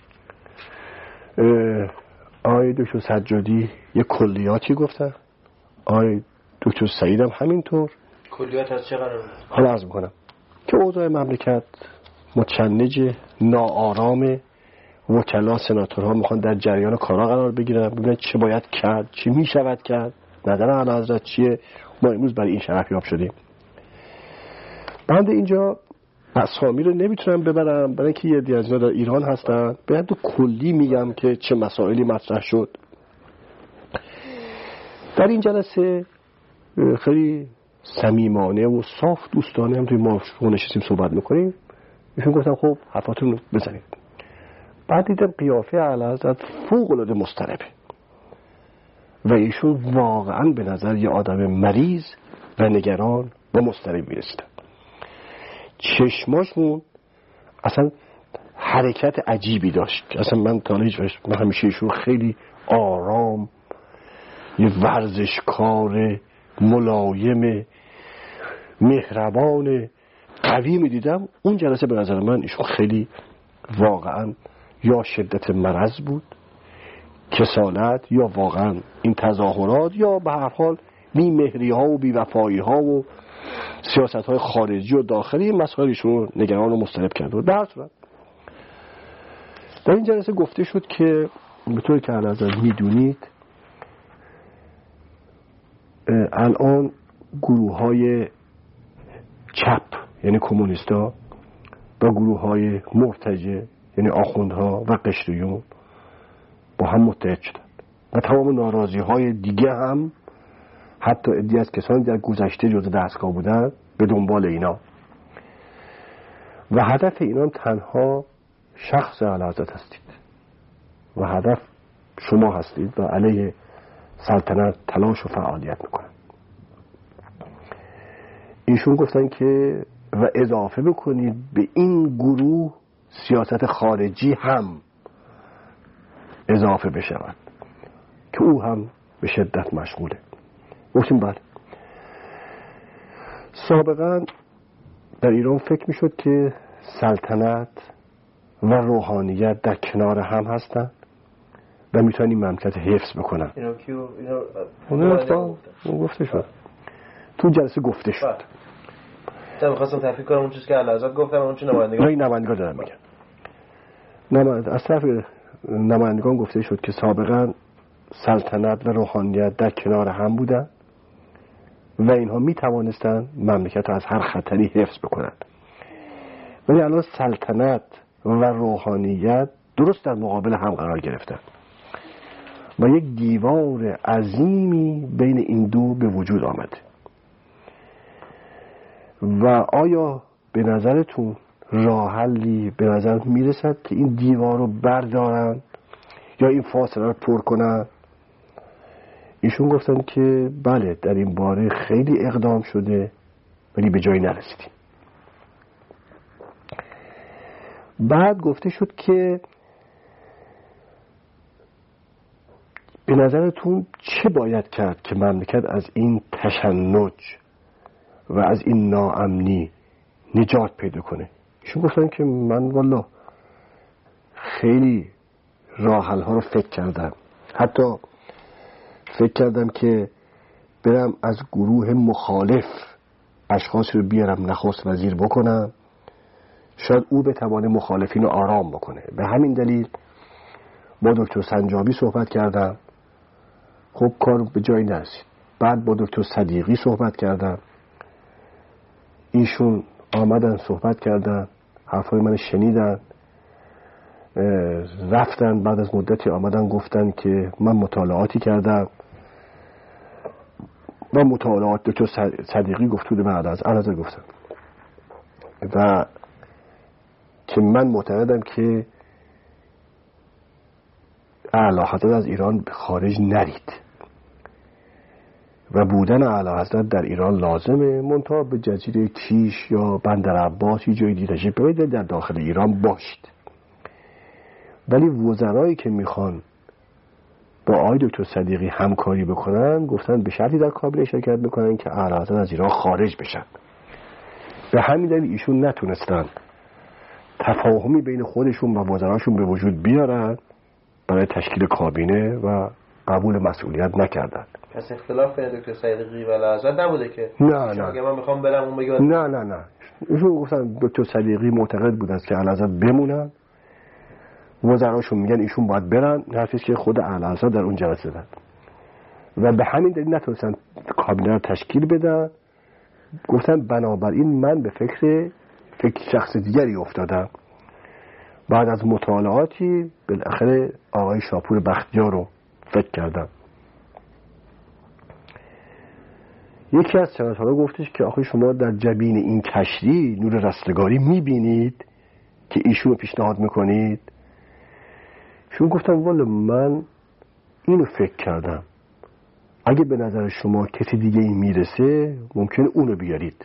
آقای دکتر سجادی یه کلیاتی گفتن، آقای دکتر سعید هم همینطور. کلیات از چه قرار بود؟ حالا عرض میکنم که اوضاع مملکت متشنج، ناآرام، وکلا سناتورها میخوان در جریان کارا قرار بگیرن، ببینن چه باید کرد، چی میشود کرد، نظر اعلی حضرت چیه. ما امروز برای این شرفیاب شدیم. بنده اینجا اسامی رو نمیتونم ببرم برای اینکه یه دی از اینا در ایران هستن. به حد کلی میگم که چه مسائلی مطرح شد. در این جلسه خیلی صمیمانه و صاف دوستانه هم توی ما نشستیم صحبت میکنیم. ایشون گفتم خب حرفاتون رو بزنید. بعد دیدم قیافه اعلی حضرت فوق العاده مضطربه و ایشون واقعا به نظر یه آدم مریض و نگران و مضطرب میرسیدن. چشماشون اصلا حرکت عجیبی داشت. اصلا من تا من همیشه ایشون خیلی آرام، یه ورزشکار ملایم مهربان قوی میدیدم. اون جلسه به نظر من ایشون خیلی واقعا یا شدت مرض بود، کسالت، یا واقعا این تظاهرات، یا به هر حال بی مهری ها و بی وفایی ها و سیاست های خارجی و داخلی مسائلشون رو نگران و مضطرب کرد. در هر صورت در این جلسه گفته شد که به طوری که الان میدونید الان گروه های چپ یعنی کمونیستا و گروه های مرتجع یعنی آخوندها و قشریون با هم متحد شدند و تمام ناراضی های دیگه هم، حتی عده‌ای از کسانی در گذشته جزو دستگاه بودن، به دنبال اینا و هدف اینا تنها شخص اعلی حضرت هستید و هدف شما هستید و علیه سلطنت تلاش و فعالیت میکنن. ایشون گفتن که و اضافه بکنید به این گروه سیاست خارجی هم اضافه بشود که او هم به شدت مشغوله. گفتیم بله. سابقا در ایران فکر میشد که سلطنت و روحانیت در کنار هم هستن و میتونن این مملکت حفظ بکنن. اینو کیو اینو اون گفته شد تو جلسه گفته شد. من می‌خواستم تفکیک کنم اون چیزی که اعلیحضرت گفتم اون چه نمایندگان نه نمایندگان دارن میگن. نماینده از طرف نمایندگان گفته شد که سابقا سلطنت و روحانیت در کنار هم بودن و اینها می توانستن مملکت رو از هر خطری حفظ بکنن، ولی الان سلطنت و روحانیت درست در مقابل هم قرار گرفتن و یک دیوار عظیمی بین این دو به وجود آمده. و آیا به نظرتون راه حلی به نظر میرسد که این دیوار رو بردارن یا این فاصله رو پر کنن؟ ایشون گفتن که بله در این باره خیلی اقدام شده ولی به جایی نرسیدیم. بعد گفته شد که به نظرتون چه باید کرد که مملکت از این تشنج و از این ناامنی نجات پیدا کنه؟ ایشون گفتن که من والله خیلی راه حل ها رو فکر کردم، حتی فکر کردم که برم از گروه مخالف اشخاصی رو بیارم نخست وزیر بکنم، شاید او بتوانه مخالفین رو آرام بکنه. به همین دلیل با دکتر سنجابی صحبت کردم، خب کار به جایی نرسید. بعد با دکتر صدیقی صحبت کردم، ایشون آمدن صحبت کردن، حرفای من شنیدن، رفتن. بعد از مدتی آمدن گفتن که من مطالعاتی کردم و مطالعات دکتر صدیقی گفت به بعد از اعلیحضرت گفتن و که من معتقدم که اعلیحضرت از ایران خارج نرید و بودن اعلیحضرت در ایران لازمه، منتها به جزیره کیش یا بندر عباس یا جای دیگه تشریف ببرید، در داخل ایران باشید. ولی وزرایی که میخوان با آقای دکتر صدیقی همکاری بکنن گفتن به شرطی در کابینه شرکت بکنن که اعلیحضرت از ایران خارج بشن. به همین دلیل ایشون نتونستن تفاهمی بین خودشون و وزراشون به وجود بیارن برای تشکیل کابینه و قبول مسئولیت نکردن. پس اختلاف بین دکتر صدیقی و اعلیحضرت نبوده که نه نه اگه من میخوام برم اون بگه نه نه نه ایشون گفتن دکتر صدیقی معتقد بود است که اعلیحضرت بمونن، وزراشون میگن ایشون باید برن، حرفیست که خود اعلیحضرت در اون جلسه دادن و به همین دلیل نتونستن کابینه رو تشکیل بدن. گفتن بنابراین من به فکر فکر شخص دیگری افتادم. بعد از مطالعاتی بالاخره آقای شاپور بختیار رو فکر کردم. یکی از سناتورها گفتش که آخه شما در جبین این کشتی نور رستگاری میبینید که ایشون رو پیشنهاد میکنید؟ شما گفتم والا من اینو فکر کردم، اگه به نظر شما کسی دیگه این میرسه ممکنه اونو بیارید.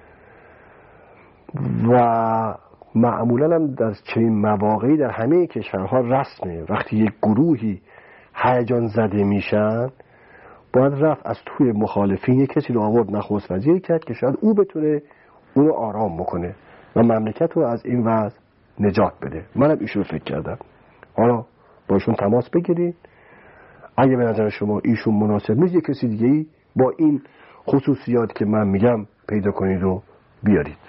و معمولا هم در چنین مواقعی در همه کشورها رسمه وقتی یک گروهی هیجان زده میشن باید رفت از توی مخالفین یک کسی رو آورد نخست وزیر کرد که شاید او بتونه اونو آرام بکنه و مملکت رو از این وضع نجات بده. منم ایشون فکر کردم. حالا با ایشون تماس بگیرید، اگه به نظر شما ایشون مناسب نیست یک کسی دیگه‌ای با این خصوصیات که من میگم پیدا کنید و بیارید.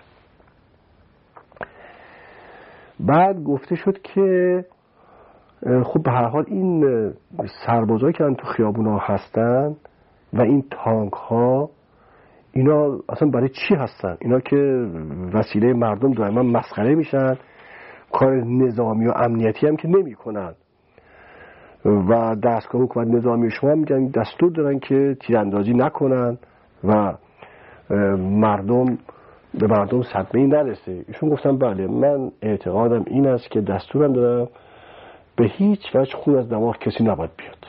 بعد گفته شد که خب به هر حال این سربازایی که تو خیابونا هستن و این تانک ها اینا اصلا برای چی هستن؟ اینا که وسیله مردم دائما مسخره میشن، کار نظامی و امنیتی هم که نمی کنن و دستگاه حکومت نظامی شما میگن دستور دارن که تیراندازی نکنن و مردم به مردم صدمه‌ای نرسه. ایشون گفتن بله من اعتقادم این است که دستورم دارم به هیچ وجه خون از دماغ کسی نباید بیاد.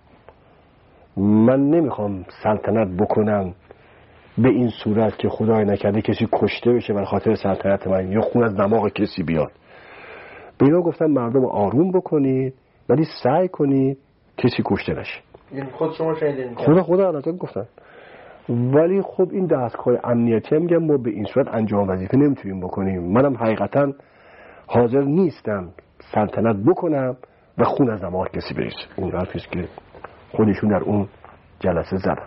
من نمیخوام سلطنت بکنم به این صورت که خدای نکرده کسی کشته بشه برای خاطر سلطنت من یا خون از دماغ کسی بیاد. به اینا گفتن مردم آروم بکنید ولی سعی کنید کسی کشته نشه. یعنی خود شما شنیدین؟ خدا خدا البته گفتن ولی خب این دستگاه امنیتی هم میگم ما به این صورت انجام وظیفه نمیتونیم بکنیم. منم حقیقتا حاضر نیستم سلطنت بکنم و خون از دماغ کسی بریزه. این حرفیست که خودشون در اون جلسه زدن.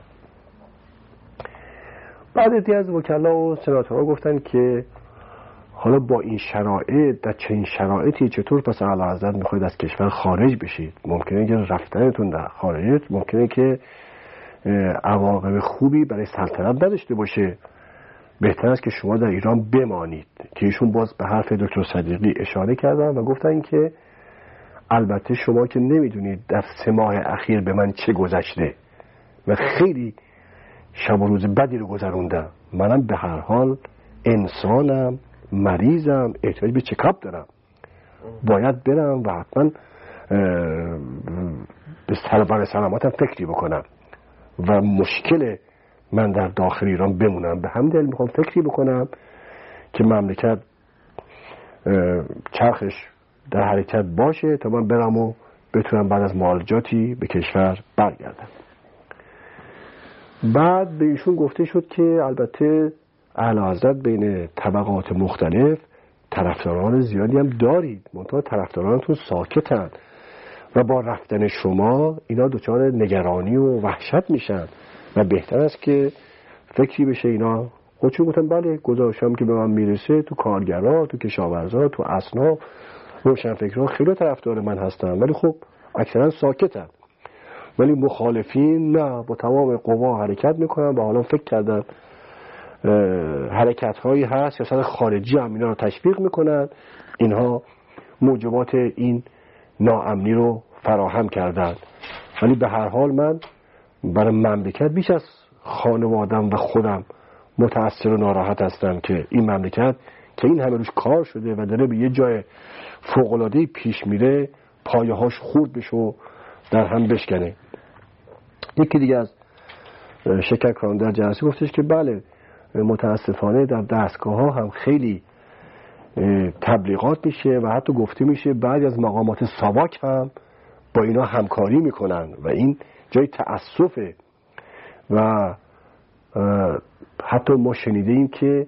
بعد دیگه از وکلا و سناتورها گفتن که حالا با این شرایط، در چنین شرایطی چطور پس اعلیحضرت میخواید از کشور خارج بشید؟ ممکنه که رفتنتون در خارج ممکنه که عواقب خوبی برای سلطنت نداشته باشه. بهتر است که شما در ایران بمانید. که ایشون باز به حرف دکتر صدیقی اشاره کردن و گفتن که البته شما که نمیدونید در سه ماه اخیر به من چه گذشته و خیلی شب و روز بدی رو گذروندم. منم به هر حال انسانم، مریضم، احتیاج به چکاپ دارم، باید برم و حتما به سلامت سلامتم فکری بکنم و مشکل من در داخل ایران بمونم. به همین دلیل میخوام فکری بکنم که مملکت چرخش در حرکت باشه تا من برم و بتونم بعد از معالجاتی به کشور برگردم. بعد به ایشون گفته شد که البته اعلیحضرت بین طبقات مختلف طرفداران زیادی هم دارید، منتها طرفدارانتون ساکتن و با رفتن شما اینا دچار نگرانی و وحشت میشن و بهتر است که فکری بشه اینا. خودشون گفتن بله، گزارشم که به من میرسه تو کارگرها، تو کشاورزا، تو اصناف، روشنفکرها خیلی طرفدار من هستن، ولی خب اکثرا ساکتن. ولی مخالفین نه، با تمام قوا حرکت میکنن و حالا فکر کردن حرکت هایی هست سیاست خارجی هم اینا رو تشویق میکنن، اینها موجبات این ناامنی رو فراهم کردن. ولی به هر حال من برای مملکت بیش از خانوادم و خودم متأثر و ناراحت هستم که این مملکت که این همه روش کار شده و داره به یه جای فوق‌العاده‌ای پیش میره پایه هاش خورد بشه و در هم بشکنه. یکی دیگه از شکرکران در جلسه گفتش که بله متاسفانه در دستگاه ها هم خیلی تبلیغات میشه و حتی گفته میشه بعضی از مقامات ساواک هم با اینا همکاری میکنن و این جای تأسفه. و حتی ما شنیدیم که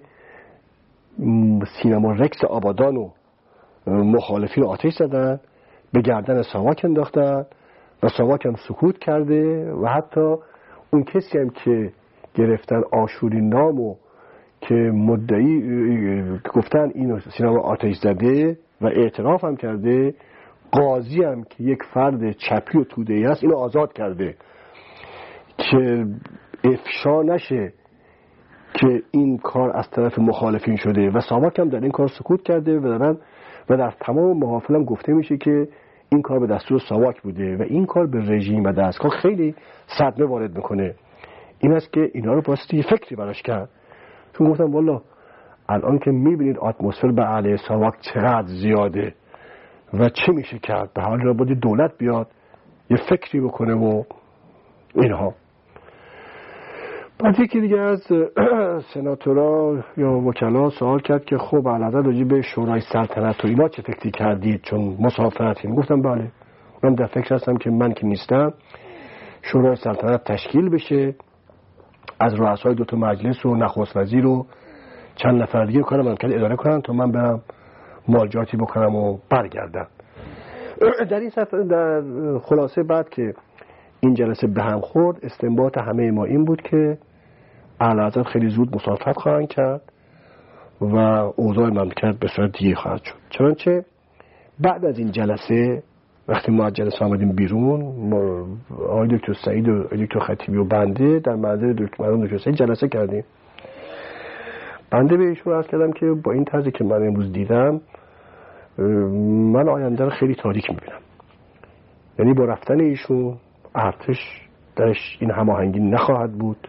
سینما رکس آبادانو مخالفین آتش زدن، به گردن ساواک انداختن و ساواک هم سکوت کرده و حتی اون کسی هم که گرفتن آشوری نامو که مدعی گفتن اینو سینما آتش زده و اعتراف هم کرده، قاضی هم که یک فرد چپی و توده‌ای هست اینو آزاد کرده که افشا نشه که این کار از طرف مخالفین شده و ساواک هم در این کار سکوت کرده و دارن و در تمام محافل هم گفته میشه که این کار به دستور ساواک بوده و این کار به رژیم و دستگاه خیلی صدمه وارد میکنه. این است که اینا رو باستی یه فکری براش کرد. چون گفتم والا الان که میبینید اتمسفر به علیه ساواک چقدر زیاده و چه میشه کرد، به حال را باید دولت بیاد یه فکری بکنه و اینها. بعد یکی دیگه از سناتورا یا وکلا سوال کرد که خب علاوه راجع به شورای سلطنت و اینا چه فکری کردید چون مسافرتین؟ گفتم بله من در فکر هستم که من که نیستم شورای سلطنت تشکیل بشه از رؤسای دو تا مجلس و نخست وزیر و چند نفر دیگه کار مملکت اداره کنن تا من برم مراجعاتی بکنم و برگردم. در این سفر در خلاصه بعد که این جلسه به هم خورد استنباط همه ما این بود که اعلیحضرت خیلی زود مسافرت خواهند کرد و اوضاع مملکت به صورت دیگه خواهد شد. چنانچه بعد از این جلسه وقتی ما از جلسه آمدیم بیرون، آقای دکتر سعید و دکتر خطیبی و بنده در منزل دکتر دکتر سعید جلسه کردیم. بنده به ایشون عرض کردم که با این طرزی که من امروز دیدم من آینده رو خیلی تاریک میبینم. یعنی با رفتن ایشون ارتش درش این هماهنگی نخواهد بود،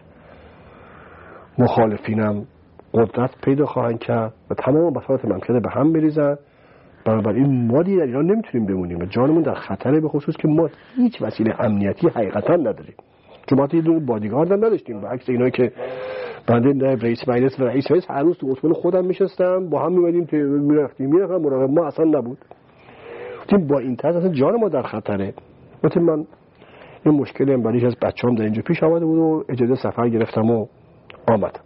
مخالفینم قدرت پیدا خواهند کرد و تمام بساط مملکت به هم بریزن. بنابراین ما دیگه در ایران نمیتونیم بمونیم و جانمون در خطره، به خصوص که ما هیچ وسیله امنیتی حقیقتا نداریم. چون ما یه دونه بادیگارد هم نداشتیم، به عکس اینایی که بنده نایب رئیس مجلس و رئیس رئیس هر روز تو اتوبان خودم میشستم با هم میومدیم که میرفتیم میرفتم مراقب ما اصلا نبود. گفتیم با این طرز اصلا جان ما در خطره. گفتیم من یه مشکلی هم برای از بچه‌ام در اینجا پیش آمده بود و اجازه سفر گرفتم و آمدم.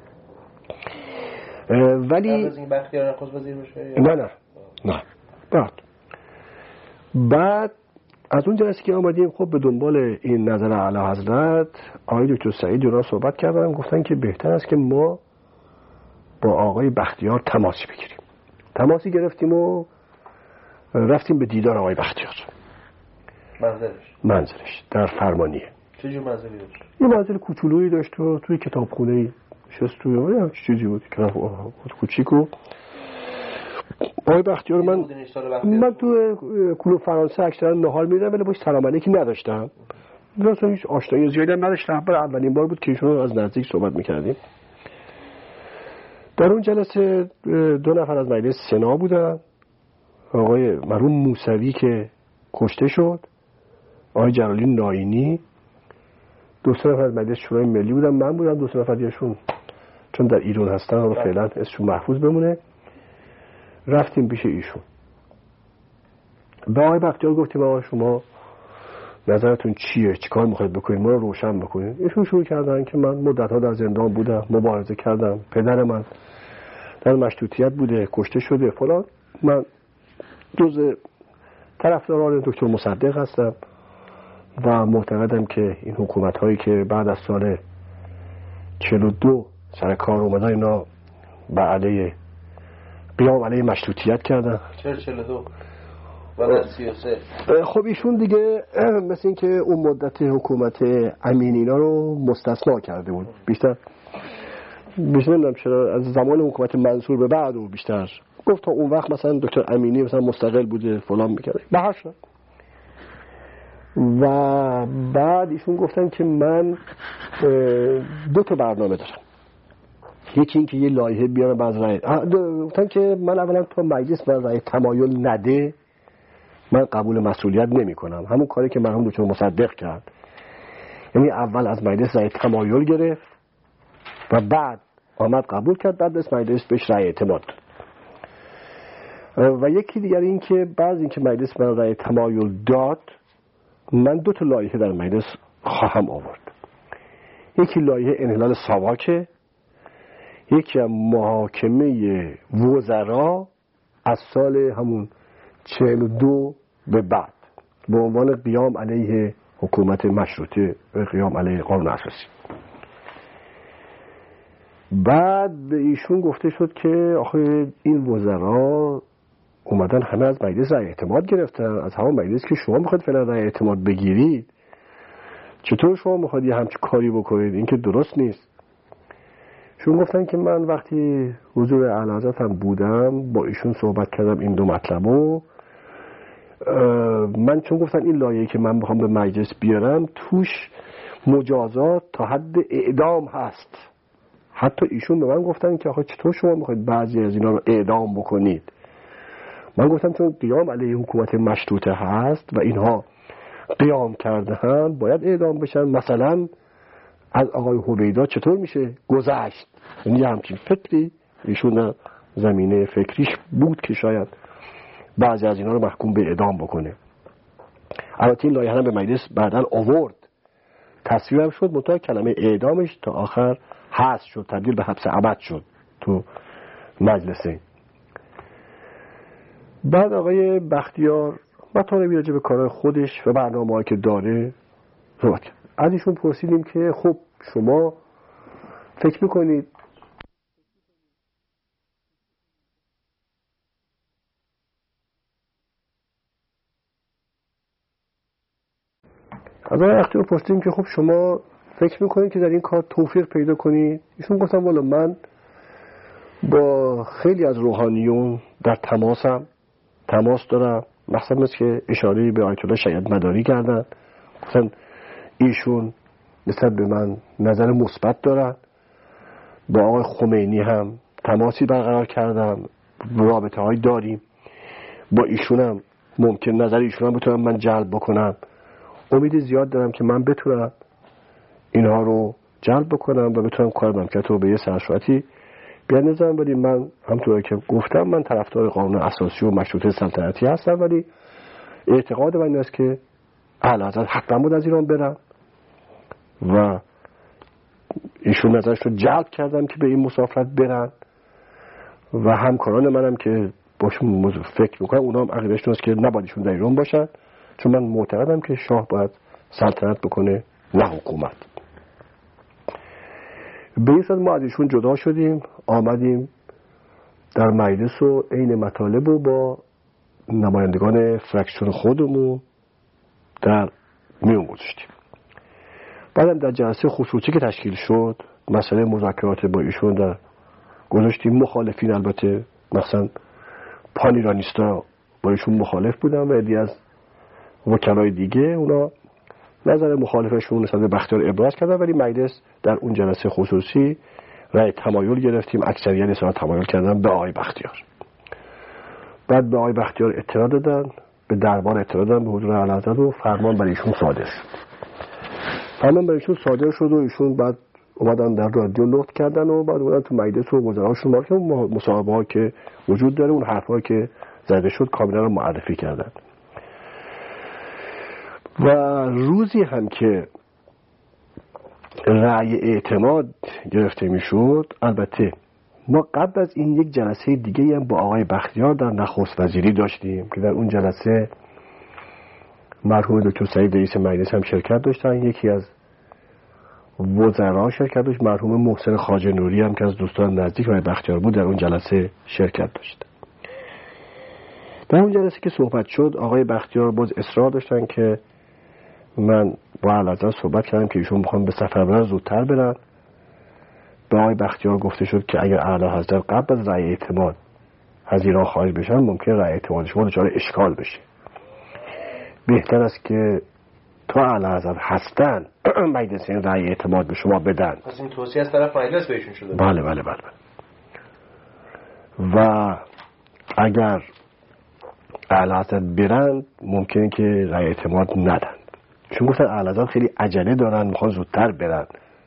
ولی بختیار نخست وزیر بشه؟ نه نه نه بعد بعد از اون جلسه که آمدیم خب به دنبال این نظر اعلی حضرت آقای دکتر سعید جنا صحبت کردن، گفتن که بهتر است که ما با آقای بختیار تماسی بگیریم. تماسی گرفتیم و رفتیم به دیدار آقای بختیار. منزلش منزلش در فرمانیه. چه جور منزلی داشت؟ یه منزل کوچولویی داشت و توی کتابخونه‌ای نشست توی یه چیزی بود که کوچیکو. آقای بختیار من من تو کلوب فرانسه اکثرا نهار می‌رفتم ولی باش سلام علیکی نداشتم. مثلا هیچ آشنایی زیادی نداشتم. برای اولین بار بود که ایشون از نزدیک صحبت می‌کردیم. در اون جلسه دو نفر از مجلس سنا بودن. آقای مرحوم موسوی که کشته شد، آقای جلالی ناینی، دو سه نفر از مجلس شورای ملی بودن، من بودم، دو سه نفر دیگه‌شون چون در ایران هستن رو فعلا اسمشون محفوظ بمونه. رفتیم پیش ایشون. به آقای بختیار گفتیم آقا شما نظرتون چیه؟ چیکار می‌خواید بکنید؟ ما رو روشن بکنید. ایشون شروع کردن که من مدت‌ها در زندان بودم، مبارزه کردم، پدر من در مشروطیت بوده، کشته شده فلان. من جزء طرفداران دکتر مصدق هستم و معتقدم که این حکومت‌هایی که بعد از سال چهل و دو سر کار اومدن اینا به علیه قیام علیه مشروطیت کردن. چهل چهل و دو و سی و سه. خب ایشون دیگه مثل این که اون مدت حکومت امین اینا رو مستثنا کرده بود. بیشتر بیشتر نمیدونم چرا از زمان حکومت منصور به بعد و بیشتر گفت تا اون وقت مثلا دکتر امینی مثلا مستقل بوده فلان میکرده به هر شد. و بعد ایشون گفتن که من دو تا برنامه دارم. یکی این که یه لایحه بیارم باز رای گفتن که من اولا تا مجلس من رای تمایل نده من قبول مسئولیت نمی کنم. همون کاری که مرحوم دکتر مصدق کرد، یعنی اول از مجلس رای تمایل گرفت و بعد آمد قبول کرد، بعد از مجلس بهش رای اعتماد. و یکی دیگر این که بعد این که مجلس من رای تمایل داد من دو تا لایحه در مجلس خواهم آورد. یکی لایحه انحلال ساواکه، یکی هم محاکمه وزرا از سال همون چهل و دو به بعد به عنوان قیام علیه حکومت مشروطه و قیام علیه قانون اساسی. بعد به ایشون گفته شد که آخه این وزرا اومدن همه از مجلس رای اعتماد گرفتن، از همون مجلس که شما میخواید فعلا رای اعتماد بگیرید، چطور شما میخواید یه همچین کاری بکنید؟ این که درست نیست. شون گفتن که من وقتی حضور اعلی حضرت هم بودم با ایشون صحبت کردم این دو مطلبو. من چون گفتن این لایحه‌ای که من بخوام به مجلس بیارم توش مجازات تا حد اعدام هست. حتی ایشون به من گفتن که آخه چطور شما میخواید بعضی از اینا رو اعدام بکنید؟ من گفتم چون قیام علیه حکومت مشروطه هست و اینها قیام کرده هم باید اعدام بشن. مثلا از آقای هویدا چطور میشه گذشت؟ یعنی همچین فکری ایشون زمینه فکریش بود که شاید بعضی از اینا رو محکوم به اعدام بکنه. البته این لایحه هم به مجلس بعداً آورد، تصویب هم شد، منتها کلمه اعدامش تا آخر حذف شد، تبدیل به حبس ابد شد تو مجلسه. بعد آقای بختیار مطالبی راجع به کارهای خودش و برنامه‌هایی که داره صحبت کرد. از ایشون پرسیدیم که خب شما فکر میکنید از آقای بختیار پرسیدیم که خب شما فکر میکنید که در این کار توفیق پیدا کنید؟ ایشون گفتن والا من با خیلی از روحانیون در تماسم تماس دارم، مثلا مثل که اشاره به آیت الله شیعیت مداری کردن، گفتن ایشون نسبت به من نظر مثبت دارن. با آقای خمینی هم تماسی برقرار کردم، رابطه های داریم، با ایشون هم ممکن نظر ایشون هم بتونم من جلب بکنم. امید زیاد دارم که من بتونم اینها رو جلب بکنم و بتونم کار مملکت رو به یه سرسرعتی بیان نظرم. ولی من همطور که گفتم من طرفدار قانون اساسی و مشروطه سلطنتی هستم، ولی اعتقاد من این است که اعلی حضرت حتما بود از ایران برن و ایشون نظرش رو جلب کردم که به این مسافرت برن و همکاران منم که باشون فکر میکنم اونا هم عقیدهشون است که نباید ایشون در ایران باشن، چون من معتقدم که شاه باید سلطنت بکنه نه حکومت. به این صورت ما از ایشون جدا شدیم، آمدیم در مجلس و عین مطالب رو با نمایندگان فرکسیون خودمون در میون گذاشتیم. بعدم در جلسه خصوصی که تشکیل شد مسئله مذاکرات با ایشون در گذاشتیم. مخالفین البته مثلا پان ایرانیستا با ایشون مخالف بودن و عده‌ای از وکلای دیگه اونا نظر مخالفشون نسبت به بختیار ابراز کردن، ولی مجلس در اون جلسه خصوصی رأی تمایل گرفتیم، اکثریت اصلا تمایل کردن به آقای بختیار. بعد به آقای بختیار اطلاع دادن، به دربار اطلاع دادن به حضور اعلیحضرت و فرمان برای ایشون صادر شد. فرمان برای ایشون صادر شد و ایشون بعد اومدن در رادیو نوت کردن و بعد اومدن تو مجلس و وزراشون ما که مصاحبه ها که وجود داره اون حرفا که زده شد کاملا رو معرفی کردن. و روزی هم که رأی اعتماد گرفته میشد، البته ما قبل از این یک جلسه دیگه هم با آقای بختیار در نخست وزیری داشتیم که در اون جلسه مرحوم دکتر سعید رئیس مجلس هم شرکت داشتن، یکی از وزرا شرکت داشت، مرحوم محسن خواجه نوری هم که از دوستان نزدیک آقای بختیار بود در اون جلسه شرکت داشت. در اون جلسه که صحبت شد آقای بختیار باز اصرار داشتن که من با اعلیحضرت صحبت کردم که ایشون میخوان به سفر برن زودتر برن. به آقای بختیار گفته شد که اگر اعلیحضرت قبل از رأی اعتماد از ایران خارج بشن ممکن رأی اعتماد شما دچار اشکال بشه، بهتر است که تا اعلیحضرت هستن مجلس این رأی اعتماد به شما بدن. پس این توصیه از طرف مجلس بهشون شده؟ بله بله بله, بله. و اگر اعلیحضرت برن ممکنه که رأی اعتماد ندن، چون گفتن اعلیحضرت خیلی عجله دارن میخوان زودتر برن.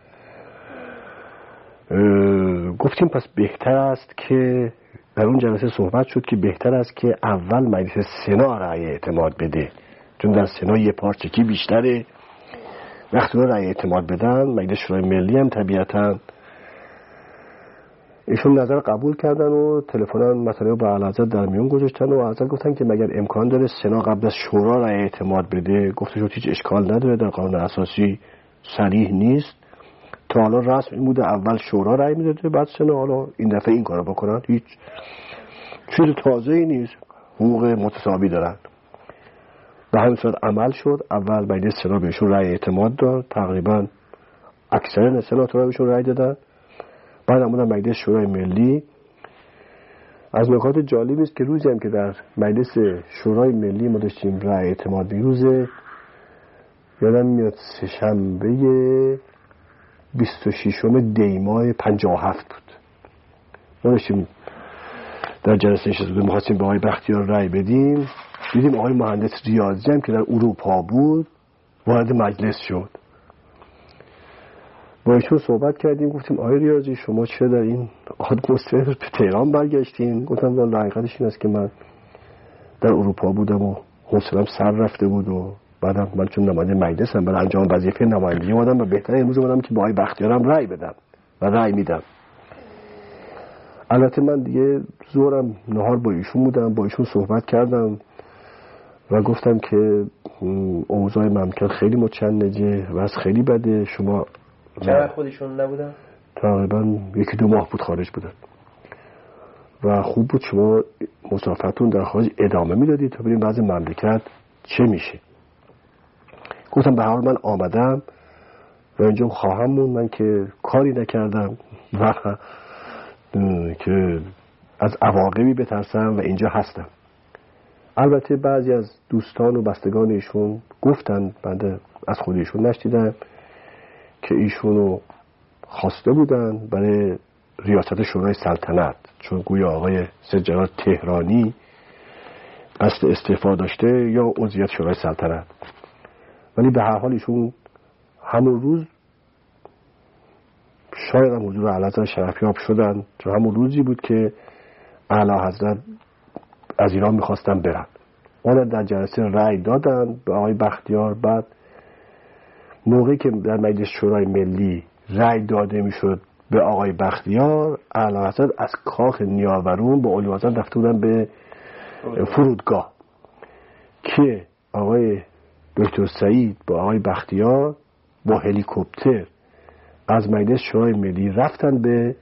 گفتیم پس بهتر است که در اون جلسه صحبت شد که بهتر است که اول مجلس سنا رأی اعتماد بده، چون در سنا یه پارچگی بیشتره. وقتی اون رأی اعتماد بدن مجلس شورای ملی هم طبیعتاً ایشون نظر قبول کردن و تلفناً مسئله با اعلیحضرت در میون گذاشتن و اعلیحضرت گفتن که مگر امکان داره سنا قبل از شورا رأی اعتماد بده؟ گفته شد هیچ اشکال نداره، در قانون اساسی صریح نیست، تا حالا رسم این بوده اول شورا رأی میداده بعد سنا، حالا این دفعه این کارو بکنن هیچ چیز تازه‌ای نیست، حقوق متساوی دارن. به همین صورت عمل شد. اول مجلس سنا بهشون رأی اعتماد داد، تقریبا اکثر سناتورها بهشون رأی دادن. بعد همون مجلس شورای ملی. از نکات جالبی است که روزی هم که در مجلس شورای ملی ما داشتیم رأی اعتماد روز یادم میاد سه شنبه بیست و ششم دی ماه پنجاه و هفت بود. ما داشتیم در جلسه نشسته بودیم می‌خواستیم به آقای بختیار رأی بدیم، دیدیم آقای مهندس ریاضی هم که در اروپا بود وارد مجلس شد. با ایشون صحبت کردیم، گفتیم آقای ریاضی شما چرا در این اتمسفر به تهران برگشتین؟ گفتم والا حقیقتش این است که من در اروپا بودم و حوصله‌ام سر رفته بود و بعدم من چون نماینده مجلسم برای انجام وظیفه نمایندگی اومدم و بهتره امروز اومدم که با آقای بختیارم رأی بدم و رأی میدم. البته من دیگه ظهرم نهار با ایشون بودم، با ایشون صحبت کردم و گفتم که اوضاع مملکت خیلی متشنجه و از خیلی بده. شما چرا خودشون نبودن؟ تقریبا یکی دو ماه بود خارج بودن و خوب بود شما مسافرتون در خارج ادامه میدادید تا ببینیم بعضی مملکت چه میشه. گفتم به هر حال من آمدم و اینجا خواهم مون، من که کاری نکردم و که از عواقبی بترسم و اینجا هستم. البته بعضی از دوستان و بستگان ایشون گفتن، بنده از خود ایشون نشنیدم، که ایشونو خواسته بودن برای ریاست شورای سلطنت، چون گویا آقای سید تهرانی قصد استعفا داشته یا عضویت شورای سلطنت. ولی به هر حال ایشون همون روز شاید هم حضور اعلیحضرت شرفیاب شدن، چون همون روزی بود که اعلیحضرت از ایران میخواستن برن. آن در جلسه رأی دادن به آقای بختیار. بعد موقعی که در مجلس شورای ملی رأی داده میشد به آقای بختیار، اعلیحضرت از کاخ نیاورون با علی حضرت رفته بودن به فرودگاه که آقای دکتر سعید با آقای بختیار با هلیکوپتر از مجلس شورای ملی رفتن به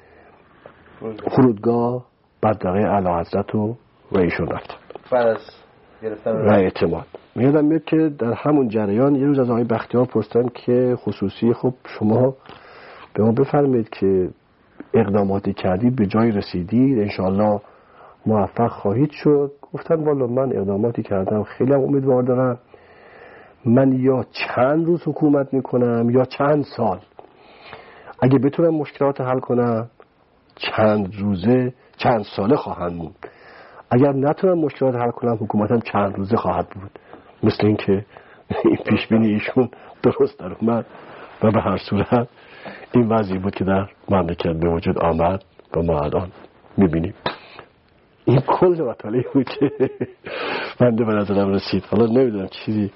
فرودگاه. بعد دقیقه اعلیحضرت و ایشون رفتن بعد از گرفتن رأی اعتماد. میادم میاد که در همون جریان یه روز از آقای بختیار پرسیدم که خصوصی خب شما به ما بفرمایید که اقداماتی کردید به جای رسیدید، انشاءالله موفق خواهید شد. گفتم والا من اقداماتی کردم، خیلی هم امیدوار دارم. من یا چند روز حکومت میکنم یا چند سال. اگه بتونم مشکلات حل کنم چند روزه چند ساله خواهم بود، اگر نتونم مشکلات حل کنم حکومتم چند روزه خواهد بود. مثل این که این پیش بینی ایشون درست در اومد و به هر صورت این وضعی بود که در مملکت به وجود آمد و ما الان میبینیم. این کل مطالعه بود که بنده به نظرم رسید. حالا نمیدونم چیزی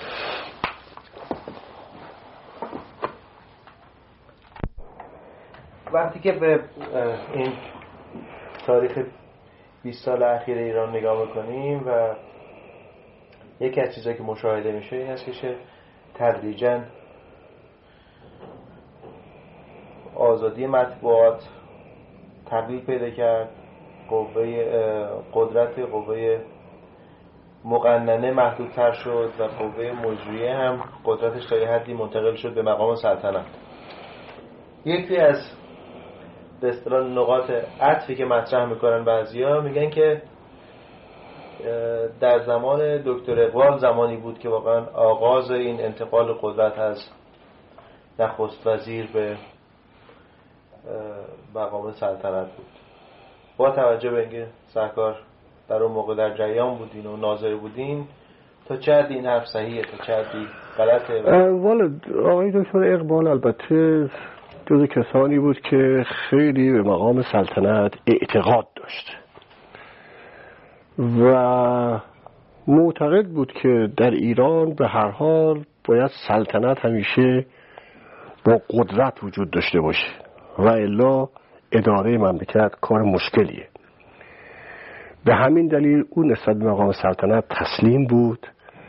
وقتی که به این تاریخ بیست سال اخیر ایران نگاه میکنیم و یکی از چیزایی که مشاهده میشه این است که تدریجاً آزادی مطبوعات تقلیل پیدا کرد، قوه قدرت قوه مقننه محدودتر شد و قوه مجریه هم قدرتش تا یه حدی منتقل شد به مقام سلطنت. یکی از به اصطلاح نقاط عطفی که مطرح میکنن بعضیا میگن که در زمان دکتر اقبال زمانی بود که واقعا آغاز این انتقال قدرت از نخست وزیر به مقام سلطنت بود. با توجه به اینکه سرکار در اون موقع در جریان بودین و ناظر بودین، تا چه حد این حرف صحیحه، تا چه حدی غلطه؟ والا آقای دکتر اقبال البته جز کسانی بود که خیلی به مقام سلطنت اعتقاد داشت و معتقد بود که در ایران به هر حال باید سلطنت همیشه با قدرت وجود داشته باشه و الا اداره مملکت کار مشکلیه. به همین دلیل اون نسبت به مقام سلطنت تسلیم بود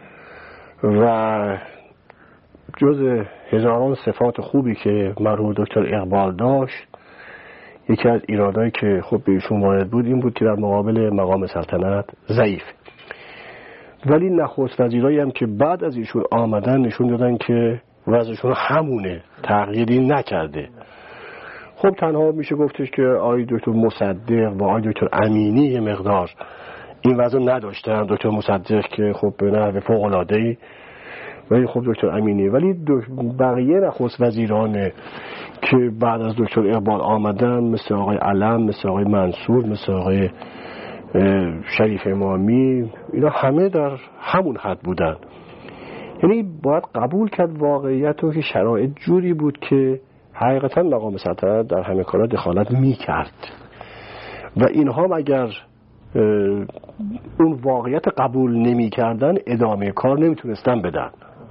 و جز هزاران صفات خوبی که مرحوم دکتر اقبال داشت، یکی از ایرادایی که خب به ایشون وارد بود این بود که در مقابل مقام سلطنت ضعیف. ولی نخست وزیرایی هم که بعد از ایشون آمدن نشون دادن که وضعشون همونه، تغییری نکرده. خب تنها میشه گفتش که آقای دکتر مصدق و آقای دکتر امینی یه مقدار این وضع نداشتن. دکتر مصدق که خب به نحو فوق‌العاده‌ای، ولی خب دکتر امینی. ولی بقیه نخست وزیران که بعد از دکتر اقبال آمدن مثل آقای علم، مثل آقای منصور، مثل آقای شریف امامی، اینا همه در همون حد بودن. یعنی باید قبول کرد واقعیت رو که شرایط جوری بود که حقیقتا مقام سلطنت در همه کارا دخالت میکرد و اینها اگر اون واقعیت قبول نمیکردن ادامه کار نمیتونستن بدن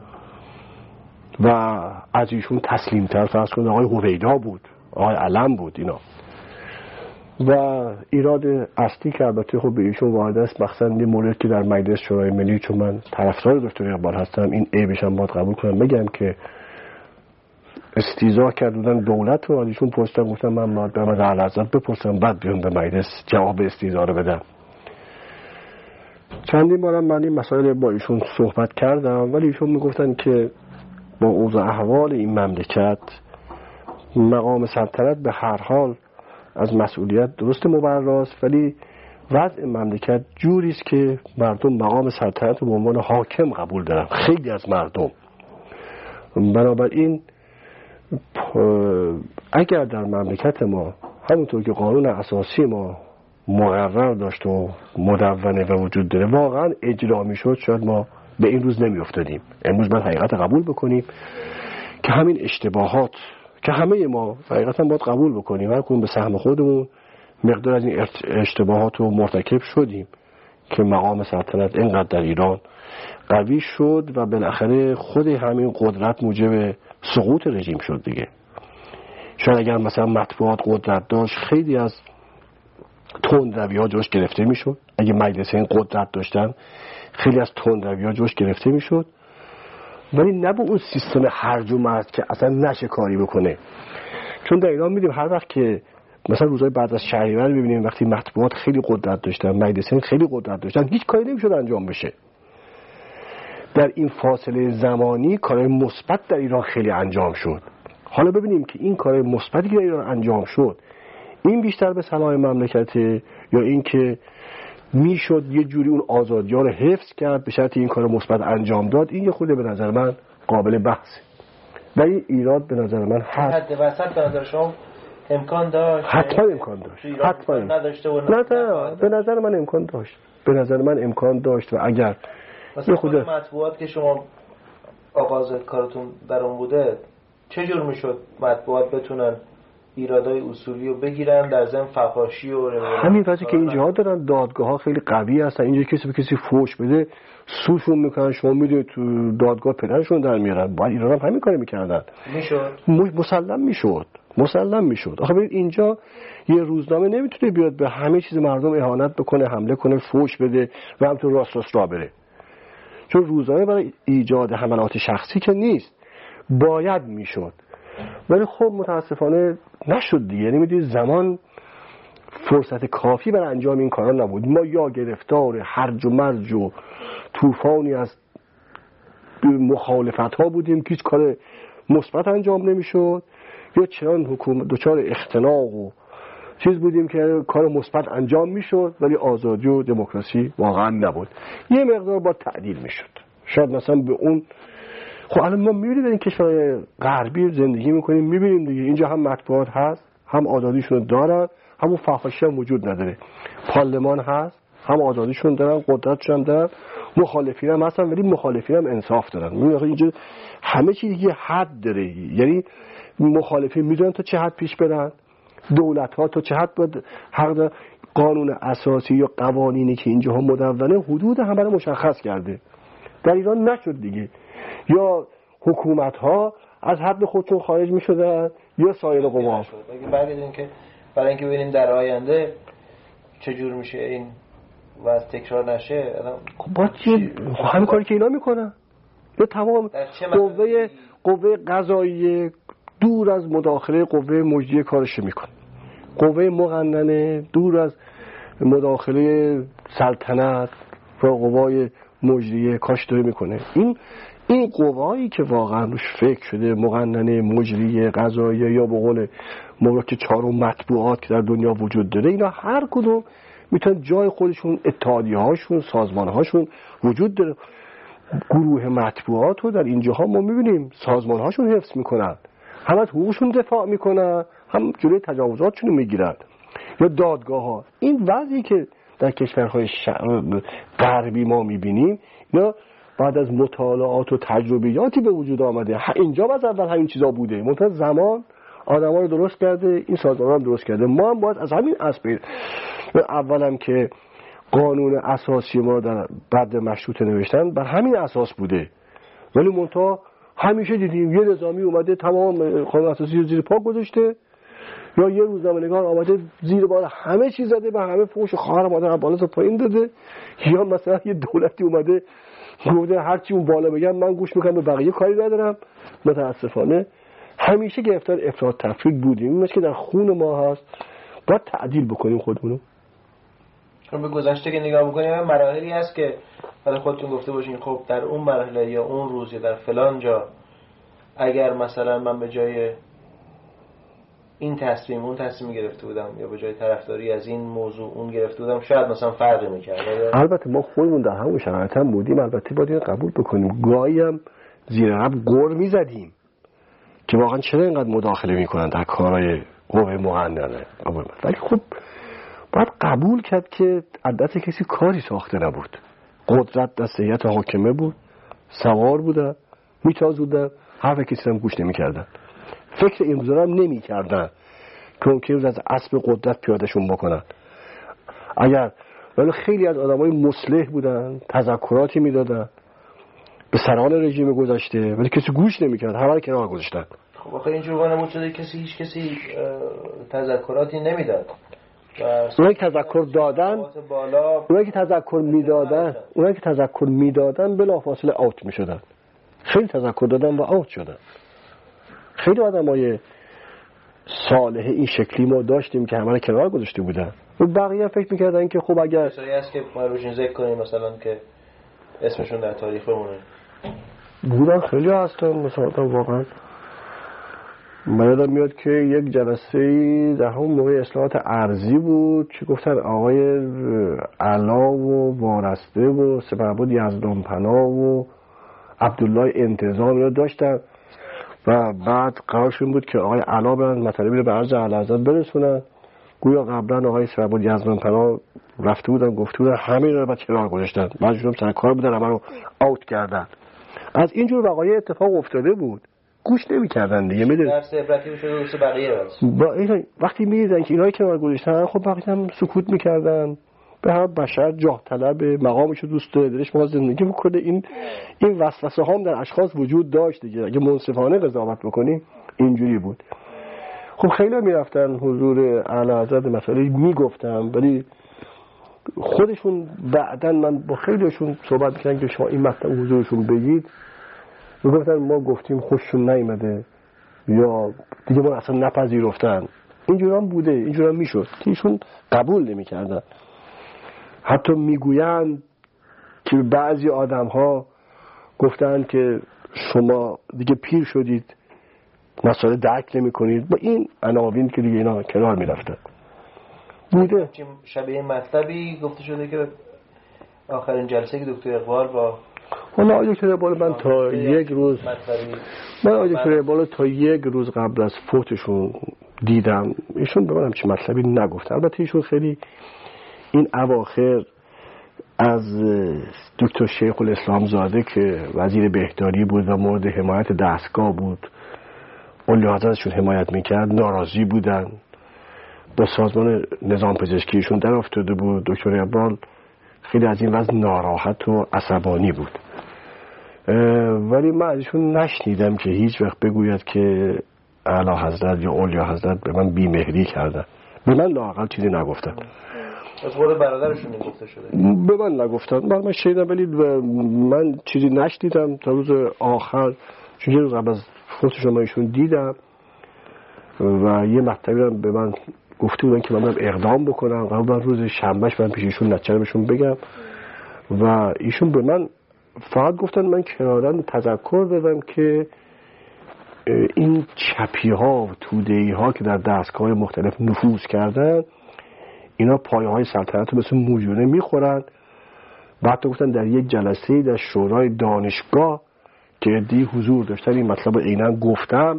و از ایشون تسلیم تر فرض کنید آقای هویدا بود، آقای علم بود اینا. و ایراد اصلی که البته خب به ایشون وارد است، مخصوصا این مورد که در مجلس شورای ملی، چون من طرفدار دکتر اقبال هستم این عیبش هم باید قبول کنم، بگم که استیضاح کردن دولت رو. از ایشون پرسیدم، گفتم من باید برم از اعلیحضرت بپرسم بعد بیام به مجلس جواب استیضاح رو بدم. چندین بارم من این مسائل با ایشون صحبت کردم ولی ایشون میگفتن که با اوضاع احوال این مملکت مقام سلطنت به هر حال از مسئولیت درست مبراست، ولی وضع مملکت جوری است که مردم مقام سلطنت رو به عنوان حاکم قبول دارن، خیلی از مردم. بنابراین اگر در مملکت ما همونطور که قانون اساسی ما مقرر داشت و مدونه و وجود داره واقعا اجرا میشد، شاید ما به این روز نمی افتادیم. امروز باید حقیقت قبول بکنیم که همین اشتباهات که همه ما حقیقتا باید قبول بکنیم، هر کدوم به سهم خودمون مقدار از این اشتباهات رو مرتکب شدیم که مقام سلطنت اینقدر در ایران قوی شد و بالاخره خود همین قدرت موجب سقوط رژیم شد دیگه. شاید اگر مثلا مطبوعات قدرت داشت خیلی از تندروی ها جوش گرفته میشد. اگه مجلس این قدرت داشتن خیلی از تندروی ها جوش گرفته میشد، ولی نه با اون سیستم هرج و مرج که اصلا نشه کاری بکنه. چون در ایران میدیم هر وقت که مثلا روزهای بعد از شهریور ببینیم وقتی مطبوعات خیلی قدرت داشتن، مجلس خیلی قدرت داشتن، هیچ کاری نمیشد انجام بشه. در این فاصله زمانی کارهای مثبت در ایران خیلی انجام شد. حالا ببینیم که این کارهای مثبتی که در ایران انجام شد این بیشتر به صلاح مملکته یا این که میشد یه جوری اون آزادی‌ها رو حفظ کرد به شرطی این کار مثبت انجام داد. این یه خود به نظر من قابل بحثه و این ایراد به نظر من هست. حد وسط به نظر شما امکان داشت؟ حتما امکان داشت. حتما نداشته و نه نه به نظر من امکان داشت. به نظر من امکان داشت و اگر مثلا خود مطبوعات که شما آغاز کارتون در اون بوده چه جور میشد مطبوعات بتونن ایرادای اصولی رو بگیرن در ضمن فحاشی و همین واسه که اینجاها دارن دادگاه ها خیلی قوی هستن. اینجا کسی به کسی فوش بده سوشون میکنن. شما میدونید تو دادگاه پدرشون در میارن. باید ایران هم همین کارو میکردن. میشد مسلم میشد مسلم میشد. آخه ببین اینجا یه روزنامه نمیتونه بیاد به همه چیز مردم اهانت بکنه، حمله کنه، فوش بده و همینطور راست راست راه بره. چون روزنامه برای ایجاد حملات شخصی که نیست. باید میشد ولی خب متاسفانه نشد دیگه. یعنی میدونید زمان فرصت کافی برای انجام این کارا نبود. ما یا گرفتار هرج و مرج و طوفانی از مخالفت ها بودیم که هیچ کار مثبت انجام نمیشد، یا چنان حکومت دچار اختناق و چیز بودیم که کار مثبت انجام میشد ولی آزادی و دموکراسی واقعا نبود. یه مقدار با تعدیل میشد. شاید مثلا به اون خب الان ما میبینیم در این کشورهای غربی زندگی میکنیم، میبینیم دیگه اینجا هم مطبوعات هست، هم آزادیشون دارن، هم فحاشی هم وجود نداره. پارلمان هست، هم آزادیشون دارن، قدرتشون دارن، مخالفین هم هستن ولی مخالفین هم انصاف دارن. میبینید اینجا همه چیز یه حد داره. یعنی مخالفین میدونن تا چه حد پیش برن، دولت ها تا چه حد باید حق دارن. قانون اساسی یا قوانینی که اینجاها مدونه حدود همه رو مشخص کرده. در ایران نشد دیگه. یا حکومت ها از حد خودشون خارج می شدن یا سایر قوا. بعد از اینکه برای اینکه ببینیم در آینده چجور میشه این و از تکرار نشه خب با چی همین کاری که اینا میکنن یا تمام قوه قوه قضاییه دور از مداخله قوه مجریه کارش میکنه. قوه مقننه دور از مداخله سلطنت و قوای مجریه کارش داره میکنه. این این قوایی که واقعا روش فکر شده، مقننه، مجریه، قضاییه یا به قول مبارک چهارم مطبوعات که در دنیا وجود داره، اینا هر کدوم میتونن جای خودشون، اتحادیه هاشون، سازمان هاشون وجود داره. گروه مطبوعات رو در اینجاها ما میبینیم سازمان هاشون حفظ میکنن، هم از حقوقشون دفاع میکنن، هم جلوی تجاوزاتشون میگیرن. یا دادگاه ها. این وضعی که در کشورهای غربی ما میبینیم اینا بعد از مطالعات و تجربیاتی به وجود آمده. اینجا باز اول همین چیزا بوده، منتها زمان آدما رو درست کرده، این سازمان رو درست کرده. ما هم باید از همین اصل اولم که قانون اساسی ما در بعد مشروطه نوشتن بر همین اساس بوده، ولی منتها همیشه دیدیم یه نظامی اومده تمام قانون اساسی رو زیر پا گذاشته، یا یه روزنامه‌نگار آمده زیر بار همه چیز زده، به همه فوش خواهر مادر بالا تا پایین داده، یا مثلا یه دولتی اومده گفته هر چی اون بالا بگم من گوش میکنم، به بقیه کاری ندارم. متاسفانه همیشه گرفتار افراط تفرید بودیم. این که در خون ما هست، باید تعدیل بکنیم خودمونو. چون به گذشته که نگاه بکنیم مراحلی هست که برای خودتون گفته باشین خب در اون مرحله یا اون روز یا در فلان جا اگر مثلا من به جای این تصمیم اون تصمیم گرفته بودم یا به جای طرفداری از این موضوع اون گرفته بودم شاید مثلا فرقی میکرد. البته ما خودمون در همون شرایط هم بودیم، البته باید قبول بکنیم گاهی هم زیر لب غر میزدیم که واقعا چرا اینقدر مداخله میکنن در کارهای قوه مقننه. ولی خب باید قبول کرد که عدت کسی کاری ساخته نبود. قدرت دست هیئت حاکمه بود، سوار بودن، میتازودن، حرف کسی هم گوش نمیکردن، فکر امضا هم نمیکردن که ممکنه از اسب قدرت پیادهشون بکنن. اگر ولی خیلی از آدمای مصلح بودن، تذکراتی میدادن به سران رژیم گذشته، ولی کسی گوش نمیکرد، همه رو کنار گذاشتن. خب آخه اینجور وانمود شده کسی هیچ کسی تذکراتی نمیداد. اونایی که تذکر دادن، اونایی که تذکر میدادن، اونایی که تذکر میدادن بلافاصله آوت میشدن. خیلی تذکر دادن و آوت شدن. خیلی آدمای صالح این شکلی ما داشتیم که همه رو کنار گذاشته بودن. و بقیه فکر میکردن که خب اگر کسایی هست که ما روشون ذکر کنیم مثلا که اسمشون در تاریخ بمونه. بودن خیلی هستن، مثلا واقعا من یادم میاد که یک جلسه در همون موقع اصلاحات ارضی بود که گفتن آقای علا و وارسته و سپهبد یزدانپناه و عبدالله انتظام رو داشتن و بعد قرارشون بود که آقای علا برن مطالبی رو به عرض اعلیحضرت برسونن. گویا قبلا آقای سپهبد یزدانپناه رفته بودن گفته بودن همین رو بعد کنار گذاشتن، بعضیشون هم سرکار بودن همه رو آوت کردن. از اینجور وقایع اتفاق افتاده بود، گوش نمی‌کردن دیگه. میدونید درس عبرتی شده واسه بقیه بس. با این وقتی می‌دیدن که اینایی کنار گذاشتن خب بقیه هم سکوت می‌کردن. به هر بشر جاه طلب مقامش رو دوست داره، دلش می‌خواد زندگی بکنه. این این وسوسه ها هم در اشخاص وجود داشت دیگه. اگه منصفانه قضاوت بکنیم اینجوری بود. خب خیلی میرفتن حضور اعلیحضرت مسئله میگفتن، ولی خودشون بعداً من با خیلیشون صحبت می‌کردم که شما این مطلب حضورشون بگید، میگفتن ما گفتیم خوششون نیامده یا دیگه ما اصلا نپذیرفتن. اینجوری هم بوده، اینجوری هم میشد که ایشون قبول نمی‌کردن. حتی میگویند که بعضی آدم‌ها گفتن که شما دیگه پیر شدید، مسائل درک نمی‌کنید. با این عناوین که دیگه اینا کنار می‌رفتن. بوده شبیه مطلبی گفته شده که آخرین جلسه که دکتر اقبال با حالا آقای دکتر اقبال من تا یک روز من آقای دکتر اقبال تا یک روز قبل از فوتشون دیدم. ایشون به من همچین مطلبی نگفتن. البته ایشون خیلی این اواخر از دکتر شیخ الاسلام زاده که وزیر بهداری بود و مورد حمایت دستگاه بود، اولی حضرتشون حمایت میکرد، ناراضی بودن. با سازمان نظام پزشکیشون در افتاده بود. دکتر اقبال خیلی از این وضع ناراحت و عصبانی بود، ولی من ازشون نشنیدم که هیچ وقت بگوید که اعلی حضرت یا اولیا حضرت به من بیمهری کردن. به من لااقل چیزی نگفتن. از خود برادرشون نگفته شده؟ به من نگفتن. من من شنیدم ولی من چیزی نشنیدم تا روز آخر، چون یه روز قبل از فوتشون من ایشون دیدم و یه مطلبی به من گفته بودن که من باید اقدام بکنم. قبل من روز شنبهش من پیش ایشون نتیجه بهشون بگم و ایشون به من فقط گفتن من کنارن تذکر دادم که این چپی ها و توده‌ای ها که در دستگاه مختلف نفوذ کردن اینا پایه های سلطنت رو مثل موجونه میخورن. بعد تو گفتن در یک جلسه در شورای دانشگاه که عده‌ای حضور داشتن این مطلب رو عیناً گفتم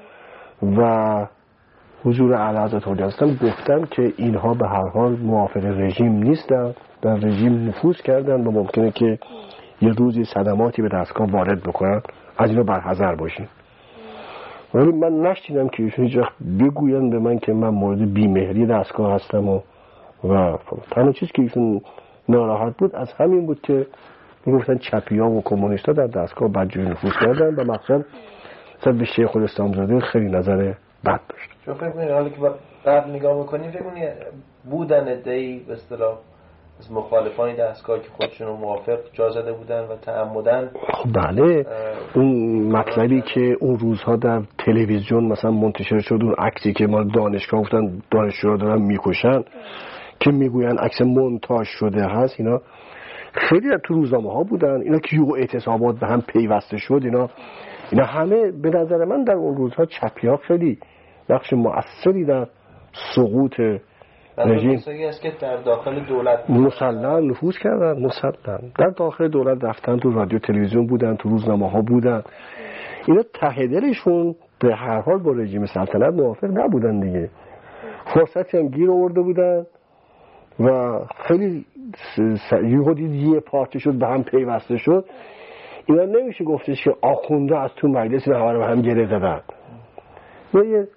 و حضور اعلیحضرت هستم گفتم که اینها به هر حال موافق رژیم نیستن، در رژیم نفوذ کردن و ممکنه که یه روزی صدماتی به دستگاه وارد بکنن، از اینو برحذر باشین. ولی من نشنیدم که ایشون هیچ وقت بگوین به من که من مورد بیمهری دستگاه هستم و و تنها چیز که ایشون ناراحت بود از همین بود که میگفتن چپی‌ها و کمونیست‌ها در دستگاه بدجوری نفوذ کردن و مقصد صد به شیخ الاسلام زاده خیلی نظر بد داشت. شما فکر کنید حالا که بعد نگاه می‌کنیم فکر کنید بودن عده‌ای به اصطلاح از مخالفان دستگاه که خودشون رو موافق جا زده بودن و تعمدن؟ بله، اون مطلبی که اون روزها در تلویزیون مثلا منتشر شد، اون عکسی که ما دانشگاه گفتن دانشجوها دارن میکشن که میگوین عکس مونتاژ شده هست، اینا خیلی در تو روزنامه ها بودن. اینا که یو اعتصابات به هم پیوسته شد، اینا اینا همه به نظر من در اون روزها چپی ها خیلی نقش مؤثری در سقوط رژیم است که در داخل دولت مسلم نفوذ کردن. مسلم در داخل دولت رفتن، تو رادیو تلویزیون بودن، تو روزنامه ها بودن. اینا ته دلشون به هر حال با رژیم سلطنت موافق نبودن دیگه. فرصتی هم گیر آورده بودن و خیلی یهودی یه پارچه شد به هم پیوسته شد. اینا نمیشه گفتش که آخونده از تو مجلس همه رو به هم گره زدن. یه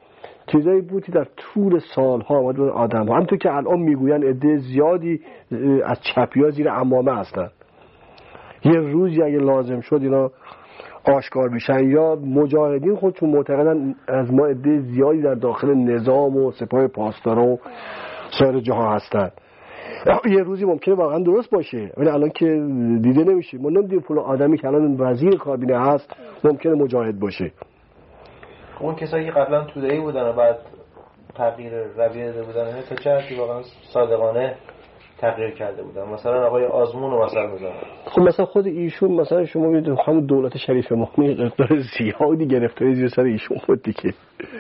چیزایی بود که در طول سالها آمد بود آدم ها، همونطور که الان میگوین عده زیادی از چپیا زیر عمامه هستن. یه روزی اگه لازم شد اینا آشکار بشن، یا مجاهدین خودشون معتقدن از ما عده زیادی در داخل نظام و سپاه پاسداران و سایر جاها هستن. یه روزی ممکنه واقعا درست باشه، ولی الان که دیده نمیشه. ما نمیدونیم فلان آدمی که الان وزیر کابینه هست ممکنه مجاهد باشه. اون کسایی که قبلا توده‌ای بودن و بعد تغییر رویه داده بودن، تا چه حدی واقعا صادقانه تغییر کرده بودن؟ مثلا آقای آزمون رو مثلا بزنم. خب مثلا خود ایشون، مثلا شما میدونید همون دولت شریف امامی قدر زیادی گرفتاری زیر سر ایشون بود دیگه.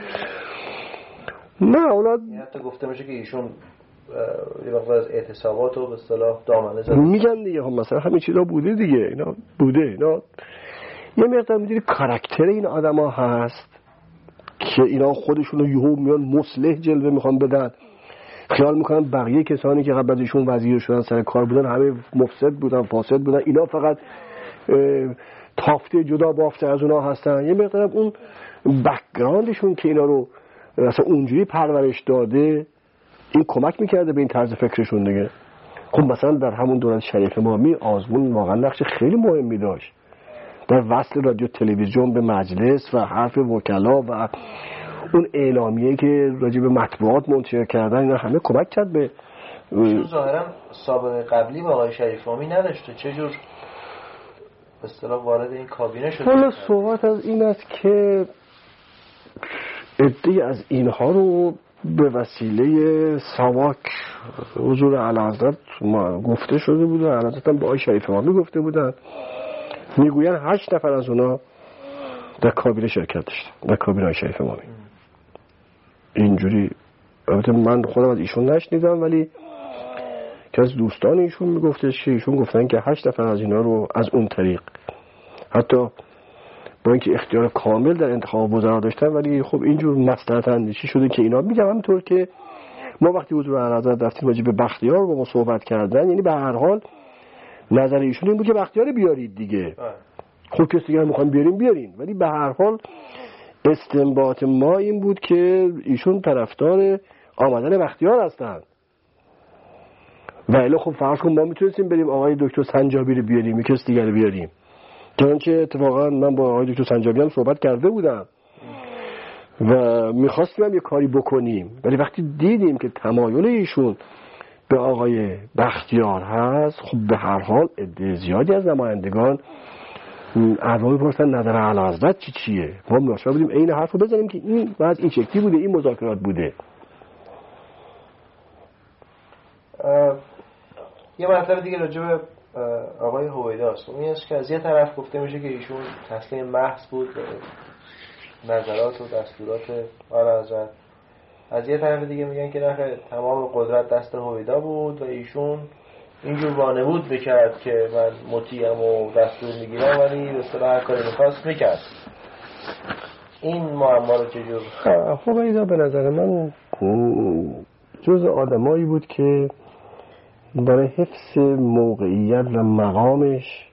نه اونا حتی گفته میشه که ایشون یه وقت از اعتصابات و به اصطلاح دامنه زد. میگن دیگه هم مثلا همین چیزا بوده دیگه. اینا بوده. اینا یه مقدار میدونی کاراکتر این آدما هست که اینا خودشون رو یهو میان مصلح جلوه میخوان بدن، خیال میکنن بقیه کسانی که قبل از ایشون وزیر شدن سر کار بودن همه مفسد بودن، فاسد بودن، اینا فقط تافته جدا بافته از اونا هستن. یه مقدار اون بک‌گراندشون که اینا رو مثلا اونجوری پرورش داده، این کمک میکرده به این طرز فکرشون دیگه. خب مثلا در همون دوران شریف امامی آزمون واقعا نقش خیلی مهمی داشت در وصل رادیو تلویزیون به مجلس و حرف وکلا و اون اعلامیه که راجع به مطبوعات منتشر کردن، اینا همه کمک کرد به چون ظاهرا سابقه قبلی با آقای شریف امامی نداشته. چه جور به اصطلاح وارد این کابینه شده؟ حالا صحبت از این است که عده‌ای از اینها رو به وسیله ساواک حضور اعلیحضرت گفته شده بود و اعلیحضرت هم به آقای شریف امامی گفته بودن. میگوین هشت نفر از اونا در کابینه شرکت داشتن، در کابینه آقای شریف امامی. اینجوری البته من خودم از ایشون نشنیدم، ولی که از دوستان ایشون میگفتش که ایشون گفتن که هشت نفر از اینا رو از اون طریق، حتی با اینکه اختیار کامل در انتخاب وزرا داشتن، ولی خب اینجور مصلحت اندیشی شده که اینا، میگم همینطور که ما وقتی حضور اعلیحضرت رفتیم واجب بختیار با ما صحبت کردن، یعنی به هر حال نظر ایشون این بود که بختیار بیارید دیگه. خب کسی دیگه میخوام بیاریم بیارین، ولی به هر حال استنباط ما این بود که ایشون طرفدار آمدن بختیار هستن. ولی خب فرض کن ما میتونستیم بریم آقای دکتر سنجابی رو بیاریم، کسی دیگه رو بیاریم، چون اتفاقا من با آقای دکتر سنجابی هم صحبت کرده بودم و میخواستیم هم یه کاری بکنیم، ولی وقتی دیدیم که تمایل ایشون به آقای بختیار هست، خب به هر حال عده زیادی از نمایندگان اعضای پرسن نظر اعلیحضرت چی چیه، ما مشورت بودیم این حرف رو بزنیم که این بعد این شکلی بوده، این مذاکرات بوده. یه مطلب دیگه راجع به آقای هویدا است. اون است که از یه طرف گفته میشه که ایشون تسلیم محض بود به نظرات و دستورات اعلیحضرت، از یه طرف دیگه میگن که نه، تمام قدرت دست هویدا بود و ایشون اینجور وانمود میکرد که من مطیعم و دستور میگیرم، ولی به اصطلاح هر کاری میخواست میکرد. این معما رو چجور؟ هویدا به نظر من جز آدمایی بود که برای حفظ موقعیت و مقامش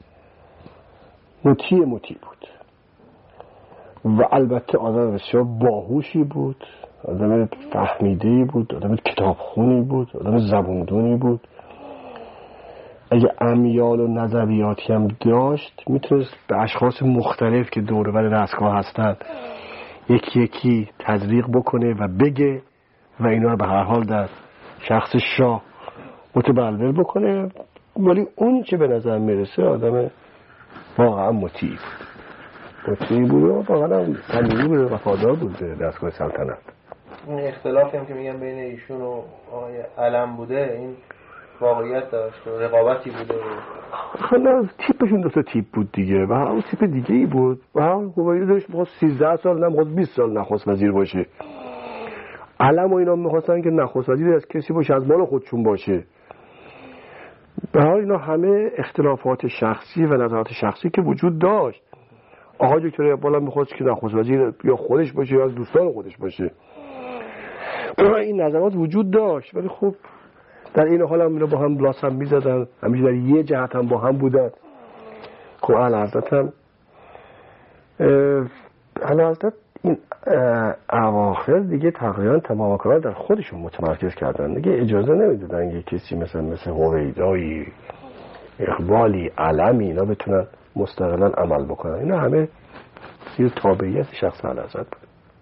مطیع مطیع بود و البته آدم بسیار باهوشی بود، آدم فهمیده‌ای بود، آدم کتابخونی بود، آدم زبوندونی بود. اگه امیال و نظریاتی هم داشت میتونست به اشخاص مختلف که دور و بر دستگاه هستن یکی یکی تزریق بکنه و بگه و اینا رو به هر حال در شخص شاه متبلور بکنه، ولی اون چه به نظر میرسه آدم واقعا مطیع بود، مطیع بود و واقعا صمیمی بود و وفادار بود به دستگاه سلطنت. این اختلافی هم که میگن بین ایشون و آقای علم بوده، این واقعیت داشت و رقابتی بوده. خلاص تیپشون دو تا تیپ بود دیگه و همون تیپ دیگه ای بود و همون هویدا داشت میخواست سیزده سال نه میخواست بیست سال نخست وزیر باشه. علم و اینا میخواستن که نخست وزیر از کسی باشه از مال خودشون باشه. به هر حال اینا همه اختلافات شخصی و نظرات شخصی که وجود داشت. آقا دکتر اقبال هم میخواست که نخست وزیر یا خودش باشه یا از دوستان خودش باشه. این نظرات وجود داشت، ولی خب در این حال هم اینا با هم لاس هم میزدن، همیشه در یه جهت هم با هم بودن. خب اعلیحضرت هم اعلیحضرت این اواخر دیگه تقریبا تمام کارا در خودشون متمرکز کردن دیگه، اجازه نمیدادن یه کسی مثلا مثل هویدایی، اقبالی، علمی اینا بتونن مستقلا عمل بکنن. اینا همه یه تابعیت شخص اعلیحضرت بود.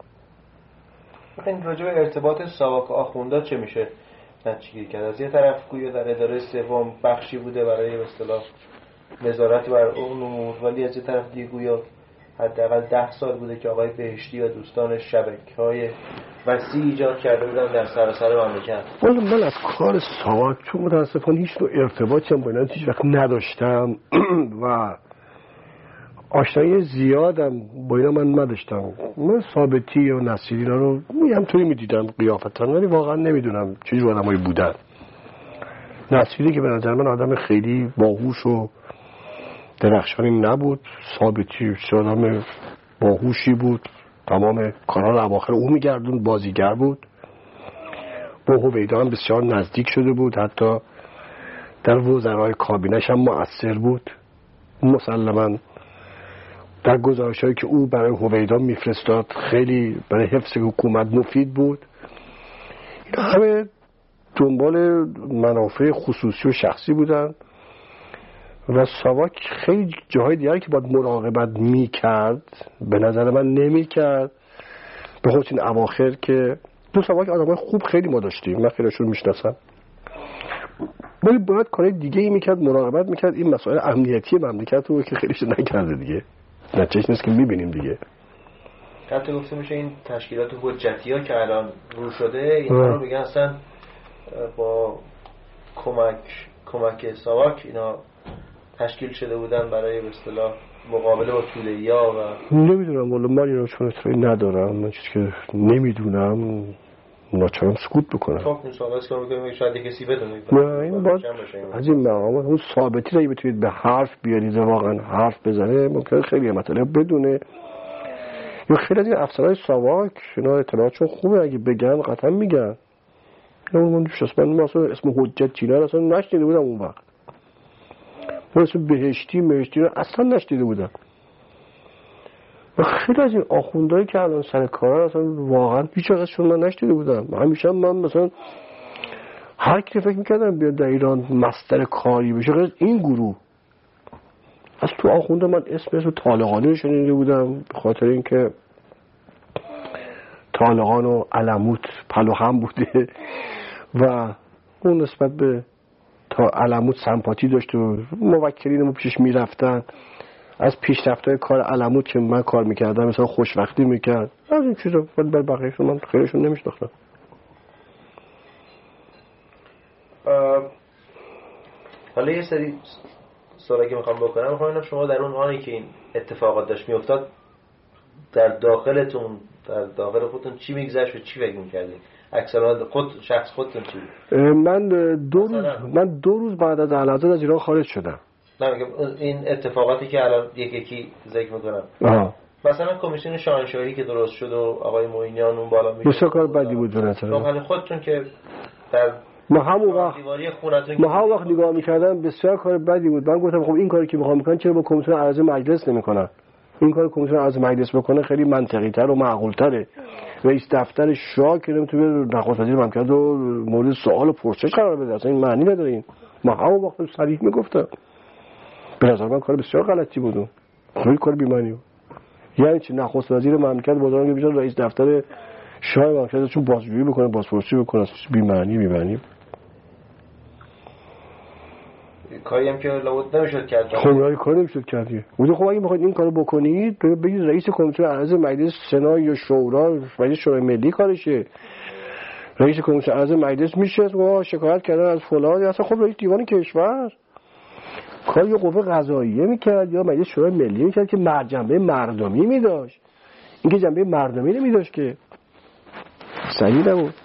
این راجع به ارتباط ساواک و آخوندا چه میشه نتیجه کرد؟ از یه طرف گویا در اداره سوم بخشی بوده برای به اصطلاح نظارت بر اون امور، ولی از یه طرف دیگه گویا حداقل ده سال بوده که آقای بهشتی و دوستانش شبکه‌های وسیع ایجاد کرده بودن در سراسر مملکت. والا من از کار ساواک چون متاسفانه هیچ نوع ارتباطی هم با اینا هیچ وقت نداشتم و آشنایی زیادم با اینا من نداشتم. من ثابتی و نصیری اینا رو همطوری میدیدم قیافتن، ولی واقعا نمیدونم چه جور آدمایی بودن. نصیری که به نظر من آدم خیلی باهوش و درخشانی نبود، ثابتی آدم باهوشی بود، تمام کارها رو اواخر او میگردون، بازیگر بود، با هویدا هم بسیار نزدیک شده بود، حتی در وزرای کابینش هم مؤثر بود. مسلماً در گزارش‌هایی که او برای هویدا میفرستاد خیلی برای حفظ حکومت مفید بود. اینا همه دنبال منافع خصوصی و شخصی بودن و ساواک خیلی جاهای دیگری که باید مراقبت میکرد به نظر من نمیکرد، به خصوص این اواخر که تو ساواک آدمای خوب خیلی ما داشتیم، من خیلیشون میشناسم، ولی باید کارهای دیگه ای میکرد، مراقبت میکرد این مسائل امنیتی مملکت رو که خیلیش نکرده دیگه. نتیجهش نیست که میبینیم دیگه. حتی گفته میشه این تشکیلات حجتی ها که الان رو شده اینا رو میگن اصلا با کمک کمک ساواک اینا تشکیل شده بودن برای به اصطلاح مقابله با طوله‌ای‌ها و نمیدونم والا من اینا چون اطلاعی ندارم، من چیزی که نمیدونم ناچارم سکوت بکنم. خب این سوال است که میگم شاید کسی بدونه. نه این باید از این مقام اون ثابتی رو بتونید به حرف بیارید واقعا حرف بزنه ممکنه خیلی مطلب بدونه، یا خیلی از این افسرهای ساواک اینا اطلاعاتشون خوبه اگه بگن قطعا میگن. من من مثلا اسم حجت چینا اصلا نشنیده بودم اون وقت، من اسم بهشتی مهشتی رو اصلا نشنیده بودم و خیلی از این آخوندهایی که الان سر کارن اصلا واقعا هیچ ازشون من نشنیده بودم. همیشه من مثلا هر کی فکر میکردم بیاد در ایران مستر کاری بشه غیر این گروه. از تو آخونده من اسم اسم طالقانی رو شنیده بودم به خاطر اینکه طالقان و علموت پلو هم بوده و اون نسبت به تا علموت سمپاتی داشت و موکلینمون پیشش میرفتن. از پیشرفت‌های کار علموت که من کار میکردم مثلا خوشوقتی میکرد، از این چیزا بر بقیه‌شون من خیلیشون نمیشناختم. حالا یه سری سوالی که میخوام بکنم، میخوام ببینم شما در اون آنی که این اتفاقات داشت میافتاد در داخلتون در داخل خودتون چی میگذشت و چی فکر میکردید؟ اکثرا خود شخص خودتون چی بود؟ من دو روز من دو روز بعد از اعلیحضرت از ایران خارج شدم. نه میگم این اتفاقاتی که الان یک یکی ذکر میکنم. آها. مثلا کمیسیون شاهنشاهی که درست شد و آقای معینیان اون بالا میگه بسیار کار بدی بود مثلا. شما حالا خودتون که در ما همون وقت ما همون وقت نگاه می‌کردم بسیار کار بدی بود. من گفتم خب این کاری که می‌خوام بکنن چرا با کمیسیون اعضا مجلس نمی‌کنن؟ این کار کمیسیون اعضا مجلس بکنه خیلی منطقی‌تر و معقول‌تره. رئیس دفتر شاه که نمی‌تونه نخست وزیر مملکت رو مورد سوال و پرسش قرار بده، اصلا این معنی نداره. این ما همون وقت صریح میگفتم به نظر من کار بسیار غلطی بود، خیلی کار بی‌معنی بود. یعنی چی نخست وزیر مملکت بازارن که رئیس دفتر شاه مملکت چون بازجویی بکنه بازپرسی بکنه بی‌معنی بی‌معنی کاری هم که لابد نمیشد کرد. خب رای کاری نمیشد کردی. بودی خب اگه بخواید این کارو بکنید بگید رئیس کمیسیون اعضا مجلس سنا یا شورا مجلس شورای ملی کارشه. رئیس کمیسیون اعضا مجلس میشه و شکایت کردن از فلان، اصلا خب رئیس دیوان کشور کار یا قوه قضاییه میکرد یا مجلس شورای ملی میکرد که جنبه مردمی میداشت. اینکه جنبه مردمی نمیداشت که صحیح نبود.